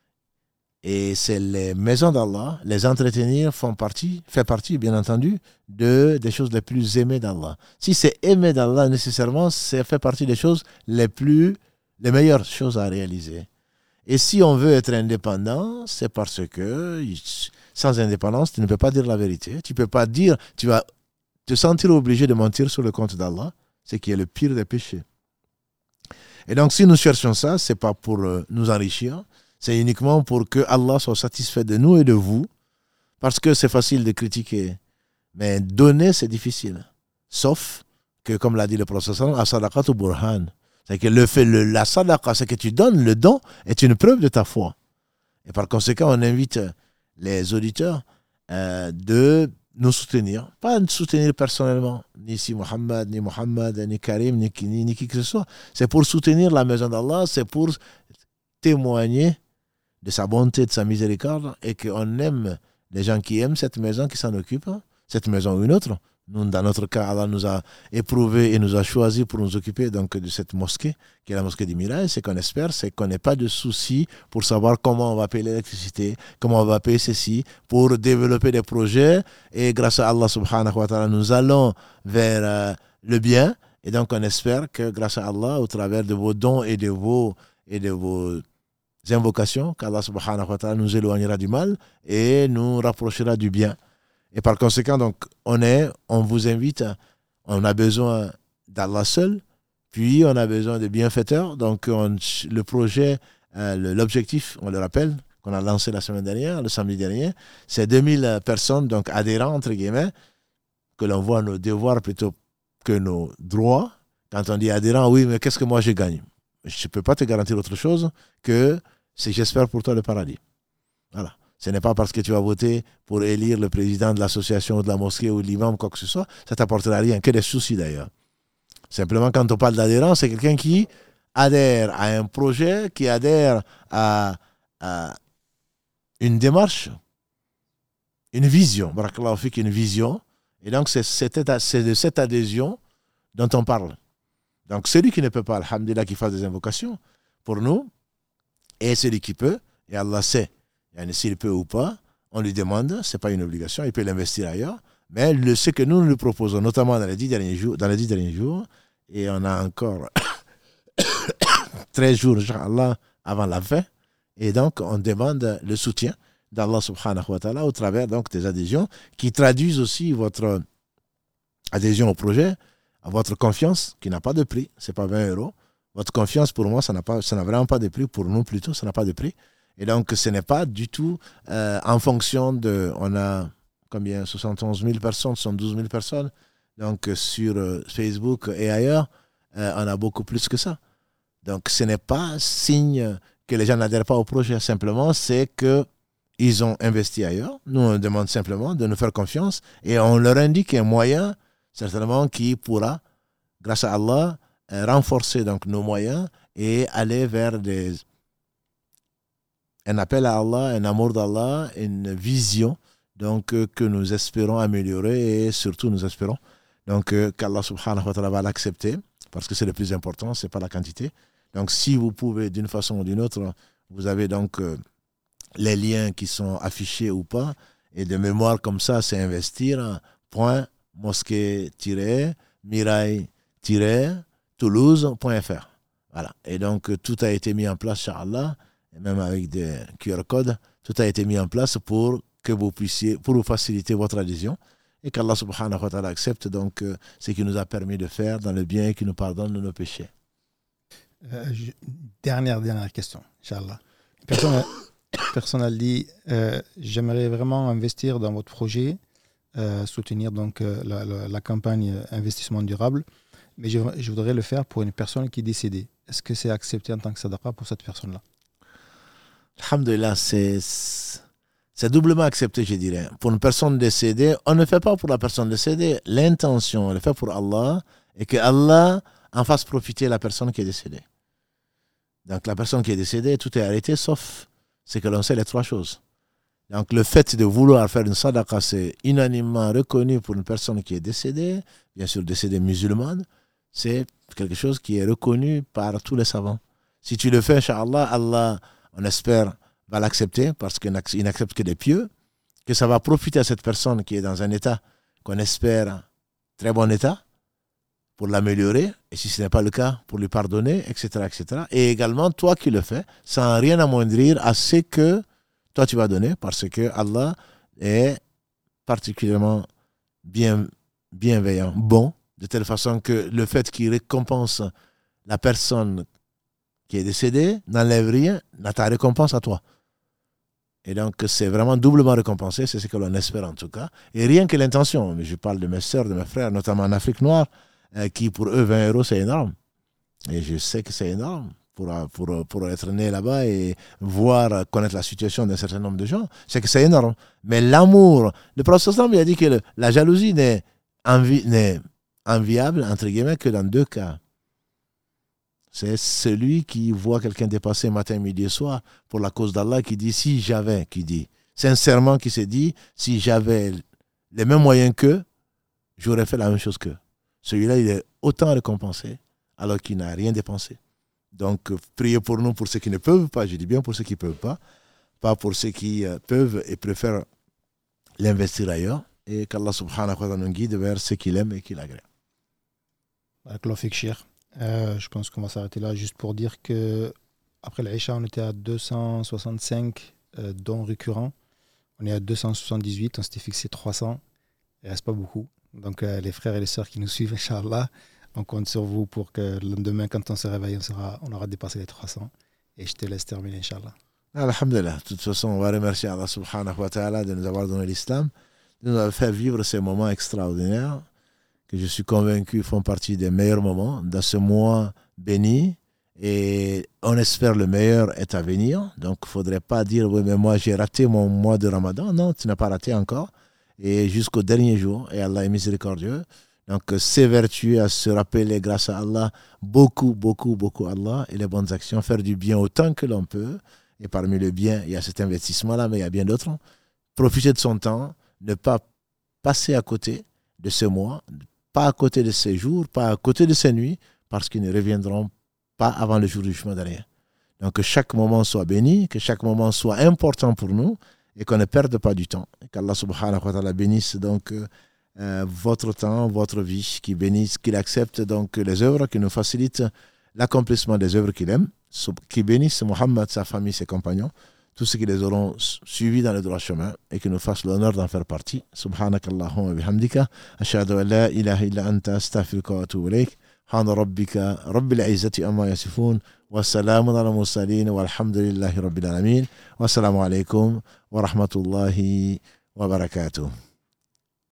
A: Et c'est les maisons d'Allah, les entretenir font partie, fait partie, bien entendu, de, des choses les plus aimées d'Allah. Si c'est aimé d'Allah, nécessairement, ça fait partie des choses les plus, les meilleures choses à réaliser. Et si on veut être indépendant, c'est parce que sans indépendance, tu ne peux pas dire la vérité. Tu ne peux pas dire, tu vas te sentir obligé de mentir sur le compte d'Allah, ce qui est le pire des péchés. Et donc, si nous cherchons ça, ce n'est pas pour euh, nous enrichir, c'est uniquement pour que Allah soit satisfait de nous et de vous, parce que c'est facile de critiquer. Mais donner, c'est difficile. Sauf que, comme l'a dit le prophète, as-sadaqatu burhan. C'est que le fait, le, la sadaqa, c'est que tu donnes, le don est une preuve de ta foi. Et par conséquent, on invite les auditeurs euh, de nous soutenir. Pas de soutenir personnellement, ni si Mohammed, ni Mohammed, ni Karim, ni, ni, ni qui que ce soit. C'est pour soutenir la maison d'Allah, c'est pour témoigner de sa bonté, de sa miséricorde, et qu'on aime les gens qui aiment cette maison, qui s'en occupent, cette maison ou une autre. Nous, dans notre cas, Allah nous a éprouvés et nous a choisis pour nous occuper donc, de cette mosquée, qui est la mosquée du Mirage. Ce qu'on espère, c'est qu'on n'ait pas de soucis pour savoir comment on va payer l'électricité, comment on va payer ceci, pour développer des projets. Et grâce à Allah subhanahu wa ta'ala, nous allons vers euh, le bien. Et donc, on espère que grâce à Allah, au travers de vos dons et de vos, et de vos invocations, qu'Allah subhanahu wa ta'ala nous éloignera du mal et nous rapprochera du bien. Et par conséquent, donc, on est, on vous invite, on a besoin d'Allah seul, puis on a besoin de bienfaiteurs. Donc, on, le projet, euh, l'objectif, on le rappelle, qu'on a lancé la semaine dernière, le samedi dernier, c'est deux mille personnes, donc adhérents, entre guillemets, que l'on voit nos devoirs plutôt que nos droits. Quand on dit adhérent, oui, mais qu'est-ce que moi je gagne? Je ne peux pas te garantir autre chose que c'est j'espère pour toi le paradis. Voilà. Ce n'est pas parce que tu vas voter pour élire le président de l'association ou de la mosquée ou de l'imam, quoi que ce soit, ça ne t'apportera rien, que des soucis d'ailleurs. Simplement, quand on parle d'adhérent, c'est quelqu'un qui adhère à un projet, qui adhère à, à une démarche, une vision. Barakallahu fik, une vision. Et donc, c'est, c'est de cette adhésion dont on parle. Donc, celui qui ne peut pas, alhamdulillah, qui fasse des invocations pour nous, et celui qui peut, et Allah sait, s'il peut ou pas, on lui demande, ce n'est pas une obligation, il peut l'investir ailleurs, mais le, ce que nous nous proposons, notamment dans les dix derniers jours, dans les dix derniers jours, et on a encore treize jours, Inch'Allah, avant la fin, et donc on demande le soutien d'Allah subhanahu wa ta'ala au travers donc, des adhésions qui traduisent aussi votre adhésion au projet, à votre confiance, qui n'a pas de prix, ce n'est pas vingt euros. Votre confiance, pour moi, ça n'a, pas, ça n'a vraiment pas de prix, pour nous plutôt, ça n'a pas de prix. Et donc, ce n'est pas du tout euh, en fonction de... On a combien? soixante et onze mille personnes, soixante-douze mille personnes. Donc, sur euh, Facebook et ailleurs, euh, on a beaucoup plus que ça. Donc, ce n'est pas signe que les gens n'adhèrent pas au projet. Simplement, c'est qu'ils ont investi ailleurs. Nous, on demande simplement de nous faire confiance et on leur indique un moyen certainement qui pourra, grâce à Allah, renforcer donc nos moyens et aller vers des, un appel à Allah, un amour d'Allah, une vision donc, euh, que nous espérons améliorer et surtout nous espérons donc, euh, qu'Allah subhanahu wa ta'ala va l'accepter parce que c'est le plus important, ce n'est pas la quantité. Donc si vous pouvez d'une façon ou d'une autre, vous avez donc euh, les liens qui sont affichés ou pas et de mémoire comme ça, c'est investir point mosquée-miraille-toulouse point f r. Voilà. Et donc, tout a été mis en place, Inch'Allah, et même avec des Q R codes, tout a été mis en place pour que vous puissiez, pour vous faciliter votre adhésion et qu'Allah subhanahu wa ta'ala accepte donc euh, ce qu'il nous a permis de faire dans le bien et qu'il nous pardonne de nos péchés.
B: Euh, je, dernière, dernière question, Inch'Allah. Personne, personne a dit, euh, j'aimerais vraiment investir dans votre projet, euh, soutenir donc euh, la, la, la campagne investissement durable, mais je, je voudrais le faire pour une personne qui est décédée. Est-ce que c'est accepté en tant que sadaqa pour cette personne-là?
A: Alhamdulillah, c'est, c'est doublement accepté, je dirais. Pour une personne décédée, on ne fait pas pour la personne décédée. L'intention, on le fait pour Allah et que Allah en fasse profiter la personne qui est décédée. Donc la personne qui est décédée, tout est arrêté sauf ce que l'on sait, les trois choses. Donc le fait de vouloir faire une sadaqa, c'est unanimement reconnu pour une personne qui est décédée, bien sûr décédée musulmane, c'est quelque chose qui est reconnu par tous les savants. Si tu le fais, Inch'Allah, Allah, on espère, va l'accepter parce qu'il n'accepte que des pieux, que ça va profiter à cette personne qui est dans un état qu'on espère très bon état pour l'améliorer, et si ce n'est pas le cas, pour lui pardonner, et cetera, et cetera. Et également, toi qui le fais, sans rien amoindrir à ce que toi tu vas donner, parce que Allah est particulièrement bien, bienveillant, bon, de telle façon que le fait qu'il récompense la personne qui est décédée n'enlève rien à ta récompense à toi. Et donc, c'est vraiment doublement récompensé, c'est ce que l'on espère en tout cas. Et rien que l'intention, je parle de mes sœurs, de mes frères, notamment en Afrique noire, euh, qui pour eux, vingt euros, c'est énorme. Et je sais que c'est énorme pour, pour, pour être né là-bas et voir, connaître la situation d'un certain nombre de gens. C'est que c'est énorme. Mais l'amour, le prophète sallallahu alayhi wa sallam, il a dit que le, la jalousie n'est, envi, n'est enviable, entre guillemets, que dans deux cas. C'est celui qui voit quelqu'un dépasser matin, midi et soir pour la cause d'Allah, qui dit si j'avais, qui dit sincèrement, qui se dit si j'avais les mêmes moyens qu'eux, j'aurais fait la même chose qu'eux. Celui-là, il est autant récompensé alors qu'il n'a rien dépensé. Donc, priez pour nous, pour ceux qui ne peuvent pas, je dis bien pour ceux qui ne peuvent pas, pas pour ceux qui euh, peuvent et préfèrent l'investir ailleurs, et qu'Allah subhanahu wa ta'ala nous guide vers ce qu'il aime et qu'il agrée.
B: Euh, je pense qu'on va s'arrêter là juste pour dire que après l'Aïcha, on était à deux cent soixante-cinq euh, dons récurrents. On est à deux cent soixante-dix-huit, on s'était fixé trois cents. Il ne reste pas beaucoup. Donc euh, les frères et les sœurs qui nous suivent, Inch'Allah, on compte sur vous pour que le lendemain, quand on se réveille, on, sera, on aura dépassé les trois cents. Et je te laisse terminer, Inch'Allah.
A: Alhamdulillah. De toute façon, on va remercier Allah subhanahu wa ta'ala de nous avoir donné l'islam, de nous avoir fait vivre ces moments extraordinaires que je suis convaincu font partie des meilleurs moments dans ce mois béni, et on espère le meilleur est à venir. Donc il ne faudrait pas dire oui mais moi j'ai raté mon mois de Ramadan. Non, tu n'as pas raté encore, et jusqu'au dernier jour, et Allah est miséricordieux. Donc s'évertuer à se rappeler grâce à Allah beaucoup, beaucoup, beaucoup Allah et les bonnes actions, faire du bien autant que l'on peut, et parmi le bien il y a cet investissement là, mais il y a bien d'autres. Profiter de son temps, ne pas passer à côté de ce mois, pas à côté de ces jours, pas à côté de ces nuits, parce qu'ils ne reviendront pas avant le jour du jugement dernier. Donc que chaque moment soit béni, que chaque moment soit important pour nous, et qu'on ne perde pas du temps. Et qu'Allah subhanahu wa ta'ala bénisse donc euh, votre temps, votre vie, qu'il bénisse, qu'il accepte donc les œuvres, qu'il nous facilite l'accomplissement des œuvres qu'il aime, qu'il bénisse Mohammed, sa famille, ses compagnons, tous ceux qui les auront suivis dans le droit chemin, et qui nous fassent l'honneur d'en faire partie. Subhanakallahumma bihamdika, ashhadu an la ilaha illa anta, astaghfiruka wa atubu ilayk. Subhana rabbika rabbil izzati amma yasifun, wa salamun ala mursalin, walhamdulillahi rabbil alamin. Wassalamu alaykum wa rahmatullahi wa barakatuh.